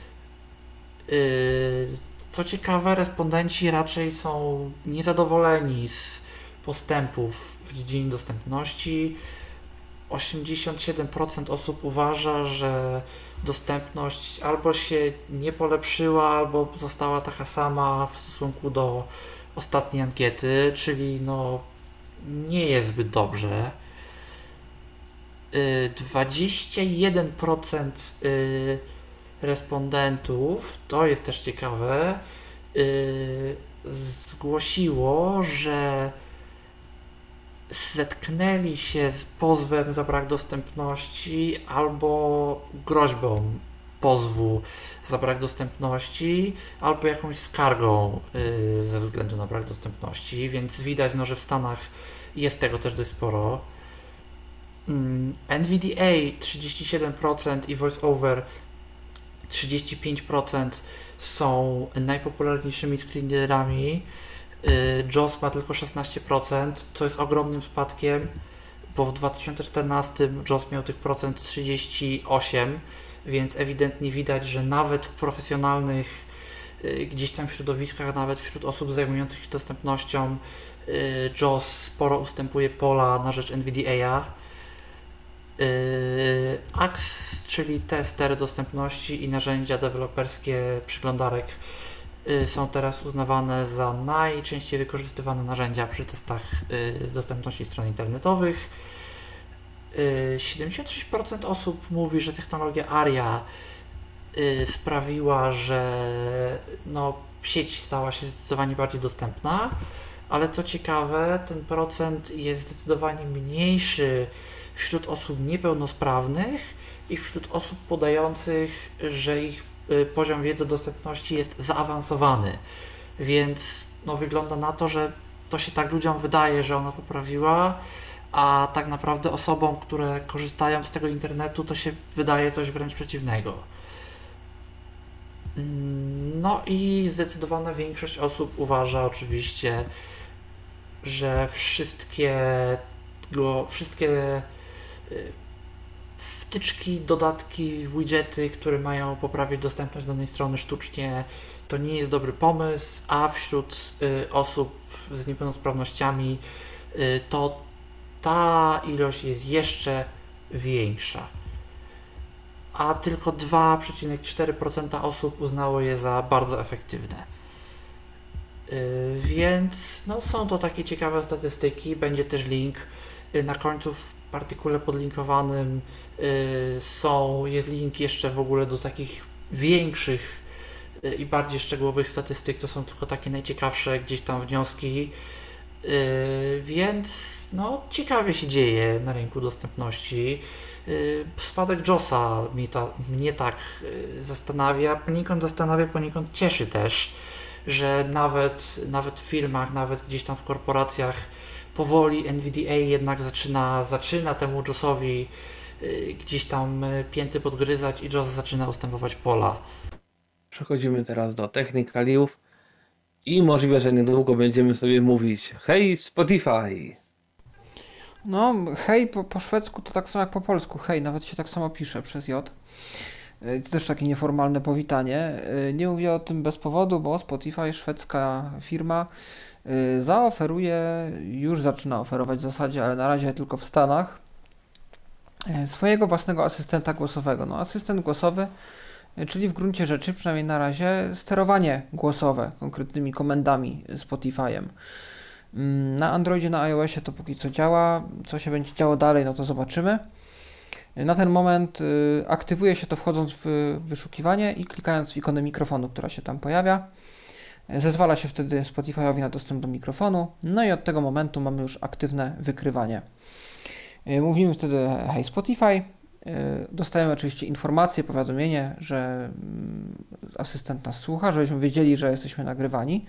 Co ciekawe, respondenci raczej są niezadowoleni z postępów w dziedzinie dostępności. osiemdziesiąt siedem procent osób uważa, że dostępność albo się nie polepszyła, albo została taka sama w stosunku do ostatniej ankiety, czyli no nie jest zbyt dobrze. dwadzieścia jeden procent respondentów, to jest też ciekawe, zgłosiło, że zetknęli się z pozwem za brak dostępności albo groźbą pozwu za brak dostępności, albo jakąś skargą yy, ze względu na brak dostępności, więc widać, no, że w Stanach jest tego też dość sporo. Mm, N V D A trzydzieści siedem procent i VoiceOver trzydzieści pięć procent są najpopularniejszymi screenreaderami. J A W S ma tylko szesnaście procent, co jest ogromnym spadkiem, bo w dwa tysiące czternastym J A W S miał tych procent trzydzieści osiem, więc ewidentnie widać, że nawet w profesjonalnych gdzieś tam środowiskach, nawet wśród osób zajmujących się dostępnością, J A W S sporo ustępuje pola na rzecz N V D A. A X, czyli tester dostępności i narzędzia deweloperskie przeglądarek, są teraz uznawane za najczęściej wykorzystywane narzędzia przy testach dostępności stron internetowych. siedemdziesiąt sześć procent osób mówi, że technologia ARIA sprawiła, że no, sieć stała się zdecydowanie bardziej dostępna, ale co ciekawe, ten procent jest zdecydowanie mniejszy wśród osób niepełnosprawnych i wśród osób podających, że ich poziom wiedzy o dostępności jest zaawansowany, więc no, wygląda na to, że to się tak ludziom wydaje, że ona poprawiła, a tak naprawdę osobom, które korzystają z tego internetu, to się wydaje coś wręcz przeciwnego. No i zdecydowana większość osób uważa oczywiście, że wszystkie, go, wszystkie wtyczki, dodatki, widgety, które mają poprawić dostępność danej strony sztucznie, to nie jest dobry pomysł, a wśród y, osób z niepełnosprawnościami y, to ta ilość jest jeszcze większa. A tylko dwa przecinek cztery procent osób uznało je za bardzo efektywne. Y, więc no, są to takie ciekawe statystyki, będzie też link y, na końcu w w artykule podlinkowanym y, są, jest link jeszcze w ogóle do takich większych y, i bardziej szczegółowych statystyk, to są tylko takie najciekawsze gdzieś tam wnioski, y, więc no, ciekawie się dzieje na rynku dostępności. Y, spadek J O S-a mnie, ta, mnie tak y, zastanawia, poniekąd zastanawia, poniekąd cieszy też, że nawet, nawet w firmach, nawet gdzieś tam w korporacjach powoli N V D A jednak zaczyna, zaczyna temu J O S-owi y, gdzieś tam y, pięty podgryzać i J O S zaczyna ustępować pola. Przechodzimy teraz do technikaliów i możliwe, że niedługo będziemy sobie mówić hej Spotify. No hej po, po szwedzku to tak samo jak po polsku, hej, nawet się tak samo pisze przez J. To też takie nieformalne powitanie. Nie mówię o tym bez powodu, bo Spotify, szwedzka firma, zaoferuje, już zaczyna oferować w zasadzie, ale na razie tylko w Stanach, swojego własnego asystenta głosowego. No, asystent głosowy, czyli w gruncie rzeczy, przynajmniej na razie, sterowanie głosowe konkretnymi komendami Spotify'em. Na Androidzie, na iOSie to póki co działa. Co się będzie działo dalej, no to zobaczymy. Na ten moment y, aktywuje się to wchodząc w wyszukiwanie i klikając w ikonę mikrofonu, która się tam pojawia. Zezwala się wtedy Spotify'owi na dostęp do mikrofonu, no i od tego momentu mamy już aktywne wykrywanie. Mówimy wtedy hej Spotify, Dostajemy oczywiście informację, powiadomienie, że asystent nas słucha, żebyśmy wiedzieli, że jesteśmy nagrywani.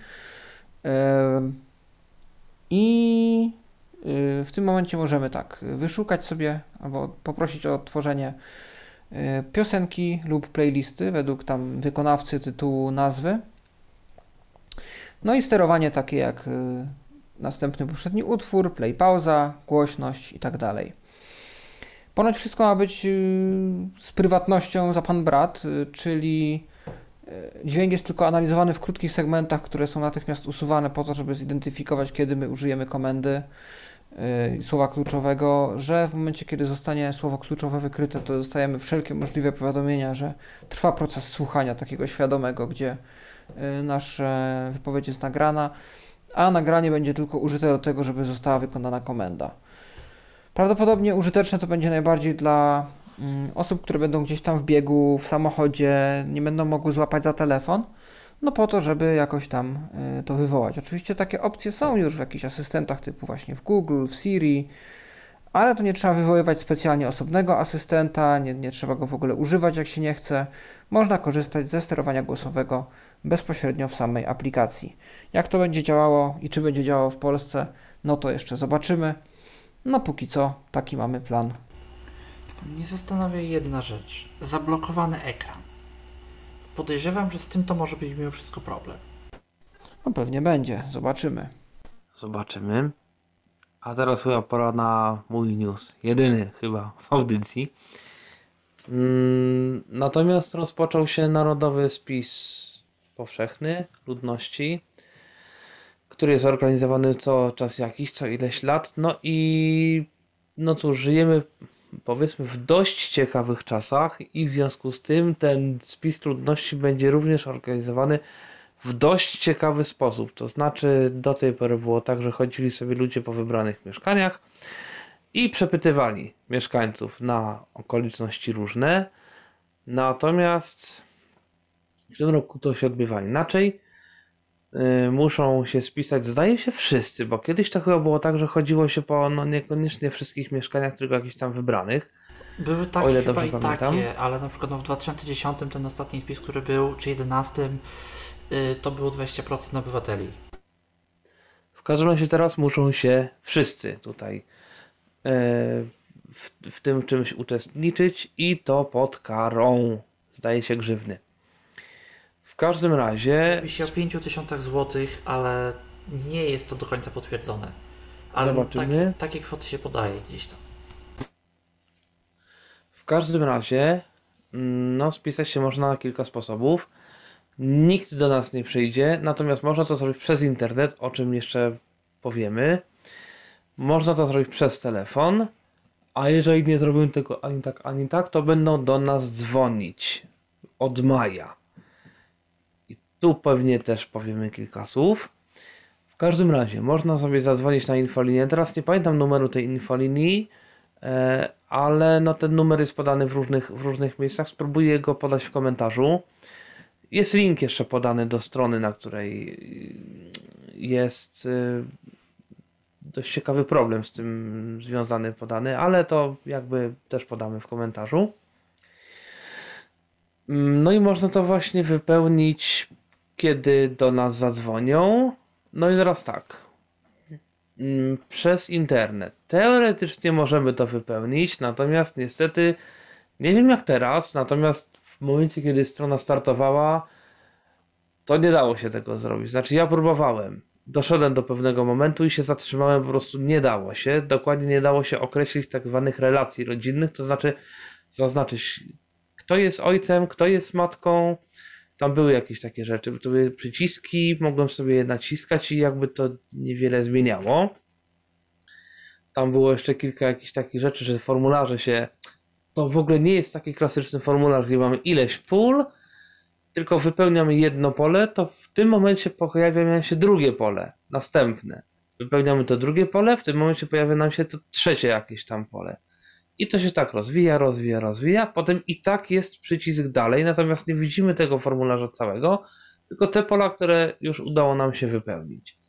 I w tym momencie możemy tak wyszukać sobie albo poprosić o odtworzenie piosenki lub playlisty według tam wykonawcy, tytułu, nazwy. No i sterowanie takie jak następny poprzedni utwór, play, pauza, głośność i tak dalej. Ponoć wszystko ma być z prywatnością za pan brat, czyli dźwięk jest tylko analizowany w krótkich segmentach, które są natychmiast usuwane po to, żeby zidentyfikować, kiedy my użyjemy komendy słowa kluczowego, że w momencie, kiedy zostanie słowo kluczowe wykryte, to dostajemy wszelkie możliwe powiadomienia, że trwa proces słuchania takiego świadomego, gdzie nasza wypowiedź jest nagrana, a nagranie będzie tylko użyte do tego, żeby została wykonana komenda. Prawdopodobnie użyteczne to będzie najbardziej dla mm, osób, które będą gdzieś tam w biegu, w samochodzie, nie będą mogły złapać za telefon, no po to, żeby jakoś tam y, to wywołać. Oczywiście takie opcje są już w jakichś asystentach typu właśnie w Google, w Siri, ale to nie trzeba wywoływać specjalnie osobnego asystenta, nie, nie trzeba go w ogóle używać, jak się nie chce. Można korzystać ze sterowania głosowego bezpośrednio w samej aplikacji. Jak to będzie działało i czy będzie działało w Polsce, no to jeszcze zobaczymy. No póki co taki mamy plan. Mnie zastanawia jedna rzecz. Zablokowany ekran. Podejrzewam, że z tym to może być mimo wszystko problem. No pewnie będzie, zobaczymy. Zobaczymy. A teraz chyba pora na mój news. Jedyny chyba w audycji. Mm, natomiast rozpoczął się narodowy spis powszechny ludności, który jest organizowany co czas jakiś, co ileś lat. No i no cóż, żyjemy powiedzmy w dość ciekawych czasach i w związku z tym ten spis ludności będzie również organizowany w dość ciekawy sposób. To znaczy do tej pory było tak, że chodzili sobie ludzie po wybranych mieszkaniach i przepytywali mieszkańców na okoliczności różne. Natomiast w tym roku to się odbywa inaczej. Yy, muszą się spisać, zdaje się, wszyscy, bo kiedyś to chyba było tak, że chodziło się po no niekoniecznie wszystkich mieszkaniach, tylko jakichś tam wybranych. Były takie o ile chyba dobrze i pamiętam. takie, ale na przykład no, w dwa tysiące dziesiątym ten ostatni spis, który był, czy jedenastym, yy, to było dwadzieścia procent obywateli. W każdym razie teraz muszą się wszyscy tutaj yy, w, w tym czymś uczestniczyć i to pod karą, zdaje się, grzywny. W każdym razie... Mówi się o pięciu tysiącach złotych, ale nie jest to do końca potwierdzone. Ale Zobaczymy. Takie, takie kwoty się podaje gdzieś tam. W każdym razie no spisać się można na kilka sposobów. Nikt do nas nie przyjdzie, natomiast można to zrobić przez internet, o czym jeszcze powiemy. Można to zrobić przez telefon, a jeżeli nie zrobimy tego ani tak, ani tak, to będą do nas dzwonić od maja. I tu pewnie też powiemy kilka słów. W każdym razie można sobie zadzwonić na infolinię. Teraz nie pamiętam numeru tej infolinii, ale no ten numer jest podany w różnych, w różnych miejscach. Spróbuję go podać w komentarzu. Jest link jeszcze podany do strony, na której jest dość ciekawy problem z tym związany podany, ale to jakby też podamy w komentarzu. No i można to właśnie wypełnić, kiedy do nas zadzwonią. No i teraz tak. Przez internet. Teoretycznie możemy to wypełnić, natomiast niestety nie wiem jak teraz, natomiast w momencie, kiedy strona startowała, to nie dało się tego zrobić. Znaczy ja próbowałem. Doszedłem do pewnego momentu i się zatrzymałem, po prostu nie dało się. Dokładnie nie dało się określić tak zwanych relacji rodzinnych, to znaczy zaznaczyć, kto jest ojcem, kto jest matką. Tam były jakieś takie rzeczy, to były przyciski, mogłem sobie je naciskać i jakby to niewiele zmieniało. Tam było jeszcze kilka jakichś takich rzeczy, że formularze się... To w ogóle nie jest taki klasyczny formularz, gdzie mamy ileś pól, tylko wypełniamy jedno pole, to w tym momencie pojawia nam się drugie pole, następne. Wypełniamy to drugie pole, w tym momencie pojawia nam się to trzecie jakieś tam pole. I to się tak rozwija, rozwija, rozwija. Potem i tak jest przycisk dalej, natomiast nie widzimy tego formularza całego, tylko te pola, które już udało nam się wypełnić.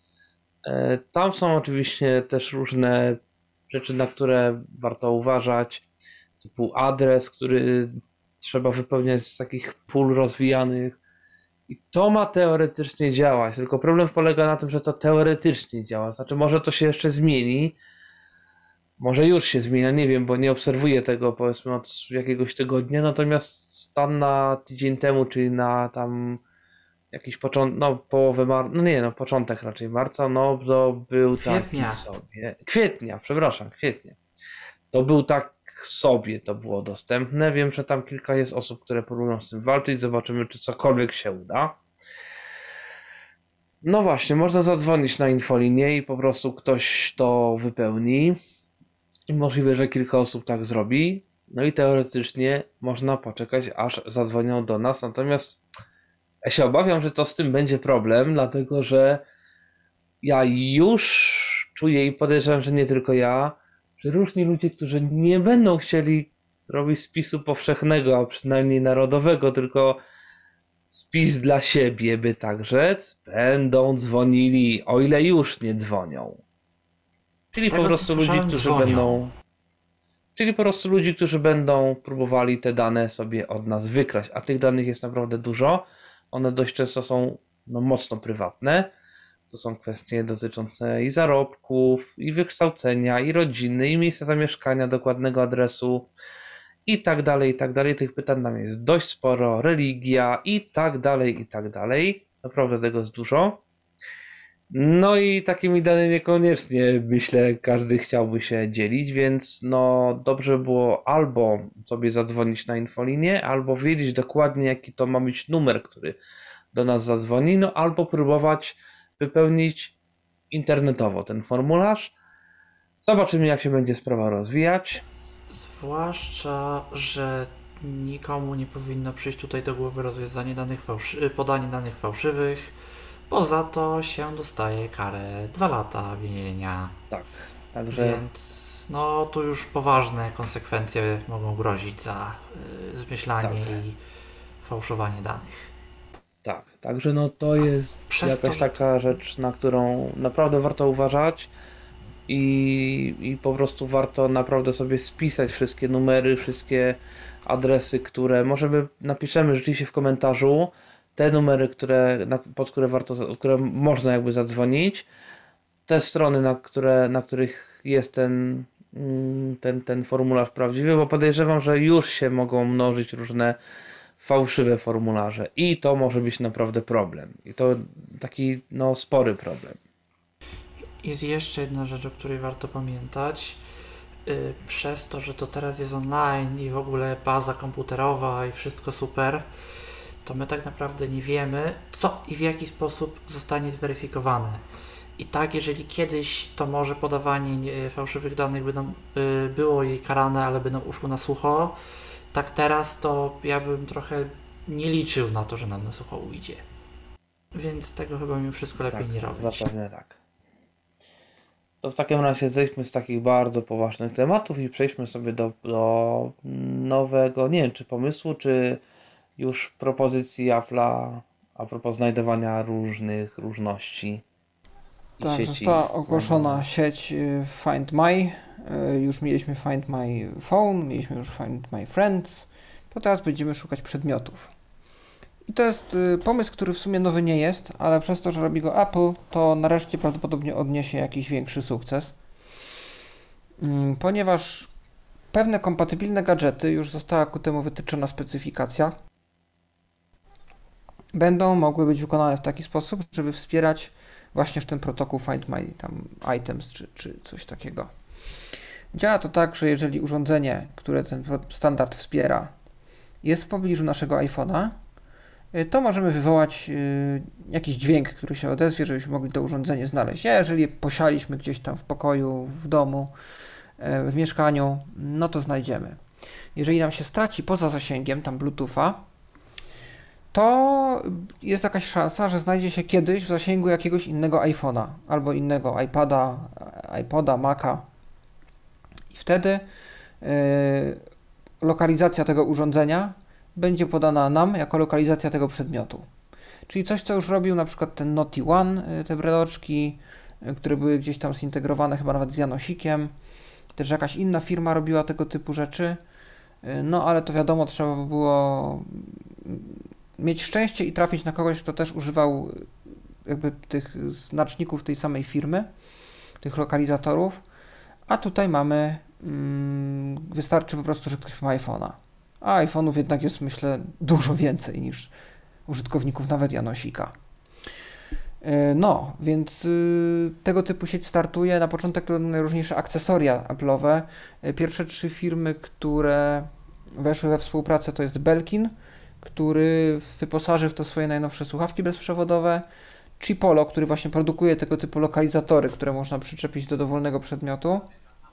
Tam są oczywiście też różne rzeczy, na które warto uważać. typu adres, który trzeba wypełniać z takich pól rozwijanych. I to ma teoretycznie działać, tylko problem polega na tym, że to teoretycznie działa. Znaczy może to się jeszcze zmieni, może już się zmienia, nie wiem, bo nie obserwuję tego powiedzmy od jakiegoś tygodnia, natomiast stan na tydzień temu, czyli na tam jakiś początek, no połowę marca, no nie no, początek raczej marca, no to był Kwietnia. taki sobie, kwietnia, przepraszam, kwietnia. To był tak sobie to było dostępne. Wiem, że tam kilka jest osób, które próbują z tym walczyć. Zobaczymy, czy cokolwiek się uda. No właśnie, można zadzwonić na infolinię i po prostu ktoś to wypełni. I możliwe, że kilka osób tak zrobi. No i teoretycznie można poczekać, aż zadzwonią do nas. Natomiast ja się obawiam, że to z tym będzie problem, dlatego że ja już czuję i podejrzewam, że nie tylko ja, że różni ludzie, którzy nie będą chcieli robić spisu powszechnego, a przynajmniej narodowego, tylko spis dla siebie, by tak rzec, będą dzwonili, o ile już nie dzwonią. Czyli po prostu ludzi, którzy dzwonią. będą... Czyli po prostu ludzi, którzy będą próbowali te dane sobie od nas wykraść. A tych danych jest naprawdę dużo. One dość często są no, mocno prywatne. To są kwestie dotyczące i zarobków, i wykształcenia, i rodziny, i miejsca zamieszkania, dokładnego adresu, i tak dalej, i tak dalej. Tych pytań nam jest dość sporo, religia, i tak dalej, i tak dalej. Naprawdę tego jest dużo. No i takimi danymi niekoniecznie, myślę, każdy chciałby się dzielić, więc no dobrze było albo sobie zadzwonić na infolinię, albo wiedzieć dokładnie, jaki to ma być numer, który do nas zadzwoni, no albo próbować wypełnić internetowo ten formularz. Zobaczymy, jak się będzie sprawa rozwijać. Zwłaszcza, że nikomu nie powinno przyjść tutaj do głowy rozwiązanie danych fałszy- podanie danych fałszywych, bo za to się dostaje karę dwa lata więzienia. Tak, także... Więc no tu już poważne konsekwencje mogą grozić za y, zmyślanie Tak. i fałszowanie danych. Tak, także no to jest Przez jakaś to- taka rzecz, na którą naprawdę warto uważać i, i po prostu warto naprawdę sobie spisać wszystkie numery, wszystkie adresy, które może my napiszemy rzeczywiście w komentarzu, te numery, które, na, pod które warto, za- które można jakby zadzwonić, te strony, na, które, na których jest ten, mm, ten, ten formularz prawdziwy, bo podejrzewam, że już się mogą mnożyć różne fałszywe formularze i to może być naprawdę problem. I to taki no spory problem. Jest jeszcze jedna rzecz, o której warto pamiętać. Yy, Przez to, że to teraz jest online i w ogóle baza komputerowa i wszystko super, to my tak naprawdę nie wiemy, co i w jaki sposób zostanie zweryfikowane. I tak, jeżeli kiedyś to może podawanie nie- fałszywych danych by nam, y, było jej karane, ale by nam uszło na sucho, tak teraz to ja bym trochę nie liczył na to, że nam na sucho ujdzie. Więc tego chyba mi wszystko lepiej Tak, nie robić. zapewne tak. To w takim razie zejdźmy z takich bardzo poważnych tematów i przejdźmy sobie do, do nowego, nie wiem czy pomysłu, czy już propozycji Apple'a a propos znajdowania różnych różności i Tak, sieci. została ogłoszona znajdowania. sieć y, Find My. Y, Już mieliśmy Find My Phone, mieliśmy już Find My Friends. To teraz będziemy szukać przedmiotów. I to jest y, pomysł, który w sumie nowy nie jest, ale przez to, że robi go Apple, to nareszcie prawdopodobnie odniesie jakiś większy sukces. Mm, Ponieważ pewne kompatybilne gadżety, już została ku temu wytyczona specyfikacja, będą mogły być wykonane w taki sposób, żeby wspierać właśnie ten protokół Find My tam items czy, czy coś takiego. Działa to tak, że jeżeli urządzenie, które ten pro- standard wspiera, jest w pobliżu naszego iPhone'a, y, to możemy wywołać y, jakiś dźwięk, który się odezwie, żebyśmy mogli to urządzenie znaleźć. A jeżeli je posialiśmy gdzieś tam w pokoju, w domu, y, w mieszkaniu, no to znajdziemy. Jeżeli nam się straci poza zasięgiem tam Bluetootha, to jest jakaś szansa, że znajdzie się kiedyś w zasięgu jakiegoś innego iPhone'a albo innego iPada, iPoda, Maca. I wtedy yy, lokalizacja tego urządzenia będzie podana nam jako lokalizacja tego przedmiotu. Czyli coś, co już robił na przykład ten Noty One, yy, te breloczki, yy, które były gdzieś tam zintegrowane chyba nawet z Janosikiem. Też jakaś inna firma robiła tego typu rzeczy. No ale to wiadomo, trzeba by było mieć szczęście i trafić na kogoś, kto też używał jakby tych znaczników tej samej firmy, tych lokalizatorów, a tutaj mamy, mm, wystarczy po prostu, że ktoś ma iPhone'a, a iPhone'ów jednak jest, myślę, dużo więcej niż użytkowników nawet Janosika. No, więc y, tego typu sieć startuje. Na początek to najróżniejsze akcesoria Apple'owe. Pierwsze trzy firmy, które weszły we współpracę, to jest Belkin, który wyposaży w to swoje najnowsze słuchawki bezprzewodowe, Chipolo, który właśnie produkuje tego typu lokalizatory, które można przyczepić do dowolnego przedmiotu,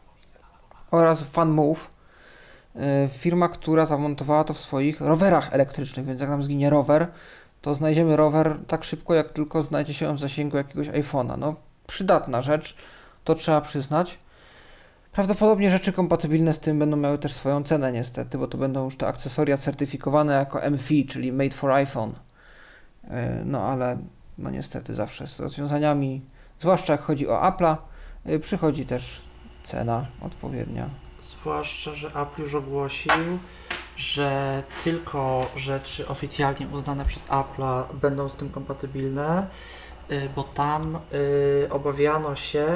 oraz FunMove, y, firma, która zamontowała to w swoich rowerach elektrycznych, więc jak nam zginie rower, to znajdziemy rower tak szybko, jak tylko znajdzie się on w zasięgu jakiegoś iPhone'a. No, przydatna rzecz, to trzeba przyznać. Prawdopodobnie rzeczy kompatybilne z tym będą miały też swoją cenę niestety, bo to będą już te akcesoria certyfikowane jako M F I, czyli Made for iPhone. No ale no niestety zawsze z rozwiązaniami, zwłaszcza jak chodzi o Apple'a, przychodzi też cena odpowiednia. Zwłaszcza, że Apple już ogłosił, że tylko rzeczy oficjalnie uznane przez Apple'a będą z tym kompatybilne, bo tam y, obawiano się,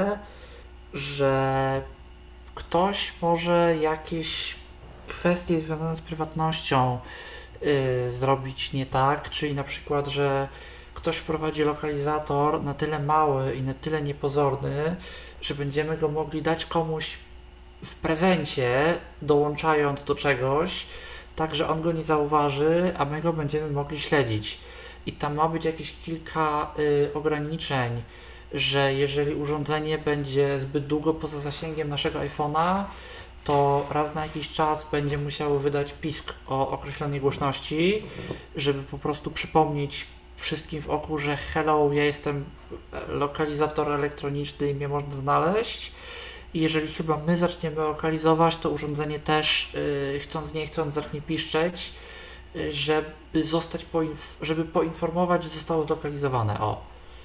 że ktoś może jakieś kwestie związane z prywatnością y, zrobić nie tak, czyli na przykład, że ktoś wprowadzi lokalizator na tyle mały i na tyle niepozorny, że będziemy go mogli dać komuś w prezencie, dołączając do czegoś, tak, że on go nie zauważy, a my go będziemy mogli śledzić. I tam ma być jakieś kilka y, ograniczeń, że jeżeli urządzenie będzie zbyt długo poza zasięgiem naszego iPhone'a, to raz na jakiś czas będzie musiało wydać pisk o określonej głośności, żeby po prostu przypomnieć wszystkim w oku, że hello, ja jestem lokalizator elektroniczny i mnie można znaleźć. I jeżeli chyba my zaczniemy lokalizować, to urządzenie też yy, chcąc nie chcąc zacznie piszczeć, yy, żeby zostać poinf- żeby poinformować, że zostało zlokalizowane. O.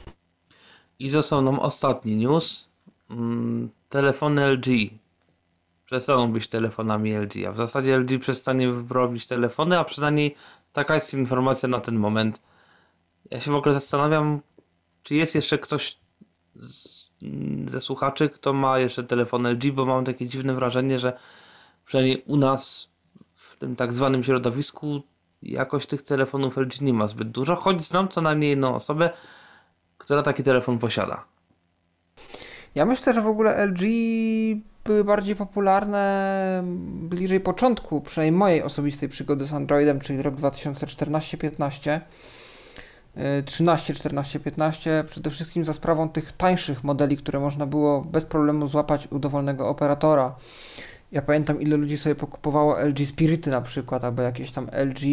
I został nam ostatni news. Mm, telefony L G przestaną być telefonami L G, a w zasadzie L G przestanie robić telefony, a przynajmniej taka jest informacja na ten moment. Ja się w ogóle zastanawiam, czy jest jeszcze ktoś z ze słuchaczy, kto ma jeszcze telefon L G, bo mam takie dziwne wrażenie, że przynajmniej u nas w tym tak zwanym środowisku jakoś tych telefonów L G nie ma zbyt dużo, choć znam co najmniej jedną osobę, która taki telefon posiada. Ja myślę, że w ogóle L G były bardziej popularne bliżej początku, przynajmniej mojej osobistej przygody z Androidem, czyli rok dwa tysiące czternaście piętnaście. trzynaście, czternaście, piętnaście, przede wszystkim za sprawą tych tańszych modeli, które można było bez problemu złapać u dowolnego operatora. Ja pamiętam, ile ludzi sobie pokupowało L G Spirity na przykład, albo jakieś tam L G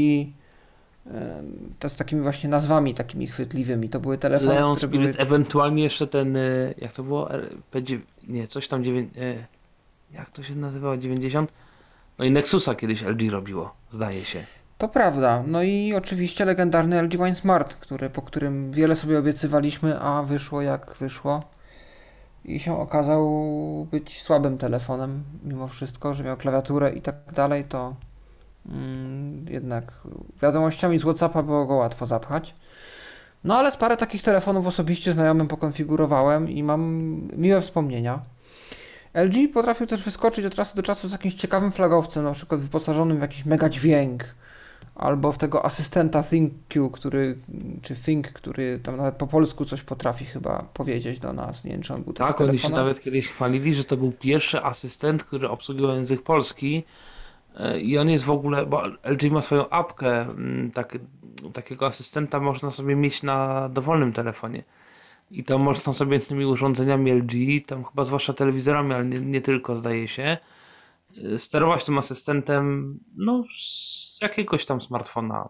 to z takimi właśnie nazwami takimi chwytliwymi. To były telefony, Leon które Spirit, były... ewentualnie jeszcze ten, jak to było? P dziewięć, nie, coś tam dziewięć, jak to się nazywało? dziewięćdziesiąt? No i Nexusa kiedyś L G robiło, zdaje się. To prawda. No i oczywiście legendarny L G Wine Smart, który, po którym wiele sobie obiecywaliśmy, a wyszło jak wyszło. I się okazał być słabym telefonem, mimo wszystko, że miał klawiaturę i tak dalej, to mm, jednak wiadomościami z WhatsAppa było go łatwo zapchać. No ale z parę takich telefonów osobiście znajomym pokonfigurowałem i mam miłe wspomnienia. L G potrafił też wyskoczyć od czasu do czasu z jakimś ciekawym flagowcem, na przykład wyposażonym w jakiś mega dźwięk, albo w tego asystenta ThinkQ, który, czy Think, który tam nawet po polsku coś potrafi chyba powiedzieć do nas. Nie wiem, czy on był tak, oni się nawet kiedyś chwalili, że to był pierwszy asystent, który obsługiwał język polski i on jest w ogóle, bo L G ma swoją apkę, tak, takiego asystenta można sobie mieć na dowolnym telefonie. I tam można sobie tymi urządzeniami L G, tam chyba zwłaszcza telewizorami, ale nie, nie tylko, zdaje się, sterować tym asystentem no z jakiegoś tam smartfona.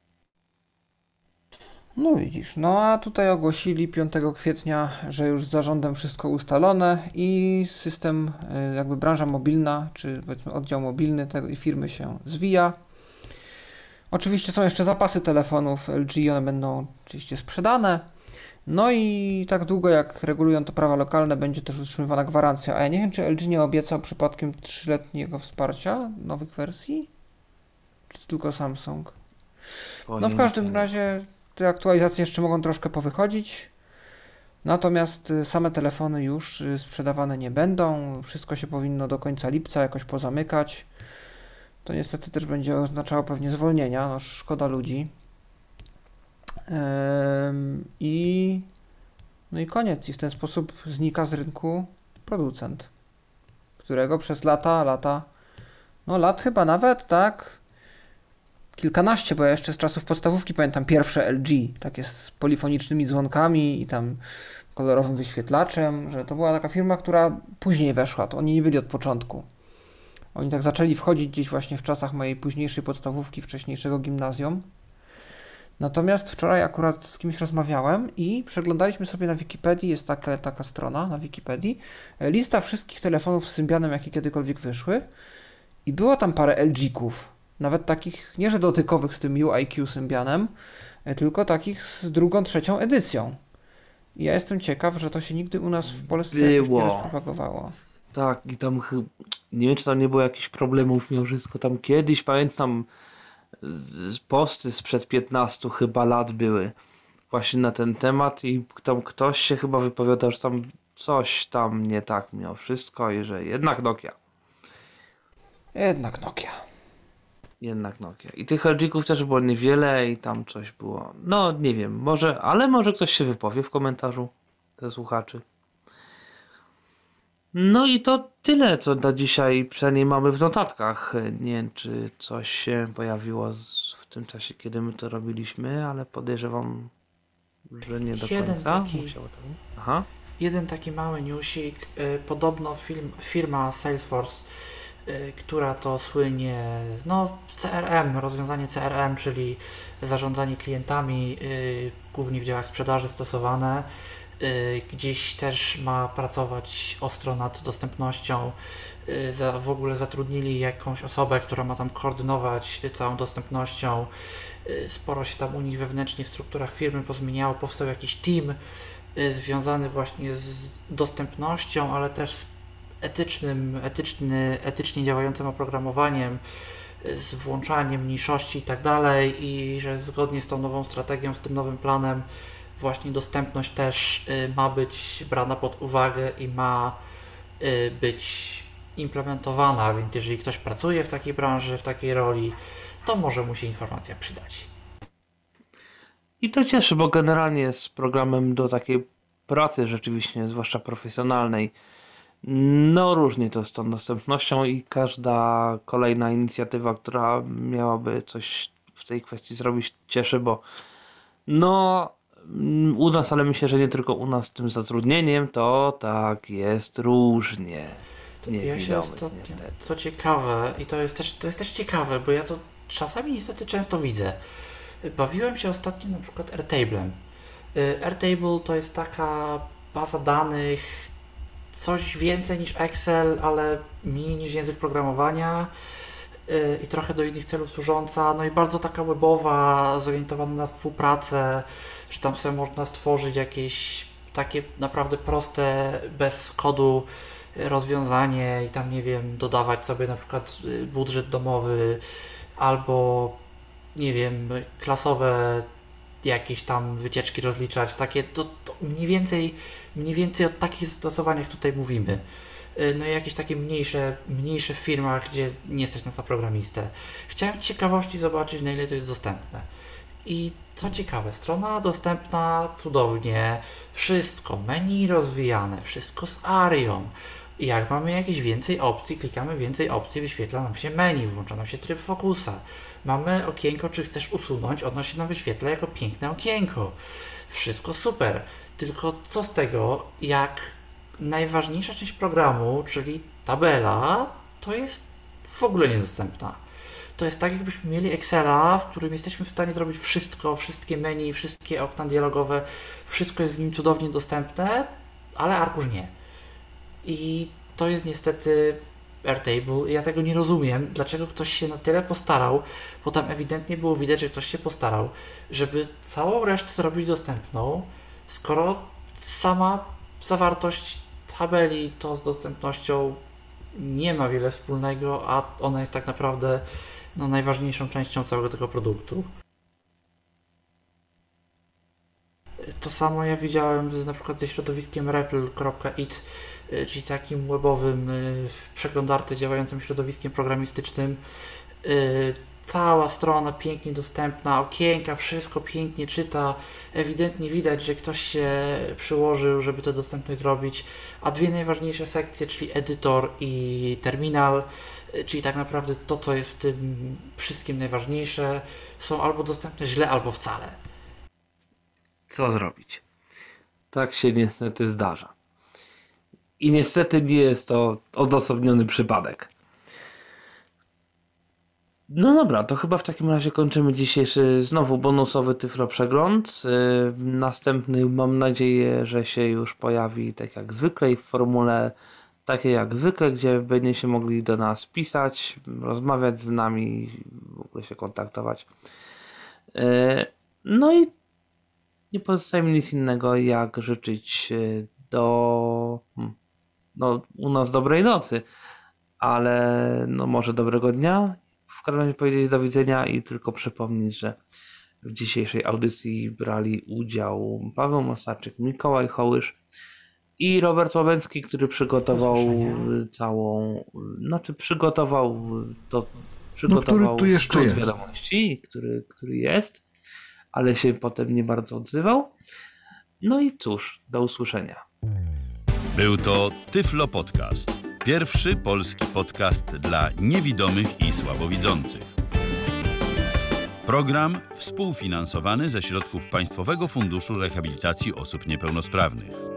No widzisz, no a tutaj ogłosili piątego kwietnia, że już z zarządem wszystko ustalone i system, jakby branża mobilna, czy powiedzmy oddział mobilny tej firmy się zwija. Oczywiście są jeszcze zapasy telefonów L G, one będą oczywiście sprzedane. No i tak długo jak regulują to prawa lokalne, będzie też utrzymywana gwarancja. A ja nie wiem, czy L G nie obiecał przypadkiem trzyletniego wsparcia nowych wersji? Czy to tylko Samsung? No w Pojęcia każdym nie. razie te aktualizacje jeszcze mogą troszkę powychodzić. Natomiast y, same telefony już y, sprzedawane nie będą. Wszystko się powinno do końca lipca jakoś pozamykać. To niestety też będzie oznaczało pewnie zwolnienia. No szkoda ludzi. Ym, I no i koniec. I w ten sposób znika z rynku producent, którego przez lata, lata, no lat chyba nawet, tak, kilkanaście, bo ja jeszcze z czasów podstawówki pamiętam pierwsze L G, takie z polifonicznymi dzwonkami i tam kolorowym wyświetlaczem, że to była taka firma, która później weszła, to oni nie byli od początku. Oni tak zaczęli wchodzić gdzieś właśnie w czasach mojej późniejszej podstawówki, wcześniejszego gimnazjum. Natomiast wczoraj akurat z kimś rozmawiałem i przeglądaliśmy sobie na Wikipedii, jest taka, taka strona na Wikipedii, lista wszystkich telefonów z Symbianem, jakie kiedykolwiek wyszły i było tam parę L G-ków, nawet takich nie że dotykowych z tym U I Q Symbianem, tylko takich z drugą, trzecią edycją. I ja jestem ciekaw, że to się nigdy u nas w Polsce jakoś Było. nie rozpropagowało. Tak, i tam chyba, nie wiem czy tam nie było jakichś problemów mimo wszystko, tam kiedyś pamiętam z- posty sprzed piętnastu chyba lat były właśnie na ten temat i tam ktoś się chyba wypowiadał, że tam coś tam nie tak mimo wszystko i że jednak Nokia, Jednak Nokia. jednak Nokia. I tych L G-ków też było niewiele i tam coś było, no nie wiem, może, ale może ktoś się wypowie w komentarzu ze słuchaczy. No i to tyle, co na dzisiaj przynajmniej mamy w notatkach. Nie wiem, czy coś się pojawiło z, w tym czasie, kiedy my to robiliśmy, ale podejrzewam, że nie do Jeden końca. taki- Musiało to być. Aha. Jeden taki mały newsik, y, podobno film, firma Salesforce, y, która to słynie, z- no C R M, rozwiązanie C R M, czyli zarządzanie klientami, y, głównie w działach sprzedaży stosowane, y, gdzieś też ma pracować ostro nad dostępnością, y, za, w ogóle zatrudnili jakąś osobę, która ma tam koordynować y, całą dostępnością, y, sporo się tam u nich wewnętrznie w strukturach firmy pozmieniało, powstał jakiś team, y, związany właśnie z dostępnością, ale też z etycznym, etyczny, etycznie działającym oprogramowaniem, y, z włączaniem mniejszości i tak dalej i że zgodnie z tą nową strategią, z tym nowym planem właśnie dostępność też y, ma być brana pod uwagę i ma y, być implementowana, więc jeżeli ktoś pracuje w takiej branży, w takiej roli, to może mu się informacja przydać. I to cieszy, bo generalnie z programem do takiej pracy rzeczywiście, zwłaszcza profesjonalnej, no różnie to z tą dostępnością i każda kolejna inicjatywa, która miałaby coś w tej kwestii zrobić, cieszy, bo no mm, u nas, ale myślę, że nie tylko u nas z tym zatrudnieniem, to tak jest różnie. Nie Ja się wiadomo, ostatnio, niestety. co ciekawe, i to jest, też, to jest też ciekawe, bo ja to czasami niestety często widzę. Bawiłem się ostatnio na przykład Airtablem. Y, Airtable to jest taka baza danych, coś więcej niż Excel, ale mniej niż język programowania y, i trochę do innych celów służąca, no i bardzo taka webowa, zorientowana na współpracę, że tam sobie można stworzyć jakieś takie naprawdę proste, bez kodu y, rozwiązanie i tam, nie wiem, dodawać sobie na przykład y, budżet domowy albo, nie wiem, klasowe jakieś tam wycieczki rozliczać, takie, to, to mniej więcej mniej więcej o takich zastosowaniach tutaj mówimy. Y, No i jakieś takie mniejsze, mniejsze w firmach, gdzie nie stać nas na programistę. Chciałem z ciekawości zobaczyć, na ile to jest dostępne. I co ciekawe, strona dostępna cudownie, wszystko, menu rozwijane, wszystko z Arią. I jak mamy jakieś więcej opcji, klikamy więcej opcji, wyświetla nam się menu, włącza nam się tryb fokusa. Mamy okienko, czy chcesz usunąć, ono się nam wyświetla jako piękne okienko. Wszystko super. Tylko co z tego, jak najważniejsza część programu, czyli tabela, to jest w ogóle niedostępna. To jest tak, jakbyśmy mieli Excela, w którym jesteśmy w stanie zrobić wszystko, wszystkie menu, wszystkie okna dialogowe, wszystko jest w nim cudownie dostępne, ale arkusz nie. I to jest niestety Airtable. Ja tego nie rozumiem, dlaczego ktoś się na tyle postarał, bo tam ewidentnie było widać, że ktoś się postarał, żeby całą resztę zrobić dostępną, skoro sama zawartość tabeli to z dostępnością nie ma wiele wspólnego, a ona jest tak naprawdę no, najważniejszą częścią całego tego produktu. To samo ja widziałem z, na przykład ze środowiskiem repl kropka it, czyli takim webowym w przeglądarce działającym środowiskiem programistycznym. Cała strona pięknie dostępna, okienka, wszystko pięknie czyta, ewidentnie widać, że ktoś się przyłożył, żeby to dostępność zrobić, a dwie najważniejsze sekcje, czyli edytor i terminal, czyli tak naprawdę to, co jest w tym wszystkim najważniejsze, są albo dostępne źle, albo wcale. Co zrobić? Tak się niestety zdarza. I niestety nie jest to odosobniony przypadek. No dobra, to chyba w takim razie kończymy dzisiejszy znowu bonusowy Tyflo Przegląd. Yy, następny mam nadzieję, że się już pojawi tak jak zwykle i w formule takiej jak zwykle, gdzie będziecie mogli do nas pisać, rozmawiać z nami, w ogóle się kontaktować. Yy, no i nie pozostaje mi nic innego jak życzyć do no, u nas dobrej nocy, ale no może dobrego dnia. W każdym razie powiedzieć do widzenia i tylko przypomnieć, że w dzisiejszej audycji brali udział Paweł Mostarczyk, Mikołaj Hołysz i Robert Łabęcki, który przygotował całą, znaczy przygotował to, przygotował no, który tu jeszcze jest wiadomości, który, który jest, ale się potem nie bardzo odzywał. No i cóż, do usłyszenia. Był to Tyflo Podcast. Pierwszy polski podcast dla niewidomych i słabowidzących. Program współfinansowany ze środków Państwowego Funduszu Rehabilitacji Osób Niepełnosprawnych.